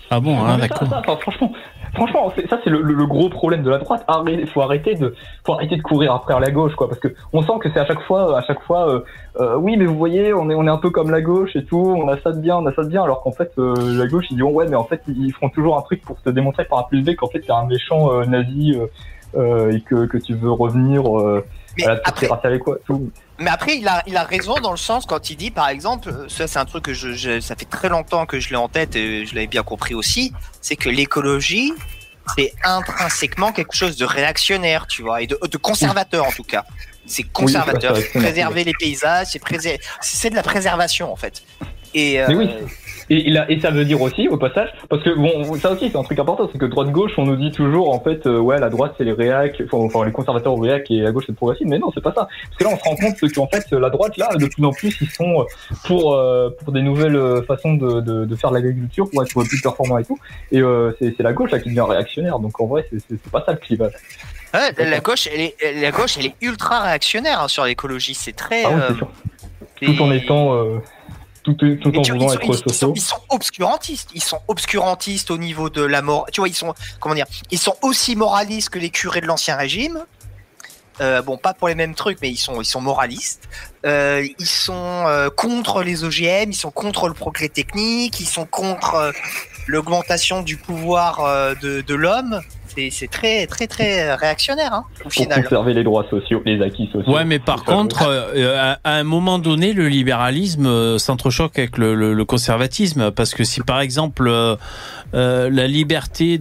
Ah bon, hein, ça, d'accord. ça, enfin, franchement, franchement, c'est, ça c'est le, le, le gros problème de la droite. Il faut arrêter de, faut arrêter de courir après la gauche, quoi, parce que on sent que c'est à chaque fois, à chaque fois, euh, euh, oui, mais vous voyez, on est, on est un peu comme la gauche et tout, on a ça de bien, on a ça de bien, alors qu'en fait, euh, la gauche ils disent ouais, mais en fait ils feront toujours un truc pour te démontrer par A plus B qu'en fait t'es un méchant euh, nazi euh, euh, et que que tu veux revenir euh, à la Turquie raciale et quoi, tout. Mais après, il a, il a raison dans le sens quand il dit, par exemple, ça c'est un truc que je, je ça fait très longtemps que je l'ai en tête et je l'avais bien compris aussi, c'est que l'écologie, c'est intrinsèquement quelque chose de réactionnaire, tu vois, et de, de conservateur en tout cas. C'est conservateur, oui, c'est préserver les paysages, c'est, préser... c'est de la préservation en fait. Et, euh... Mais oui. Et, il a, et ça veut dire aussi, au passage, parce que bon, ça aussi c'est un truc important, c'est que droite-gauche, on nous dit toujours en fait, euh, ouais, la droite c'est les réacs, enfin, enfin les conservateurs aux réacs et la gauche c'est le progressiste, mais non, c'est pas ça. Parce que là, on se rend compte qu'en fait, la droite là, de plus en plus, ils sont pour euh, pour des nouvelles façons de, de, de faire de l'agriculture, pour être plus performants et tout. Et euh, c'est, c'est la gauche là qui devient réactionnaire, donc en vrai, c'est, c'est, c'est pas ça le clivage. Ouais, la gauche, elle est, la gauche, elle est ultra réactionnaire hein, sur l'écologie. C'est très. Ah oui, euh, c'est sûr. Tout en étant. Euh... Tout, tout en tu, voulant ils, sont, être ils, sociaux. ils, sont, ils sont obscurantistes. Ils sont obscurantistes au niveau de la mort. Tu vois, ils sont comment dire. Ils sont aussi moralistes que les curés de l'Ancien Régime. Euh, bon, pas pour les mêmes trucs, mais ils sont ils sont moralistes. Euh, ils sont euh, contre les O G M. Ils sont contre le progrès technique. Ils sont contre euh, l'augmentation du pouvoir euh, de, de l'homme. C'est, c'est très très très réactionnaire hein, au pour final. Conserver les droits sociaux, les acquis sociaux. Ouais, mais par contre, euh, à, à un moment donné, le libéralisme euh, s'entrechoque avec le, le, le conservatisme, parce que si par exemple euh, euh, la liberté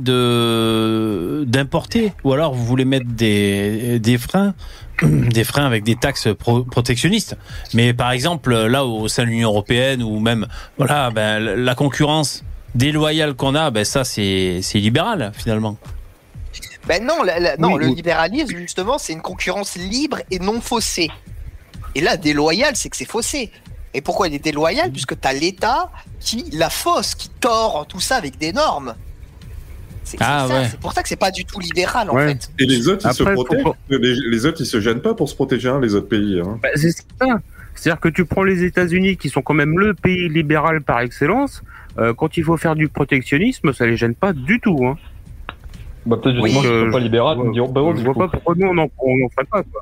de d'importer, ou alors vous voulez mettre des des freins, des freins avec des taxes pro- protectionnistes, mais par exemple là au sein de l'Union européenne ou même voilà, ben la concurrence déloyale qu'on a, ben ça c'est c'est libéral finalement. Ben non, la, la, non oui, le oui. libéralisme, justement, c'est une concurrence libre et non faussée. Et là, déloyal, c'est que c'est faussé. Et pourquoi il est déloyal ? Puisque tu as l'État qui la fausse, qui tord tout ça avec des normes. C'est, ah, c'est, ça, ouais. c'est pour ça que c'est pas du tout libéral, en Ouais. fait. Et les autres, ils Après, se protègent. faut- Les, les autres, ils se gênent pas pour se protéger, hein, les autres pays. Hein. Bah, c'est ça. C'est-à-dire que tu prends les États-Unis, qui sont quand même le pays libéral par excellence, euh, quand il faut faire du protectionnisme, ça les gêne pas du tout. Hein. Bah, peut-être justement Oui, qu'ils euh, sont pas libérales, je- ils diront, bah ouais, je du vois coup. pas pourquoi nous on en, on en ferait pas. Quoi.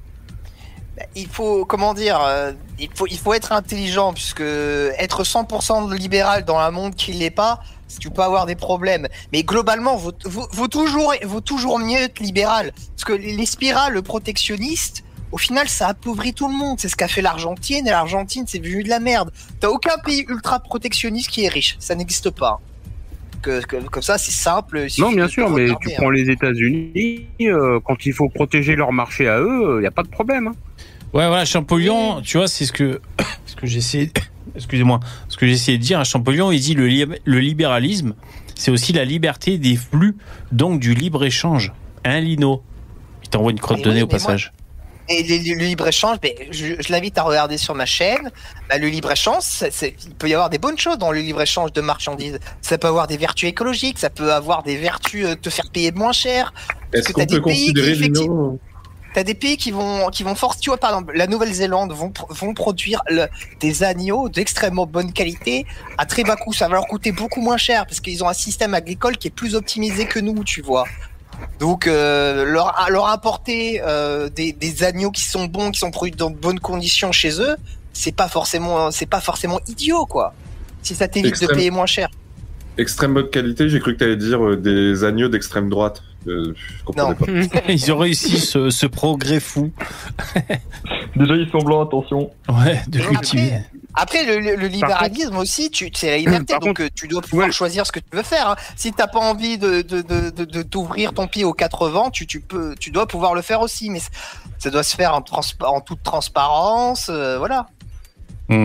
Il faut, comment dire, euh, il faut, il faut être intelligent, puisque être cent pour cent libéral dans un monde qui l'est pas, tu peux avoir des problèmes. Mais globalement, vaut, vaut, vaut toujours, vaut toujours mieux être libéral. Parce que les, les spirales protectionnistes, au final, ça appauvrit tout le monde. C'est ce qu'a fait l'Argentine, et l'Argentine, c'est devenu de la merde. T'as aucun pays ultra protectionniste qui est riche. Ça n'existe pas. Que, que, comme ça, c'est simple. Non, bien de, sûr, de mais regarder, tu hein. prends les États-Unis, euh, quand il faut protéger leur marché à eux, il n'y a pas de problème. Hein. Ouais, voilà, Champollion, tu vois, c'est ce que, ce que j'essaie, excusez-moi, ce que j'essayais de dire à Champollion, il dit le, li- le libéralisme, c'est aussi la liberté des flux, donc du libre-échange. Hein, Lino? Il t'envoie une crotte Mais de nez oui, au mais passage. Et le, le libre-échange, ben, je, je l'invite à regarder sur ma chaîne. Ben, le libre-échange, c'est, c'est, il peut y avoir des bonnes choses dans le libre-échange de marchandises. Ça peut avoir des vertus écologiques, ça peut avoir des vertus euh, te faire payer moins cher. Parce Est-ce que qu'on t'as peut des pays qui, considérer effectivement, Lino t'as des pays qui vont, qui vont forcer, tu vois, par exemple, la Nouvelle-Zélande vont, vont produire le, des agneaux d'extrêmement bonne qualité à très bas coût. Ça va leur coûter beaucoup moins cher parce qu'ils ont un système agricole qui est plus optimisé que nous, tu vois. Donc, euh, leur, leur importer euh, des, des agneaux qui sont bons, qui sont produits dans de bonnes conditions chez eux, c'est pas forcément, c'est pas forcément idiot, quoi. Si ça t'évite Extrême. de payer moins cher. Extrême bonne qualité, j'ai cru que tu allais dire euh, des agneaux d'extrême droite. Euh, je comprenais Non. pas. Ils ont réussi ce, ce progrès fou. Déjà, ils sont blancs, attention. Ouais, de Et cultiver. Après, le, le, le libéralisme aussi, tu, c'est la liberté, Par donc contre, euh, tu dois pouvoir ouais. choisir ce que tu veux faire. Hein. Si t'as pas envie de, de, de, de, de t'ouvrir ton pied aux quatre vents, tu, tu peux, tu dois pouvoir le faire aussi, mais ça doit se faire en, transpa- en toute transparence, euh, voilà. Mmh.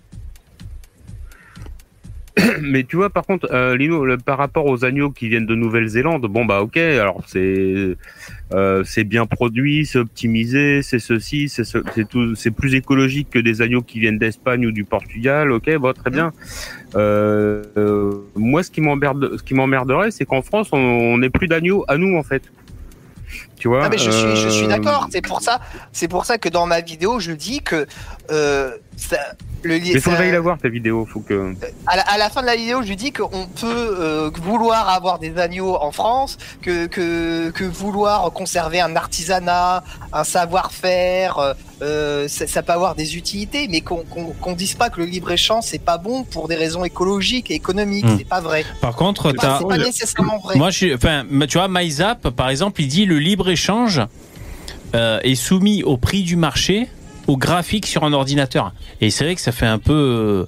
Mais tu vois, par contre, euh, Lino, le, par rapport aux agneaux qui viennent de Nouvelle-Zélande, bon bah ok, alors c'est euh, c'est bien produit, c'est optimisé, c'est ceci, c'est ce, c'est tout, c'est plus écologique que des agneaux qui viennent d'Espagne ou du Portugal, ok, bon très bien. Euh, euh, moi, ce qui m'emmerde, ce qui m'emmerderait, c'est qu'en France, on on n'ait plus d'agneaux à nous en fait. Tu vois. Ah mais je suis, je suis euh, d'accord. C'est pour ça, c'est pour ça que dans ma vidéo, je dis que euh, ça, le, Mais faut ça, que j'aille la voir ta vidéo, faut que. À la, à la fin de la vidéo, je lui dis qu'on peut euh, vouloir avoir des agneaux en France, que, que, que vouloir conserver un artisanat, un savoir-faire, euh, ça, ça peut avoir des utilités, mais qu'on qu'on, qu'on dise pas que le libre-échange c'est pas bon pour des raisons écologiques et économiques, mmh. c'est pas vrai. Par contre, c'est pas, t'as... c'est pas nécessairement vrai. Moi, je, enfin, tu vois, MyZap, par exemple, il dit le libre-échange euh, est soumis au prix du marché, au graphique sur un ordinateur. Et c'est vrai que ça fait un peu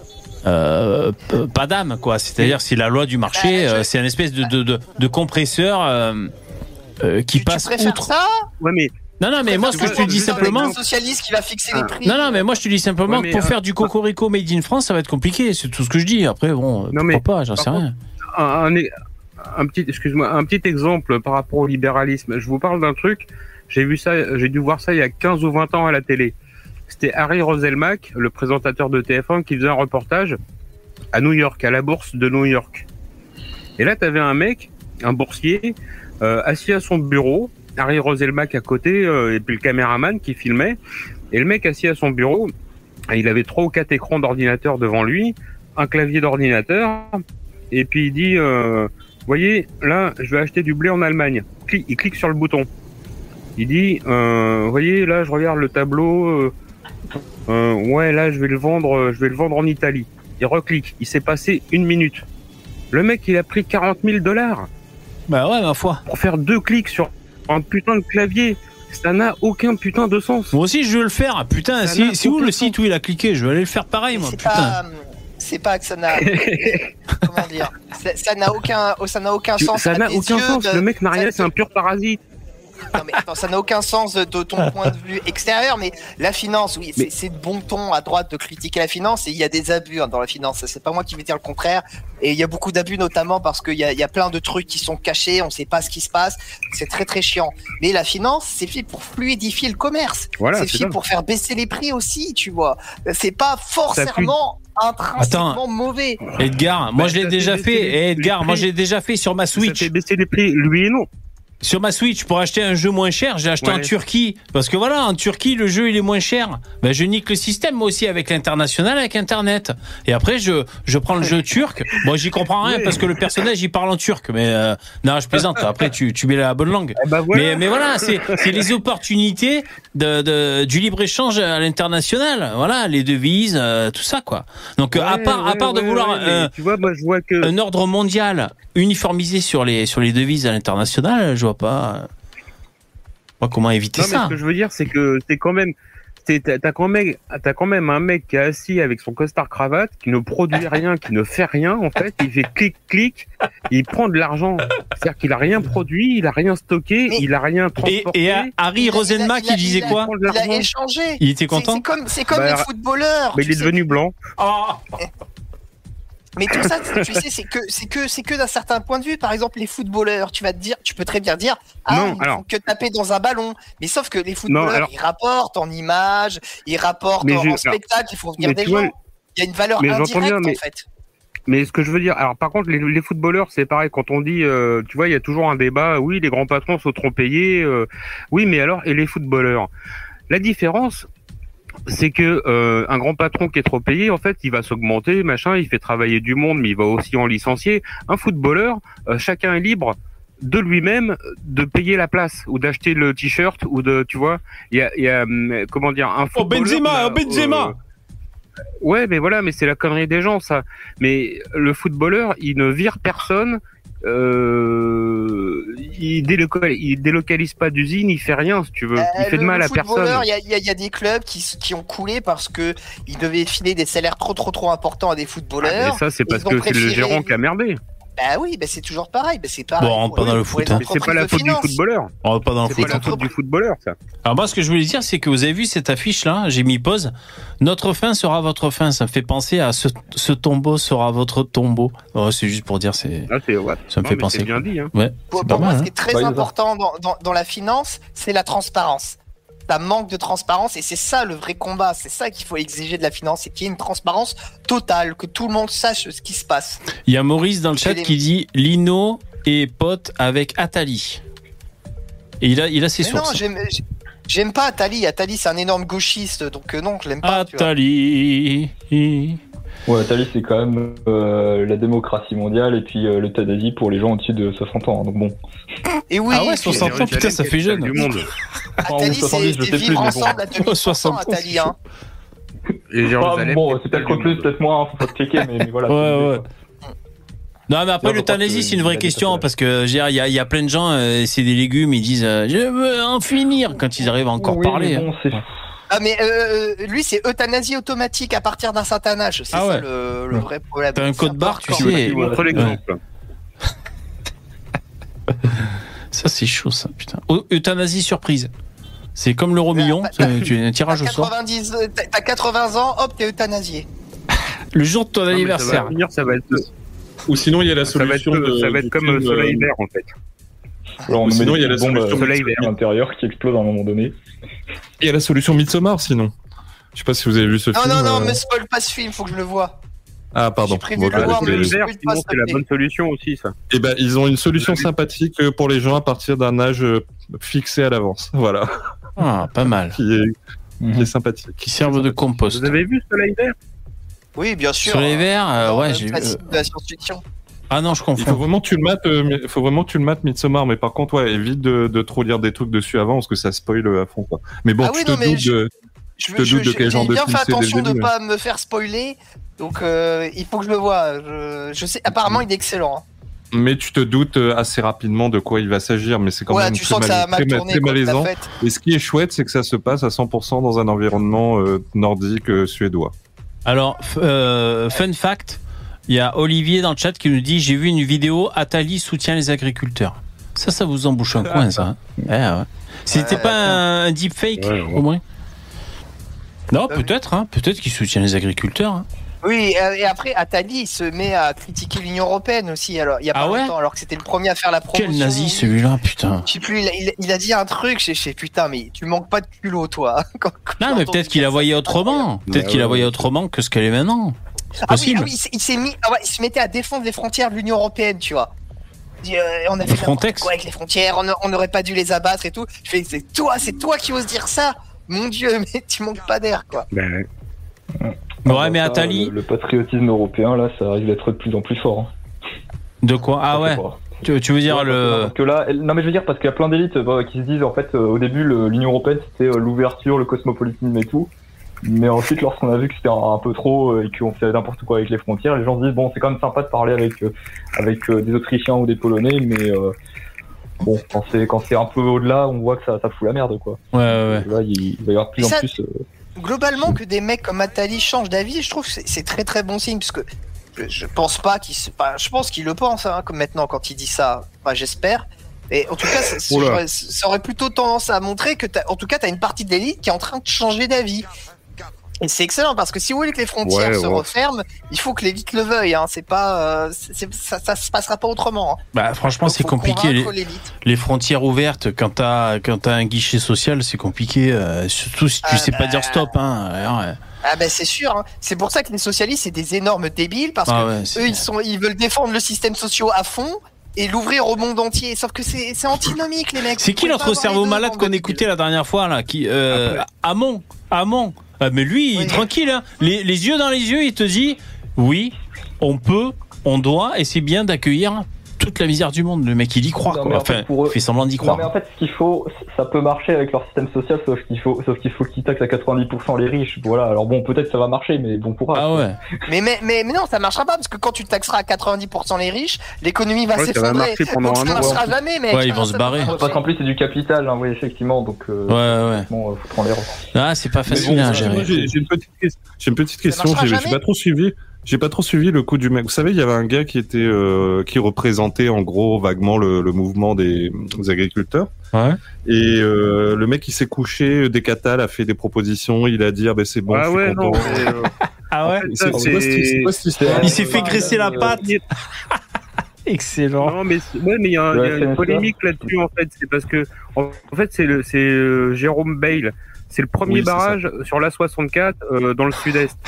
euh, pas d'âme, quoi. C'est-à-dire, c'est la loi du marché, bah, je... euh, c'est une espèce de, de, de, de compresseur euh, euh, qui tu, passe tu préfères outre. Ça ouais, mais non, non, mais moi, ce que je te dis simplement. Un socialiste qui va fixer les prix. Non, non, mais moi, je te dis simplement ouais, que pour euh, faire du cocorico made in France, ça va être compliqué. C'est tout ce que je dis. Après, bon, non, pourquoi mais, pas, j'en sais rien. Un, un, un petit, excuse-moi, un petit exemple par rapport au libéralisme. Je vous parle d'un truc. J'ai vu ça, j'ai dû voir ça il y a quinze ou vingt ans à la télé. C'était Harry Roselmack, le présentateur de T F un, qui faisait un reportage à New York, à la bourse de New York. Et là, t'avais un mec, un boursier, euh, assis à son bureau, Harry Roselmack à côté, euh, et puis le caméraman qui filmait. Et le mec assis à son bureau, il avait trois ou quatre écrans d'ordinateur devant lui, un clavier d'ordinateur, et puis il dit, euh, voyez, là, je vais acheter du blé en Allemagne. Il clique sur le bouton. Il dit, euh, voyez, là, je regarde le tableau. Euh, euh, ouais, là, je vais le vendre, je vais le vendre en Italie. Il reclique. Il s'est passé une minute. Le mec, il a pris quarante mille dollars. Bah ouais, ma foi. Pour faire deux clics sur un putain de clavier. Ça n'a aucun putain de sens. Moi aussi, je veux le faire. Putain, si, c'est où le sens. Site où il a cliqué? Je vais aller le faire pareil, moi. C'est putain. Pas, c'est pas que ça n'a. Comment dire? Ça n'a aucun, ça n'a aucun sens. Ça n'a aucun sens. De... Le mec n'a rien. C'est un pur parasite. Non mais attends, ça n'a aucun sens de ton point de vue extérieur, mais la finance, oui, mais... c'est de bon ton à droite de critiquer la finance, et il y a des abus hein, dans la finance, c'est pas moi qui vais dire le contraire, et il y a beaucoup d'abus notamment parce qu'il y a, y a plein de trucs qui sont cachés, on sait pas ce qui se passe, c'est très très chiant. Mais la finance, c'est fait pour fluidifier le commerce, voilà, c'est, c'est fait ça. Pour faire baisser les prix aussi, tu vois. C'est pas forcément intrinsèquement Attends, mauvais. Edgar, moi bah, je l'ai déjà fait, et Edgar, moi je l'ai déjà fait sur ma Switch. Ça fait baisser les prix, lui et non. Sur ma Switch, pour acheter un jeu moins cher, j'ai acheté ouais. en Turquie. Parce que voilà, en Turquie, le jeu, il est moins cher. Ben, je nique le système, moi aussi, avec l'international, avec Internet. Et après, je, je prends le jeu turc. Moi, j'y comprends rien, oui. parce que le personnage, il parle en turc. Mais, euh, non, je plaisante. Après, tu, tu mets la bonne langue. Eh ben voilà. Mais, mais voilà, c'est, c'est les opportunités de, de, du libre-échange à l'international. Voilà, les devises, euh, tout ça, quoi. Donc, ouais, à part, ouais, à part ouais, de vouloir, ouais, euh, tu vois, moi, je vois que... un ordre mondial uniformisé sur les, sur les devises à l'international, je vois pas, pas comment éviter non, ça. Mais ce que je veux dire, c'est que t'es quand même, t'es, t'as quand même, t'as quand même un mec qui est assis avec son costard cravate, qui ne produit rien, qui ne fait rien, en fait, il fait clic, clic, il prend de l'argent. C'est-à-dire qu'il a rien produit, il a rien stocké, mais il a rien transporté. Et, et Harry Roselmack, il, il, il disait il quoi? Il a échangé. Il était content? C'est, c'est comme, c'est comme bah, les footballeurs. Mais il est devenu blanc. Oh. Mais tout ça, tu sais, c'est que c'est que c'est que d'un certain point de vue. Par exemple, les footballeurs, tu vas te dire, tu peux très bien dire, ah, non, ils alors... font que taper dans un ballon. Mais sauf que les footballeurs, non, alors... ils rapportent en images, ils rapportent mais en, je... en spectacle, ils font venir des vois, gens. Il y a une valeur mais indirecte bien, mais... en fait. Mais ce que je veux dire, alors par contre, les, les footballeurs, c'est pareil. Quand on dit, euh, tu vois, il y a toujours un débat. Oui, les grands patrons sont trop payés. Euh, oui, mais alors, et les footballeurs? La différence, c'est que euh, un grand patron qui est trop payé, en fait, il va s'augmenter, machin, il fait travailler du monde, mais il va aussi en licencier. Un footballeur, euh, chacun est libre de lui-même de payer la place ou d'acheter le t-shirt ou de, tu vois, il y a, y a comment dire, un footballeur. Oh Benzema, là, Benzema. Euh, ouais, mais voilà, mais c'est la connerie des gens, ça. Mais le footballeur, il ne vire personne. Euh, il, délocalise, il délocalise pas d'usine, il fait rien, si tu veux. Il euh, fait le, de mal à personne. Il y a, y, a, y a des clubs qui, qui ont coulé parce que ils devaient filer des salaires trop trop trop importants à des footballeurs. Ah, mais ça, c'est parce que préféré... c'est le gérant qui a merdé. Bah oui, bah c'est toujours pareil. Bah c'est pareil. Bon, on rentre pas dans le foot. Hein. Mais c'est pas la faute du footballeur. On rentre pas dans le foot. C'est pas la faute du footballeur, ça. Alors moi, ce que je voulais dire, c'est que vous avez vu cette affiche là, j'ai mis pause. Notre fin sera votre fin. Ça me fait penser à ce, ce tombeau sera votre tombeau. Oh, c'est juste pour dire, c'est. Ah, c'est ouais. Ça me non, fait penser. C'est bien dit. Hein. Ouais. Pour, c'est pour pas moi, mal, ce qui est très hein. important dans, dans, dans la finance, c'est la transparence. Ça manque de transparence et c'est ça le vrai combat. C'est ça qu'il faut exiger de la finance, c'est qu'il y ait une transparence totale, que tout le monde sache ce qui se passe. Il y a Maurice dans le chat qui dit Lino est pote avec Attali. Et il a, il a ses mais sources. Non, j'aime, J'aime pas Attali. Attali, c'est un énorme gauchiste, donc euh, non, je l'aime pas. Attali. Ouais, Attali, c'est quand même euh, la démocratie mondiale et puis euh, l'euthanasie pour les gens au-dessus de soixante ans. Donc bon. Et oui. Ah ouais, soixante ans, putain, ça fait jeune. Du monde. Attali, c'est vivre ensemble à deux mille pour cent, Attali, hein. Et Ah, bon, c'est peut-être plus, peut-être moins, faut pas checker, mais, mais voilà. Ouais, ouais. Non, mais après, Non, l'euthanasie, c'est une vraie il a question, des parce que, il y a, y a plein de gens, euh, c'est des légumes, ils disent, euh, je veux en finir, quand ils arrivent à encore Oui, parler. mais bon, c'est... Ah, mais euh, lui, c'est euthanasie automatique à partir d'un certain âge. C'est Ah ça ouais. le, le vrai problème. T'as un C'est code barre, tu important. sais. Tu montres l'exemple. Ça, c'est chaud, ça, putain. Oh, euthanasie surprise. C'est comme l'euro million, Bah, bah, tu un tirage au sort. quatre-vingt-dix, t'as quatre-vingts ans, hop, t'es euthanasié. Le jour de ton Non, mais anniversaire. Ça va venir, ça va être, Ou sinon, il y a la ça va être, solution. de- ça va être du comme film, Soleil euh, Vert, en fait. Alors, on Ou sinon, met il y a la des bombes solution soleil vert. à l'intérieur qui explose à un moment donné. Il y a la solution Midsommar, sinon. Je sais pas si vous avez vu ce Non, film. non, non, euh, me spoil pas ce film, faut que je le vois. Ah, pardon. J'ai prévu Bon, de le bah, voir, je vais- mais- Soleil Vert, spoil pas, sinon, s'il te c'est la plaît. bonne solution aussi, ça. Eh ben, ils ont une solution sympathique euh, pour les gens à partir d'un âge euh, fixé à l'avance. Voilà. Ah, pas mal. Qui est, qui est sympathique. Qui servent de compost. Vous avez vu Soleil Vert? Oui, bien sûr. Sur les verts, euh, Dans ouais, le j'ai vu. classique de la science-fiction. Ah non, je Il faut confonds. vraiment que tu le mates, euh, mais- faut vraiment que tu le mates Midsommar, mais par contre, ouais, évite de, de trop lire des trucs dessus avant parce que ça spoil à fond, quoi. Mais bon, Ah oui, tu te non, mais doutes je- de, Je te doutes de quel genre j'ai de bien film fait c'est dès le attention de début, pas me faire spoiler, donc euh, il faut que je le voie. Je, je sais, apparemment il est excellent. hein. mais tu te doutes euh, assez rapidement de quoi il va s'agir, mais c'est quand Ouais, même tu très, sens que ça a mal- mal très, tourné très quand tu l'as malaisant. fait. Et ce qui est chouette, c'est que ça se passe à cent pour cent dans un environnement euh, nordique euh, suédois. Alors, f- euh, fun fact, il y a Olivier dans le chat qui nous dit j'ai vu une vidéo, Attali soutient les agriculteurs. Ça, ça vous embouche un coin, ça. Hein. Eh, ouais. C'était Ouais, pas un, un deepfake, Ouais, ouais. au moins. Non, Bah, peut-être, hein. Peut-être qu'il soutient les agriculteurs. Hein. Oui, euh, et après Attali il se met à critiquer l'Union européenne aussi. Alors il y a pas Ah ouais longtemps, alors que c'était le premier à faire la promotion. Quel nazi celui-là, putain. Je sais plus, il a, il a- il a dit un truc, je sais putain, mais tu manques pas de culot, toi. Quand- quand Non, j'ai mais entendu peut-être qu'il ça, la voyait c'est autrement. Peut-être Ouais, qu'il la ouais, voyait ouais. autrement que ce qu'elle est maintenant. C'est Ah oui, possible. ah oui, il s'est- il s'est mis, ah ouais, il se mettait à défendre les frontières de l'Union européenne, tu vois. Il dit, euh, on a fait n'importe Frontex. quoi avec les frontières, on a- on n'aurait pas dû les abattre et tout. Je fais, c'est toi, c'est toi qui oses dire ça. Mon Dieu, mais tu manques pas d'air, quoi. Ben, Ouais, mais Ça, Attali, Le, le patriotisme européen, là, ça risque d'être de plus en plus fort. hein. de quoi Ah Ça fait ouais. peur. Tu, tu veux dire Ouais, le. Parce que là, elle- non mais je veux dire parce qu'il y a plein d'élites bah, qui se disent en fait euh, au début le- l'Union européenne c'était euh, l'ouverture, le cosmopolitisme et tout, mais ensuite lorsqu'on a vu que c'était un, un peu trop euh, et qu'on faisait n'importe quoi avec les frontières, les gens se disent bon c'est quand même sympa de parler avec euh, avec euh, des Autrichiens ou des Polonais, mais euh, bon quand c'est quand c'est un peu au-delà, on voit que ça, ça fout la merde quoi. Ouais, ouais, ouais. Là il, il va y avoir de plus Et en ça- plus. euh, Globalement, que des mecs comme Attali changent d'avis, je trouve que c'est c'est très très bon signe, parce que je, je pense pas qu'il se, enfin, je pense qu'il le pense, hein, comme maintenant quand il dit ça. Enfin, j'espère. Et en tout cas, ça, Oula. j'aurais- ça aurait plutôt tendance à montrer que, t'as- en tout cas, t'as une partie de l'élite qui est en train de changer d'avis. Et c'est excellent parce que si vous voulez que les frontières Ouais, se ouais. referment, il faut que l'élite le veuille. Hein. C'est pas, euh, c'est- ça, ça se passera pas autrement. Hein. Bah, franchement, Donc, c'est faut compliqué. Les, convaincre l'élite. les frontières ouvertes, quand t'as quand t'as un guichet social, c'est compliqué. euh, surtout si tu Ah, sais pas bah. dire stop. Hein. Alors, ouais. Ah ben c'est sûr. Hein. C'est pour ça que les socialistes c'est des énormes débiles parce Ah que ouais, c'est- eux ils sont, ils veulent défendre le système social à fond et l'ouvrir au monde entier. Sauf que c'est c'est antinomique les mecs. C'est Vous qui pouvez notre pas avoir cerveau les deux, malade bande qu'on de écoutait la dernière fois là qui euh, Hamon, Hamon. Ah, mais lui, il est Oui. tranquille. Hein. Les, les yeux dans les yeux, il te dit oui, on peut, on doit, et c'est bien d'accueillir toute la misère du monde. Le mec, il y croit. Non, Quoi. mais en fait, Enfin, pour eux- il fait semblant d'y Non croire. mais en fait ce qu'il faut, ça peut marcher avec leur système social, sauf qu'il faut, sauf qu'il faut qu'ils taxent à quatre-vingt-dix pour cent les riches. Voilà. Alors bon, peut-être ça va marcher, mais bon courage. Ah ouais. Mais, mais, mais, mais non, ça marchera pas parce que quand tu taxeras à quatre-vingt-dix pour cent les riches, l'économie va Ouais, ça va s'effondrer. marcher pendant Donc un ça an. marchera Ouais. jamais, mec. Ouais, ils Ah, vont ça se peut barrer. pas Ouais, marcher. parce qu'en plus c'est du capital, hein, oui effectivement, donc euh, Ouais, ouais. bon, euh, faut prendre les rangs. Ah, c'est pas facile Mais bon, à moi, gérer. J'ai j'ai une petite, ques- j'ai une petite question. marchera J'ai j'ai jamais. pas trop suivi. J'ai pas trop suivi le coup du mec. Vous savez, il y avait un gars qui était euh, qui représentait en gros vaguement le, le mouvement des, des agriculteurs. Ouais. Et euh, le mec, il s'est couché, Décatal a fait des propositions. Il a dit ah ben c'est bon, ah je suis ouais, non. content. mais, euh, Ah ouais. C'est c'est quoi, cette- c'est quoi cette histoire Il s'est fait graisser la patte. il- Excellent. Non, mais c'est- ouais, mais il y a, il y a Ouais, c'est une ça. polémique là-dessus en fait. C'est parce que en, en fait c'est le c'est euh, Jérôme Bale. C'est le premier Oui, c'est barrage sur l'A soixante-quatre euh, dans le sud-est.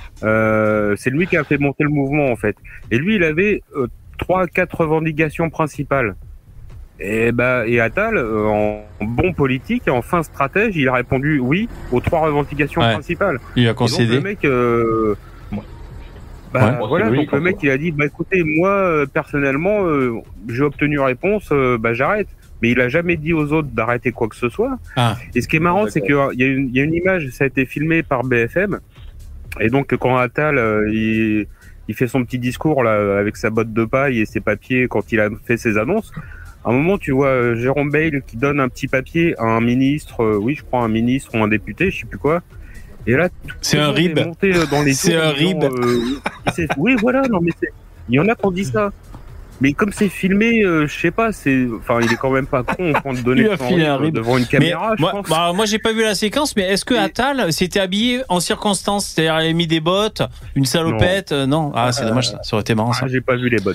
Euh, c'est lui qui a fait monter le mouvement en fait. Et lui, il avait euh, trois, quatre revendications principales. Et bah et Attal, euh, en bon politique et en fin stratège, il a répondu oui aux trois revendications Ouais. principales. Il a Et donc concédé. le mec, euh, bah Ouais. voilà, Oui, donc le mec il a dit bah écoutez moi euh, personnellement euh, j'ai obtenu réponse, euh, bah j'arrête. Mais il a jamais dit aux autres d'arrêter quoi que ce soit. Ah. Et ce qui est marrant, c'est qu'il y a une, il y a une image, ça a été filmé par B F M. Et donc quand Attal euh, il, il fait son petit discours là avec sa botte de paille et ses papiers quand il a fait ses annonces. À un moment, tu vois euh, Jérôme Bale qui donne un petit papier à un ministre, euh, oui, je crois un ministre ou un député, je sais plus quoi. Et là, C'est un rib. monté euh, dans les C'est tours, un disant, rib. euh, c'est- oui, voilà, non mais c'est- il y en a qui ont dit ça. Mais comme c'est filmé, euh, je sais pas, c'est, enfin, il est quand même pas con au point de donner Il a son filé un rib rib. devant une Mais caméra, je moi, pense. bah, moi j'ai pas vu la séquence, mais est-ce que Et- Attal s'était habillé en circonstance? C'est-à-dire, il a mis des bottes, une salopette? euh, Non, ah, c'est Euh, dommage, ça. Ça aurait été marrant, ça. Ah, j'ai pas vu les bottes.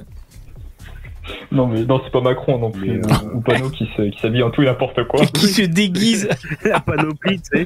Non, mais non, c'est pas Macron non plus, Mais, ou, ou Panot qui se- qui s'habille en tout et n'importe quoi. Qui se déguise. La panoplie, tu sais.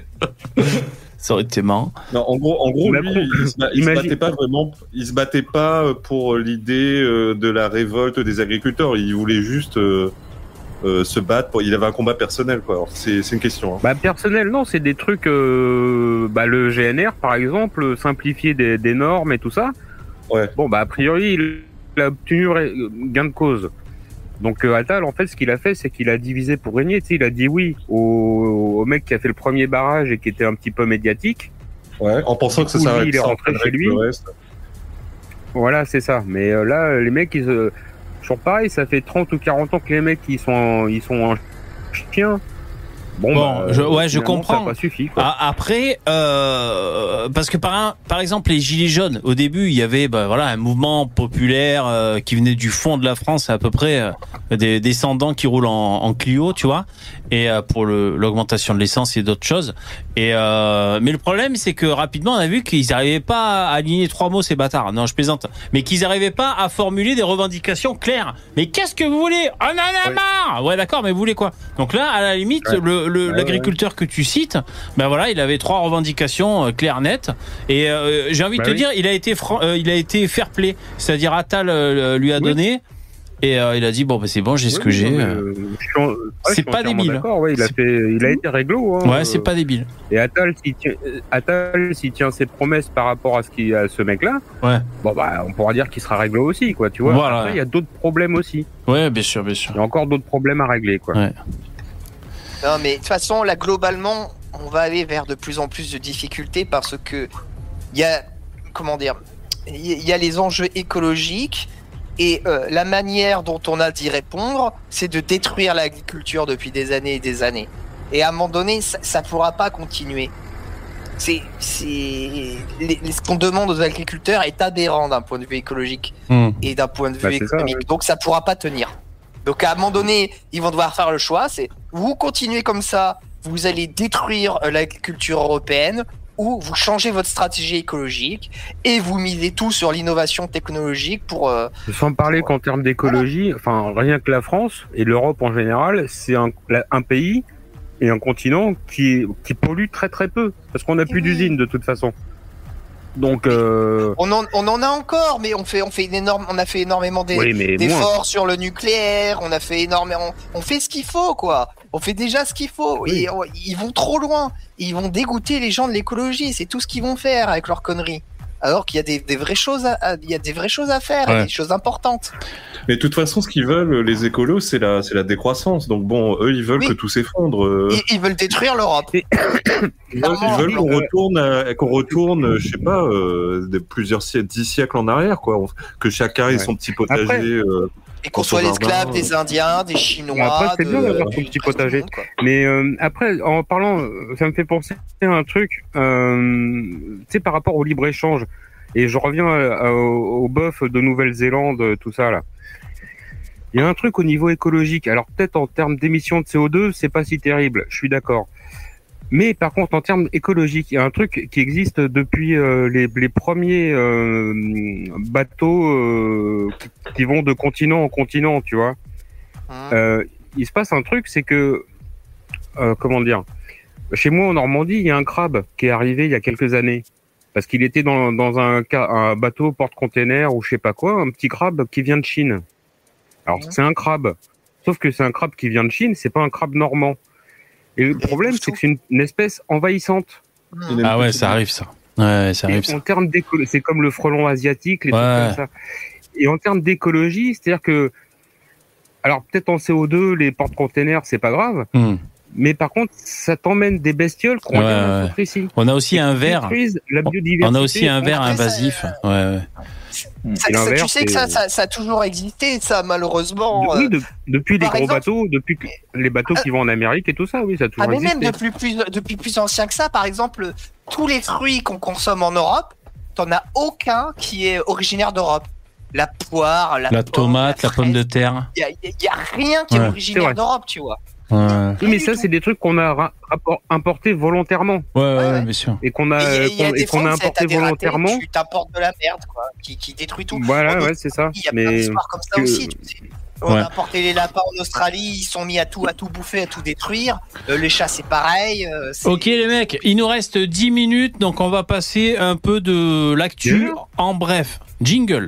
Ça aurait été marrant. Non, en gros, en gros, lui, Macron, il, se, ba- il se imagine- battait pas vraiment. Il se battait pas pour l'idée euh, de la révolte des agriculteurs. Il voulait juste euh, euh, se battre. Pour... Il avait un combat personnel, quoi. Alors, C'est c'est une question. Hein. Bah personnel, non, c'est des trucs, euh, bah le G N R par exemple, simplifier des, des normes et tout ça. Ouais. Bon bah a priori il a obtenu ré- gain de cause. Donc euh, Attal en fait ce qu'il a fait c'est qu'il a divisé pour régner. Tu sais, il a dit oui au, au mec qui a fait le premier barrage et qui était un petit peu médiatique. Ouais. En pensant Du que ça coup, lui, s'arrête il est rentré chez lui. Le reste. Voilà c'est ça. Mais euh, là les mecs ils euh, toujours pareil, ça fait trente ou quarante ans que les mecs ils sont en, ils sont en chien. Bon, Bon, bah, je- ouais, je finalement, comprends. Ça n'a pas suffi. Quoi. Ah, après, euh, parce que par, un, par exemple les gilets jaunes, au début il y avait bah, voilà un mouvement populaire euh, qui venait du fond de la France, à peu près euh, des descendants qui roulent en, en Clio, tu vois, et euh, pour le, l'augmentation de l'essence et d'autres choses. Et euh, mais le problème c'est que rapidement on a vu qu'ils n'arrivaient pas à aligner trois mots ces bâtards. Non, je plaisante, mais qu'ils n'arrivaient pas à formuler des revendications claires. Mais qu'est-ce que vous voulez? On en a Ouais. marre. Ouais, d'accord, mais vous voulez quoi? Donc là, à la limite, Ouais. le, le Ouais, l'agriculteur que tu cites, ben voilà, il avait trois revendications euh, claires, nettes. Et euh, j'ai envie Bah de te oui. dire, il a été franc, euh, il a été fair play, c'est-à-dire Attal euh, lui a Oui. donné. Et euh, il a dit bon ben c'est bon, j'ai ce Oui, que j'ai. non, mais, euh. euh, je suis en- ouais, je C'est suis pas entièrement débile. D'accord, ouais, il a C'est- fait, il a été réglo. Hein, Ouais, c'est euh, pas débile. Et Attal, s'il tient, euh, Attal, s'il tient ses promesses par rapport à ce qui, à ce mec-là, Ouais. bon bah, on pourra dire qu'il sera réglo aussi, quoi. Tu vois. Voilà. Après, il y a d'autres problèmes aussi. Ouais, bien sûr, bien sûr. Il y a encore d'autres problèmes à régler, quoi. Ouais. Non, mais de toute façon, là, globalement, on va aller vers de plus en plus de difficultés parce que il y a, comment dire, il y il y a les enjeux écologiques et euh, la manière dont on a d'y répondre, c'est de détruire l'agriculture depuis des années et des années. Et à un moment donné, ça, ça pourra pas continuer. C'est, c'est, les- les- ce qu'on demande aux agriculteurs est aberrant d'un point de vue écologique Hmm. et d'un point de vue Bah, c'est ça, économique. ouais. Donc ça pourra pas tenir. Donc à un moment donné, ils vont devoir faire le choix, c'est vous continuez comme ça, vous allez détruire euh, l'agriculture européenne, ou vous changez votre stratégie écologique et vous misez tout sur l'innovation technologique pour... euh, Sans parler Ouais. qu'en termes d'écologie, enfin, rien que la France et l'Europe en général, c'est un, la- un pays et un continent qui, qui pollue très très peu. Parce qu'on n'a plus Oui. d'usines de toute façon. Donc, euh, on, en, on en a encore, mais on fait, on fait une énorme, on a fait énormément d'e- oui, mais moins. d'efforts sur le nucléaire, on a fait énormément, on fait ce qu'il faut, quoi. On fait déjà ce qu'il faut. Oui. Et on- ils vont trop loin. Ils vont dégoûter les gens de l'écologie. C'est tout ce qu'ils vont faire avec leurs conneries. Alors qu'il y a des, des vraies choses, à, à- il y a des vraies choses à faire, Ouais. et des choses importantes. Mais de toute façon, ce qu'ils veulent, les écolos, c'est la, c'est la décroissance. Donc bon, eux, ils veulent Oui. que tout s'effondre. euh. Ils, ils veulent détruire l'Europe. Et- Ils veulent, ils veulent qu'on retourne, à- qu'on retourne, je sais pas, euh, de plusieurs siècles, dix siècles en arrière, quoi. On- Que chacun ait Ouais. son petit potager. Après- euh, Et qu'on Dans son soit l'esclave jardin, des Indiens, des Chinois. Après, c'est de- bien d'avoir son de- petit de tout le potager. monde, quoi. Mais euh, après, en parlant, euh, ça me fait penser à un truc, euh, tu sais, par rapport au libre-échange. Et je reviens à- à- au, au bof de Nouvelle-Zélande, tout ça, là. Il y a un truc au niveau écologique. Alors, peut-être en termes d'émissions de C O deux, c'est pas si terrible, je suis d'accord. Mais par contre, en termes écologiques, il y a un truc qui existe depuis euh, les, les premiers euh, bateaux euh, qui, qui vont de continent en continent, tu vois. Hum. Euh, il se passe un truc, c'est que, euh, comment dire, chez moi en Normandie, il y a un crabe qui est arrivé il y a quelques années. Parce qu'il était dans, dans un, ca- un bateau porte-container ou je sais pas quoi, un petit crabe qui vient de Chine. Alors Mhm. c'est un crabe. Sauf que c'est un crabe qui vient de Chine, c'est pas un crabe normand. Et le problème, c'est que c'est une, une espèce envahissante. Mmh. Ah ouais, ça arrive ça. Ouais, ça arrive. Et ça. en termes d'écologie, c'est comme le frelon asiatique, les ouais. trucs comme ça. Et en termes d'écologie, c'est-à-dire que, alors peut-être en C O deux, les porte-containers, c'est pas grave. Mmh. Mais par contre, ça t'emmène des bestioles qu'on ouais, a ouais. contre ici. On a aussi un ver. On a aussi un ver invasif. Ça, ouais, ouais. Ça, ça, tu sais que ça, ça, ça a toujours existé, ça, malheureusement. Oui, de, depuis les gros exemple, bateaux, depuis les bateaux euh, qui vont en Amérique et tout ça, oui, ça a toujours ah, mais existé. Même depuis plus, depuis plus ancien que ça, par exemple, tous les fruits qu'on consomme en Europe, t'en as aucun qui est originaire d'Europe. La poire, la, la pomme, tomate, la, la pomme de terre. Il n'y a, a rien qui ouais. est originaire est d'Europe, tu vois. Ouais. Oui, mais ça, c'est des trucs qu'on a importés volontairement. Ouais, ouais, ouais, bien sûr. Et qu'on a, et qu et qu'on a importé volontairement. Raté, tu t'importes de la merde, quoi, qui, qui détruit tout. Voilà, ouais, c'est ça. Il y a mais plein d'histoires comme ça que... aussi. Tu sais. On ouais. a importé les lapins en Australie, ils sont mis à tout, à tout bouffer, à tout détruire. Euh, les chats, c'est pareil. Euh, ok, les mecs, il nous reste dix minutes, donc on va passer un peu de l'actu yeah. en bref. Jingle.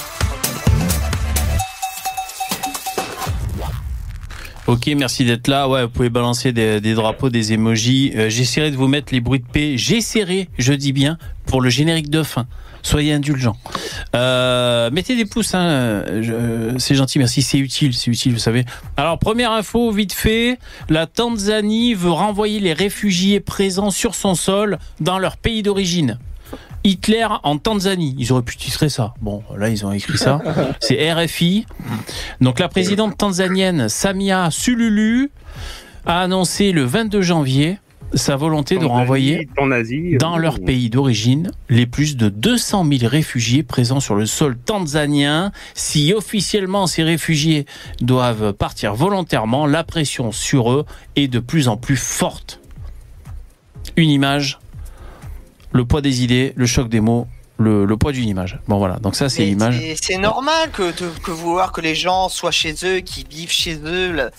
Ok, merci d'être là. Ouais, vous pouvez balancer des, des drapeaux, des emojis. Euh, j'essaierai de vous mettre les bruits de paix. J'essaierai, je dis bien, pour le générique de fin. Soyez indulgents. Euh, mettez des pouces, hein. Je, c'est gentil, merci. C'est utile, c'est utile, vous savez. Alors, première info, vite fait. La Tanzanie veut renvoyer les réfugiés présents sur son sol dans leur pays d'origine. Hitler en Tanzanie. Ils auraient pu titrer ça. Bon, là, ils ont écrit ça. C'est R F I. Donc, la présidente tanzanienne Samia Suluhu a annoncé le vingt-deux janvier sa volonté Tanzanie, de renvoyer Asie, dans euh, leur pays d'origine les plus de deux cent mille réfugiés présents sur le sol tanzanien. Si officiellement ces réfugiés doivent partir volontairement, la pression sur eux est de plus en plus forte. Une image, le poids des idées, le choc des mots, le, le poids d'une image. Bon voilà, donc ça c'est Mais l'image. C'est, c'est normal que, de, que vouloir que les gens soient chez eux, qu'ils vivent chez eux. La,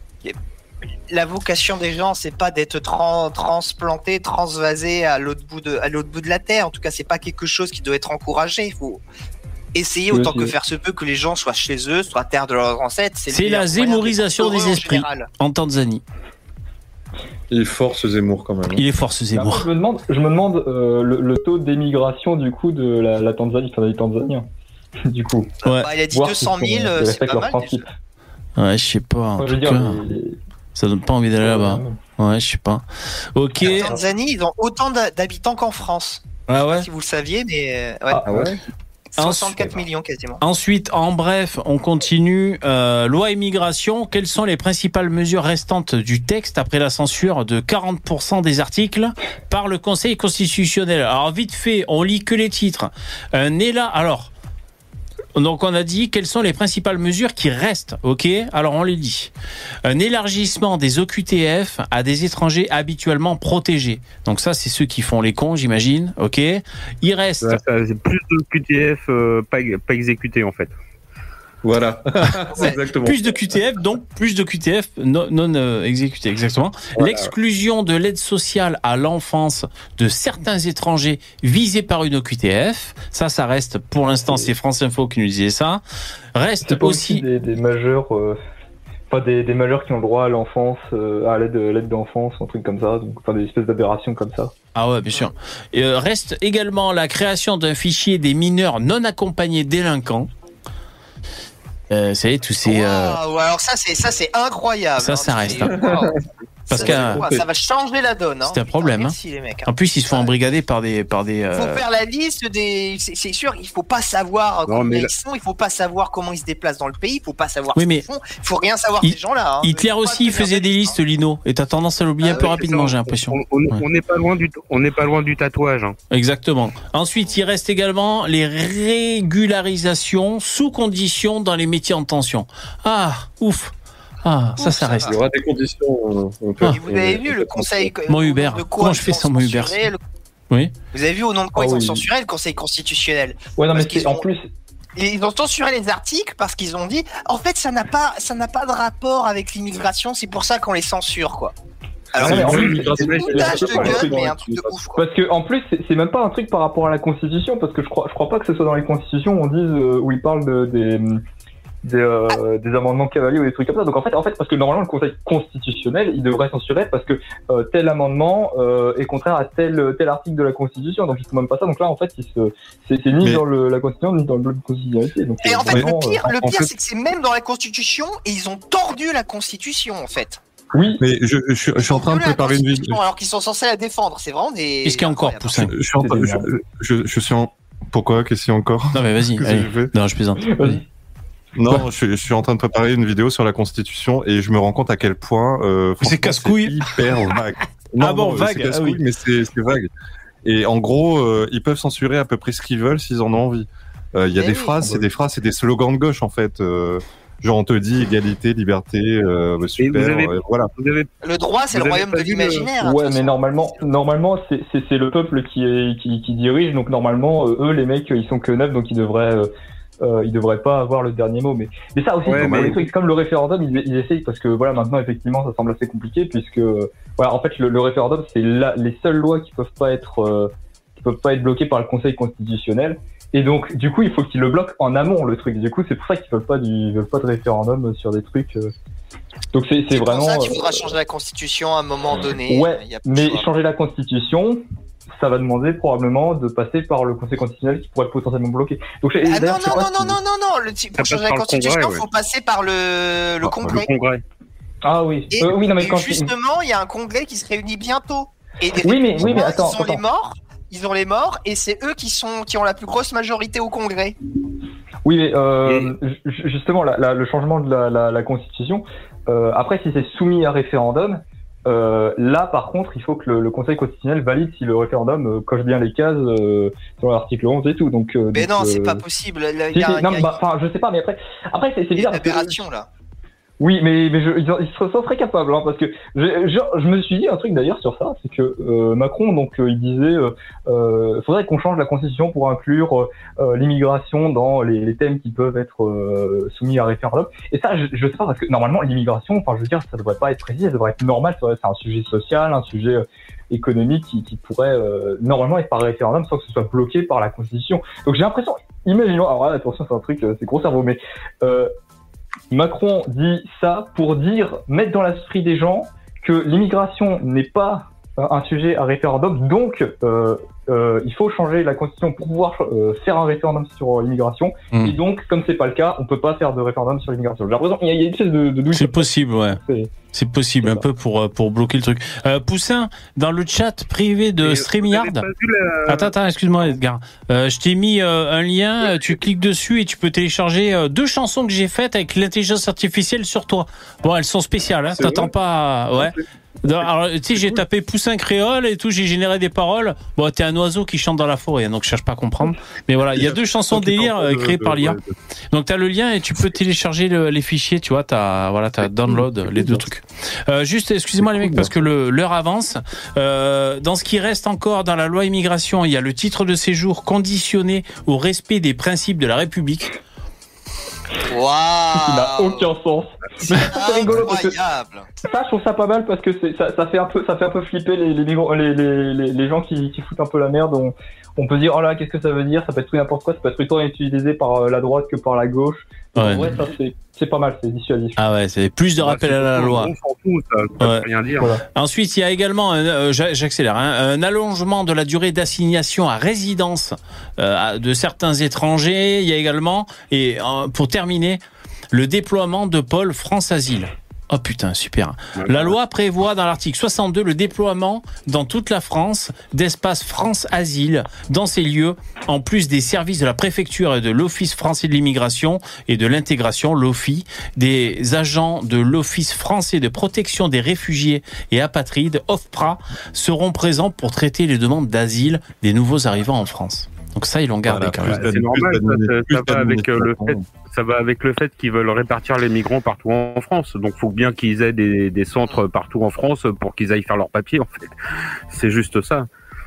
la vocation des gens, c'est pas d'être trans, transplanté, transvasé à l'autre bout de, à l'autre bout de la terre. En tout cas, c'est pas quelque chose qui doit être encouragé. Il faut essayer autant oui, que oui. faire se peut que les gens soient chez eux, soient terre de leurs ancêtres. C'est, c'est la zémorisation des esprits en, en Tanzanie. Il est fort ce Zemmour quand même. Il est fort ce Zemmour. Je me demande, je me demande euh, le, le taux d'émigration du coup de la, la Tanzanie, enfin des Tanzaniens. Du coup. Ouais. Bah, il a dit deux cent mille, c'est pas mal. Ouais, je sais pas. En tout cas, les... ça donne pas envie d'aller ouais, là-bas. Ouais, ouais je sais pas. Ok. En Tanzanie, ils ont autant d'habitants qu'en France. Ah ouais. Si vous le saviez, mais ouais. Ah ouais. soixante-quatre millions quasiment. Ensuite, en bref, on continue. Euh, loi immigration. Quelles sont les principales mesures restantes du texte après la censure de quarante pour cent des articles par le Conseil constitutionnel? Alors vite fait, on lit que les titres. Un élan. Alors. Donc on a dit quelles sont les principales mesures qui restent, ok? Alors on les dit. Un élargissement des O Q T F à des étrangers habituellement protégés. Donc ça c'est ceux qui font les cons, j'imagine, ok? Il reste... Ouais, ça, c'est plus de O Q T F euh, pas, pas exécutés en fait. Voilà. C'est exactement. Plus de Q T F, donc plus de Q T F non, non euh, exécutés, exactement. Voilà. L'exclusion de l'aide sociale à l'enfance de certains étrangers visés par une O Q T F, ça, ça reste, pour l'instant, c'est France Info qui nous disait ça. Reste c'est pas aussi... aussi des, des majeurs... Euh... Enfin, des, des majeurs qui ont le droit à l'enfance, euh, à l'aide, l'aide d'enfance, un truc comme ça, donc, enfin des espèces d'aberrations comme ça. Ah ouais, bien sûr. Et, euh, reste également la création d'un fichier des mineurs non accompagnés délinquants. Euh, vous savez, tous ces. Euh... Wow, alors ça, c'est ça, c'est incroyable. Ça, hein, ça reste. Hein. Wow. Parce ça, que ça va changer la donne. Hein. C'est un problème. Merci, hein. les mecs, hein. En plus, ils se font embrigader par des, par des. Il faut euh... faire la liste des. C'est, c'est sûr, il faut pas savoir comment ils là... sont, il faut pas savoir comment ils se déplacent dans le pays, il faut pas savoir oui, ce mais... qu'ils font. Il faut rien savoir de il... ces gens-là. Hein. Hitler aussi faisait des listes, Lino, et t'as tendance à l'oublier ah, un peu oui, rapidement, j'ai l'impression. On n'est on, ouais. pas loin du, on n'est pas loin du tatouage. Hein. Exactement. Ensuite, il reste également les régularisations sous conditions dans les métiers en tension. Ah, ouf. Ah, ça, ça reste. Il y aura des conditions. On peut, ah. Vous avez vu le conseil. Mon Uber. Comment je fais sans mon Uber? Le... Oui. Vous avez vu au nom de quoi ah, ils ont oui. censuré le Conseil constitutionnel? Ouais, non, mais c'est, en plus. Ils ont censuré les articles parce qu'ils ont dit, en fait, ça n'a pas, ça n'a pas de rapport avec l'immigration, c'est pour ça qu'on les censure, quoi. Alors, ouais, c'est plus, c'est une tâche de gueule, mais un truc de ouf, quoi. Parce que, en plus, c'est, c'est même pas un truc par rapport à la Constitution, parce que je crois, je crois pas que ce soit dans les Constitutions où on dise, euh, où ils parlent de, des, des, euh, des amendements cavaliers ou des trucs comme ça. Donc en fait, en fait, parce que normalement le Conseil constitutionnel, il devrait censurer parce que euh, tel amendement euh, est contraire à tel tel article de la Constitution. Donc ils font même pas ça. Donc là, en fait, il se, c'est, c'est ni mais... dans le, la Constitution ni dans le bloc de constitutionnalité. Donc, et en fait, vraiment, le pire, euh, le pire, fait... c'est que c'est même dans la Constitution et ils ont tordu la Constitution en fait. Oui, mais je, je, je, je suis en train de préparer une vidéo. Alors qu'ils sont censés la défendre, c'est vraiment des. Qu'est-ce qu'il y a encore, Poussin? je, je, suis en train, je, je, je suis en. Pourquoi? Qu'est-ce qu'il y a encore? Non mais vas-y. Non, je plaisante. Vas-y. Non, je, je suis en train de préparer une vidéo sur la Constitution et je me rends compte à quel point euh, c'est casse-couille, hyper vague. Non, ah bon, non, vague, c'est ah oui. mais c'est, c'est vague. Et en gros, euh, ils peuvent censurer à peu près ce qu'ils veulent s'ils en ont envie. Il euh, y a mais des oui, phrases, c'est des phrases, c'est des slogans de gauche en fait. Euh, genre on te dit égalité, liberté, euh, super. Vous avez, euh, voilà. Vous avez, le droit, c'est le royaume de l'imaginaire. Le... Ouais, mais normalement, normalement, c'est, c'est, c'est le peuple qui, est, qui, qui dirige. Donc normalement, euh, eux, les mecs, ils sont que neuf, donc ils devraient. Euh, Euh, ils devraient pas avoir le dernier mot, mais mais ça aussi, ouais, mais... les trucs comme le référendum, ils, ils essayent parce que voilà, maintenant effectivement, ça semble assez compliqué puisque voilà, en fait, le, le référendum, c'est la, les seules lois qui peuvent pas être euh, qui peuvent pas être bloquées par le Conseil constitutionnel, et donc du coup, il faut qu'ils le bloquent en amont le truc. Du coup, c'est pour ça qu'ils veulent pas du, ils veulent pas de référendum sur des trucs. Euh... Donc c'est c'est, c'est vraiment. C'est pour ça qu'il faudra changer la Constitution à un moment donné. Ouais, mais changer la Constitution, ça va demander probablement de passer par le Conseil constitutionnel qui pourrait potentiellement bloquer. Donc, ah non, non, non, non, non, non, non, le type, pour changer la Constitution, il ouais. faut passer par le, le, ah, congrès. le Congrès. Ah oui. Et, euh, oui, non, mais et quand justement, il y a un congrès qui se réunit bientôt. Et des oui, mais, oui, mais attends. Ils ont attends. les morts, ils ont les morts, et c'est eux qui, sont, qui ont la plus grosse majorité au congrès. Oui, mais euh, et... justement, la, la, le changement de la, la, la Constitution, euh, après, si c'est soumis à référendum, Euh, là, par contre, il faut que le, le Conseil constitutionnel valide si le référendum euh, coche bien les cases euh, sur l'article onze et tout. Donc, euh, mais donc, non, euh... c'est pas possible. Là, si, y a, si, non, y a... bah, enfin, je sais pas, mais après, après, c'est, c'est bizarre. Il y a une aberration là. Oui, mais, mais je, ils, ils s'en seraient capables, hein, parce que je, je, je me suis dit un truc d'ailleurs sur ça, c'est que euh, Macron, donc, euh, il disait, euh, euh, faudrait qu'on change la Constitution pour inclure euh, l'immigration dans les, les thèmes qui peuvent être euh, soumis à référendum. Et ça, je, je sais pas, parce que normalement, l'immigration, enfin, je veux dire, ça devrait pas être précis, ça devrait être normal, ça devrait, c'est un sujet social, un sujet euh, économique qui, qui pourrait euh, normalement être par référendum sans que ce soit bloqué par la Constitution. Donc j'ai l'impression, imaginons, alors là, attention, c'est un truc, c'est gros cerveau, mais euh, Macron dit ça pour dire, mettre dans l'esprit des gens que l'immigration n'est pas un sujet à référendum, donc euh, euh, il faut changer la Constitution pour pouvoir euh, faire un référendum sur l'immigration, mmh. et donc comme c'est pas le cas, on peut pas faire de référendum sur l'immigration. J'ai l'impression qu'il y a une espèce de, de douille. C'est possible, ouais. C'est, c'est possible, c'est un ça. peu pour pour bloquer le truc. Euh, Poussin, dans le chat privé de et StreamYard. La... Attends, attends, excuse-moi, Edgar. Euh, je t'ai mis euh, un lien. Oui. Tu cliques dessus et tu peux télécharger euh, deux chansons que j'ai faites avec l'intelligence artificielle sur toi. Bon, elles sont spéciales, hein. T'attends pas, ouais. Alors, tu sais, j'ai tapé Poussin créole et tout, j'ai généré des paroles. Bon, t'es un oiseau qui chante dans la forêt, donc je cherche pas à comprendre. Mais voilà, il y a deux chansons délire euh, créées par l'I A. Donc t'as le lien et tu peux télécharger le, les fichiers, tu vois, t'as, voilà, t'as download les deux trucs. Euh, juste, excusez-moi les mecs, parce que le, l'heure avance. Euh, dans ce qui reste encore dans la loi immigration, il y a le titre de séjour conditionné au respect des principes de la République. Waouh, ça n'a aucun sens. C'est mais c'est rigolo parce que ça, je trouve ça pas mal parce que c'est, ça, ça fait un peu, ça fait un peu flipper les les, les, les, les, les gens qui, qui foutent un peu la merde. On, on peut se dire oh là, qu'est-ce que ça veut dire? Ça peut être tout n'importe quoi. Ça peut être autant utilisé par la droite que par la gauche. Ouais, ouais ça c'est, c'est pas mal, c'est dissuasif. Ah ouais, c'est plus de rappel ouais, à la loi. On s'en fout, ça, ça ouais. veut rien dire. Voilà. Ensuite, il y a également, euh, j'accélère, hein, un allongement de la durée d'assignation à résidence euh, de certains étrangers. Il y a également, et euh, pour terminer, le déploiement de pôle France Asile. Oh putain, super. La loi prévoit dans l'article soixante-deux le déploiement dans toute la France d'espaces France Asile dans ces lieux, en plus des services de la préfecture et de l'Office français de l'immigration et de l'intégration, l'O F I, des agents de l'Office français de protection des réfugiés et apatrides, O F P R A, seront présents pour traiter les demandes d'asile des nouveaux arrivants en France. Donc ça, ils l'ont gardé voilà, quand même. C'est normal, ça, ça, va avec euh, le fait, ça va avec le fait qu'ils veulent répartir les migrants partout en France. Donc il faut bien qu'ils aient des, des centres partout en France pour qu'ils aillent faire leurs papiers, en fait. C'est juste ça.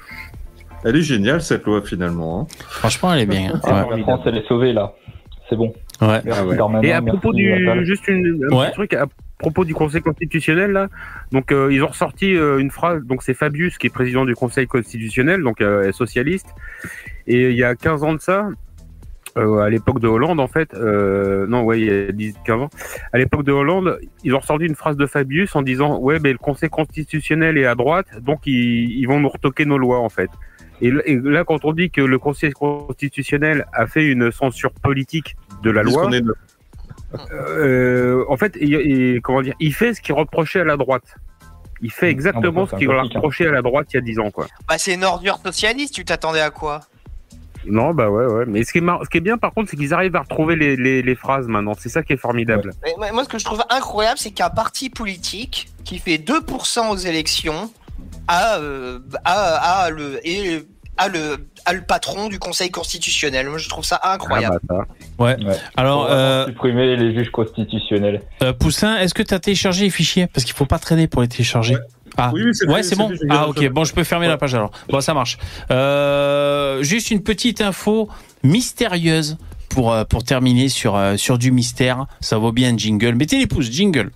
Elle est géniale, cette loi, finalement. Hein. Franchement, elle est bien. Hein. Ouais. La France, elle est sauvée, là. C'est bon. Ouais. Merci, ouais. Darmanin, Et à propos du, juste une, un ouais. petit truc, à propos du Conseil constitutionnel, là. Donc, euh, ils ont ressorti euh, une phrase. Donc, c'est Fabius qui est président du Conseil constitutionnel, donc euh, socialiste. Et il y a quinze ans de ça, euh, à l'époque de Hollande, en fait, euh, non, ouais, il y a dix quinze ans, à l'époque de Hollande, ils ont sorti une phrase de Fabius en disant, ouais, mais le Conseil constitutionnel est à droite, donc ils, ils vont nous retoquer nos lois, en fait. Et, et là, quand on dit que le Conseil constitutionnel a fait une censure politique de la loi, de... euh, en fait, il, il, comment dire, il fait ce qu'il reprochait à la droite. Il fait exactement ce qu'il reprochait à la droite il y a dix ans, quoi. Bah, c'est une ordure socialiste, tu t'attendais à quoi? Non, bah ouais, ouais. Mais ce qui est, mar... ce qui est bien, par contre, c'est qu'ils arrivent à retrouver les, les, les phrases maintenant. C'est ça qui est formidable. Ouais. Mais moi, ce que je trouve incroyable, c'est qu'un parti politique qui fait deux pour cent aux élections a, euh, a, a, le, et, a, le, a le patron du Conseil constitutionnel. Moi, je trouve ça incroyable. Ah bah, ça. Ouais. ouais. Alors, euh... supprimer les juges constitutionnels. Euh, Poussin, est-ce que tu as téléchargé les fichiers? Parce qu'il faut pas traîner pour les télécharger. Ouais. Ah, oui, oui, c'est, ouais, c'est, c'est bon. C'est ah, ok. Bon, je peux fermer ouais. la page alors. Bon, ça marche. Euh, juste une petite info mystérieuse pour pour terminer sur sur du mystère. Ça vaut bien un jingle. Mettez les pouces, jingle.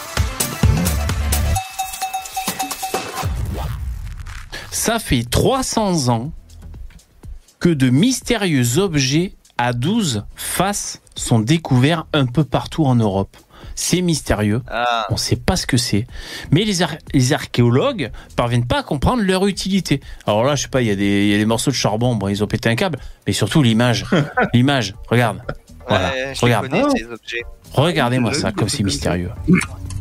Ça fait trois cents ans que de mystérieux objets à douze faces sont découverts un peu partout en Europe. C'est mystérieux, ah. on ne sait pas ce que c'est, mais les, ar- les archéologues parviennent pas à comprendre leur utilité. Alors là, je sais pas, il y a des, y a des morceaux de charbon, bon, ils ont pété un câble, mais surtout l'image, l'image, regarde, voilà, ouais, je regarde, connais, ces objets. Regardez-moi ça, comme c'est mystérieux. Vous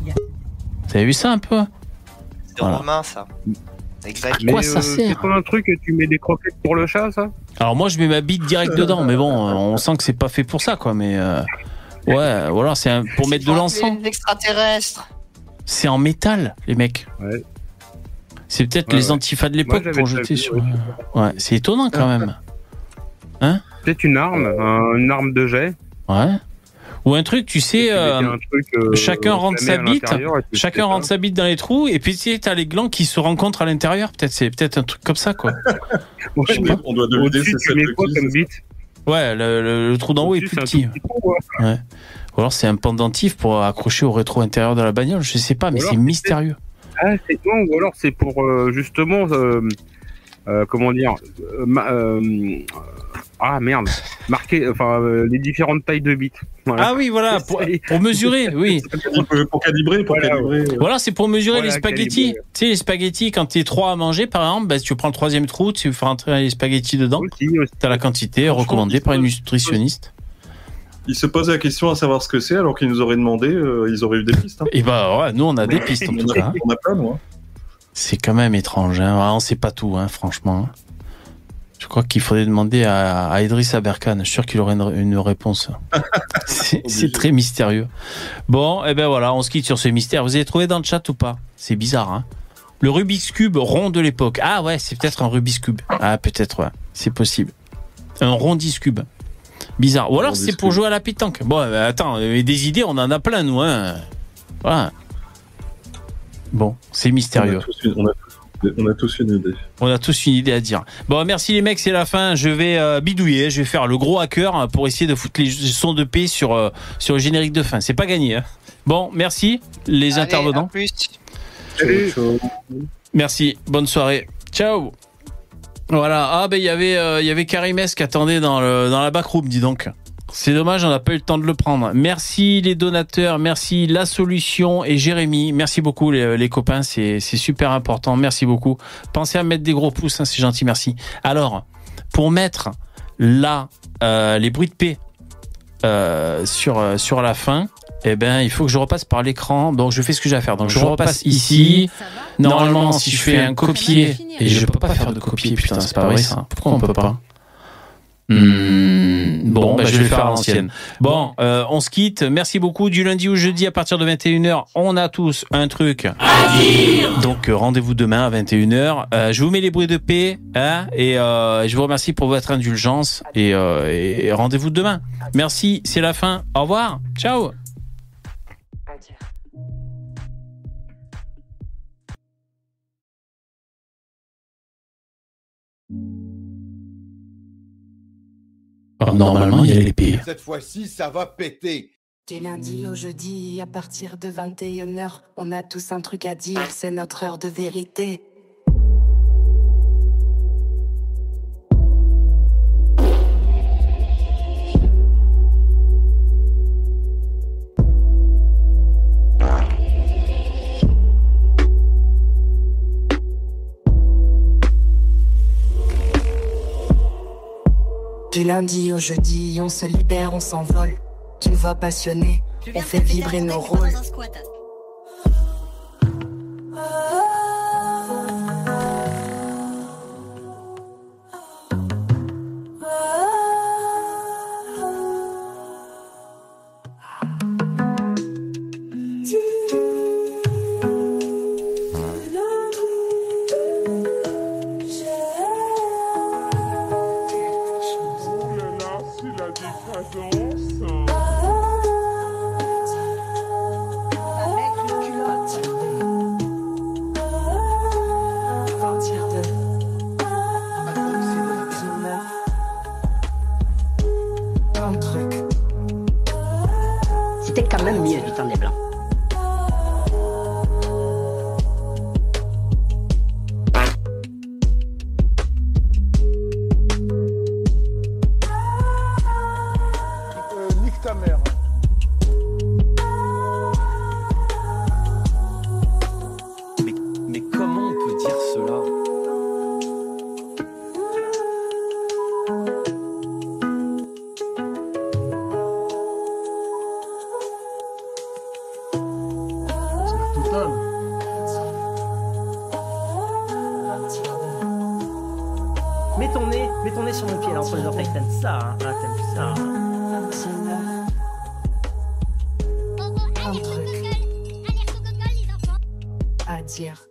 avez vu ça un peu? C'est voilà. Romain, ça. Exact. À quoi mais ça euh, sert? C'est pas un truc que tu mets des croquettes pour le chat, ça? Alors moi, je mets ma bite direct dedans, mais bon, on sent que c'est pas fait pour ça, quoi, mais... Euh... Ouais, voilà, c'est un, pour c'est mettre de l'encens. Les extraterrestres. C'est en métal, les mecs. Ouais. C'est peut-être ouais, les ouais. antifas de l'époque Moi, pour jeter sur. Ouais. ouais, c'est étonnant quand même. Hein? Peut-être une arme, un, une arme de jet. Ouais. Ou un truc, tu sais, euh, truc, euh, chacun rentre sa bite, chacun rentre sa bite dans les trous, et puis tu sais, t'as les glands qui se rencontrent à l'intérieur. Peut-être c'est peut-être un truc comme ça, quoi. ouais, on doit deviner c'est tu mets quoi comme bite? Ouais, le, le, le trou d'en haut est plus petit. Coup, ouais. ouais. Ou alors c'est un pendentif pour accrocher au rétro intérieur de la bagnole, je sais pas, mais c'est mystérieux. Ah, c'est non, ou alors c'est pour euh, justement, euh, euh, comment dire, euh, euh, ah merde, marquer, enfin euh, les différentes tailles de bits. Voilà. Ah oui, voilà, pour, pour mesurer, oui. Pour calibrer, pour voilà, calibrer. Voilà, c'est pour mesurer voilà, les spaghettis. Calibrer. Tu sais, les spaghettis, quand t'es trois à manger, par exemple, bah, si tu prends le troisième trou, tu fais rentrer les spaghettis dedans. Aussi, aussi. T'as la quantité recommandée par une nutritionniste. Ils se posent la question à savoir ce que c'est, alors qu'ils nous auraient demandé, euh, ils auraient eu des pistes. Hein. Et bah ouais, nous on a des pistes en tout cas. On a plein, nous. Hein. C'est quand même étrange, hein. Ah, on sait pas tout, hein, franchement. Je crois qu'il faudrait demander à, à Idriss Aberkan. Je suis sûr qu'il aurait une, une réponse. c'est, c'est très mystérieux. Bon, et eh ben voilà, on se quitte sur ce mystère. Vous avez trouvé dans le chat ou pas? C'est bizarre, hein. Le Rubik's Cube rond de l'époque. Ah ouais, c'est peut-être un Rubik's Cube. Ah peut-être, ouais, c'est possible. Un Rondis Cube. Bizarre. Ou alors c'est pour jouer à la pétanque. Bon, bah, attends, des idées, on en a plein, nous, hein. Voilà. Bon, c'est mystérieux. On a tous une, on a tous, on a tous une idée. On a tous une idée à dire. Bon, merci les mecs, c'est la fin. Je vais euh, bidouiller, je vais faire le gros hacker pour essayer de foutre les sons de paix sur, euh, sur le générique de fin. C'est pas gagné, hein. Bon, merci les Allez, intervenants. À plus. Salut. Merci, bonne soirée. Ciao. Voilà, ah ben il y avait euh, il y avait Karimès qui attendait dans le dans la backroom, dis donc. C'est dommage, on n'a pas eu le temps de le prendre. Merci les donateurs, merci La Solution et Jérémy. Merci beaucoup les, les copains, c'est c'est super important. Merci beaucoup. Pensez à mettre des gros pouces, hein, c'est gentil, merci. Alors, pour mettre là euh, les bruits de paix euh, sur euh, sur la fin, eh ben il faut que je repasse par l'écran. Donc je fais ce que j'ai à faire. Donc je, je repasse ici. Normalement, si je fais un copier, et je peux pas faire de copier, putain, c'est pas vrai ça. Pourquoi on peut pas? Mmh, bon, bah, je vais le faire à l'ancienne. Bon, euh, on se quitte. Merci beaucoup. Du lundi au jeudi à partir de vingt et une heures, on a tous un truc à dire. Donc euh, rendez-vous demain à vingt et une heures. Euh, je vous mets les bruits de paix, hein, et euh, je vous remercie pour votre indulgence et, euh, et rendez-vous demain. Merci, c'est la fin. Au revoir. Ciao. Alors, normalement, il y a l'épée. Cette fois-ci, ça va péter. Du lundi au jeudi, à partir de vingt et une heures, on a tous un truc à dire, c'est notre heure de vérité. Du lundi au jeudi, on se libère, on s'envole. D'une voix passionnée, on fait vibrer nos rôles. C'était quand même mieux du temps des Blancs. Euh, nique ta mère. Mais, mais comment on peut dire cela ? Mets ton nez, mets ton nez sur mon pied là entre les orteils, t'aimes ça, hein, ah, t'aimes ça. Un truc à dire.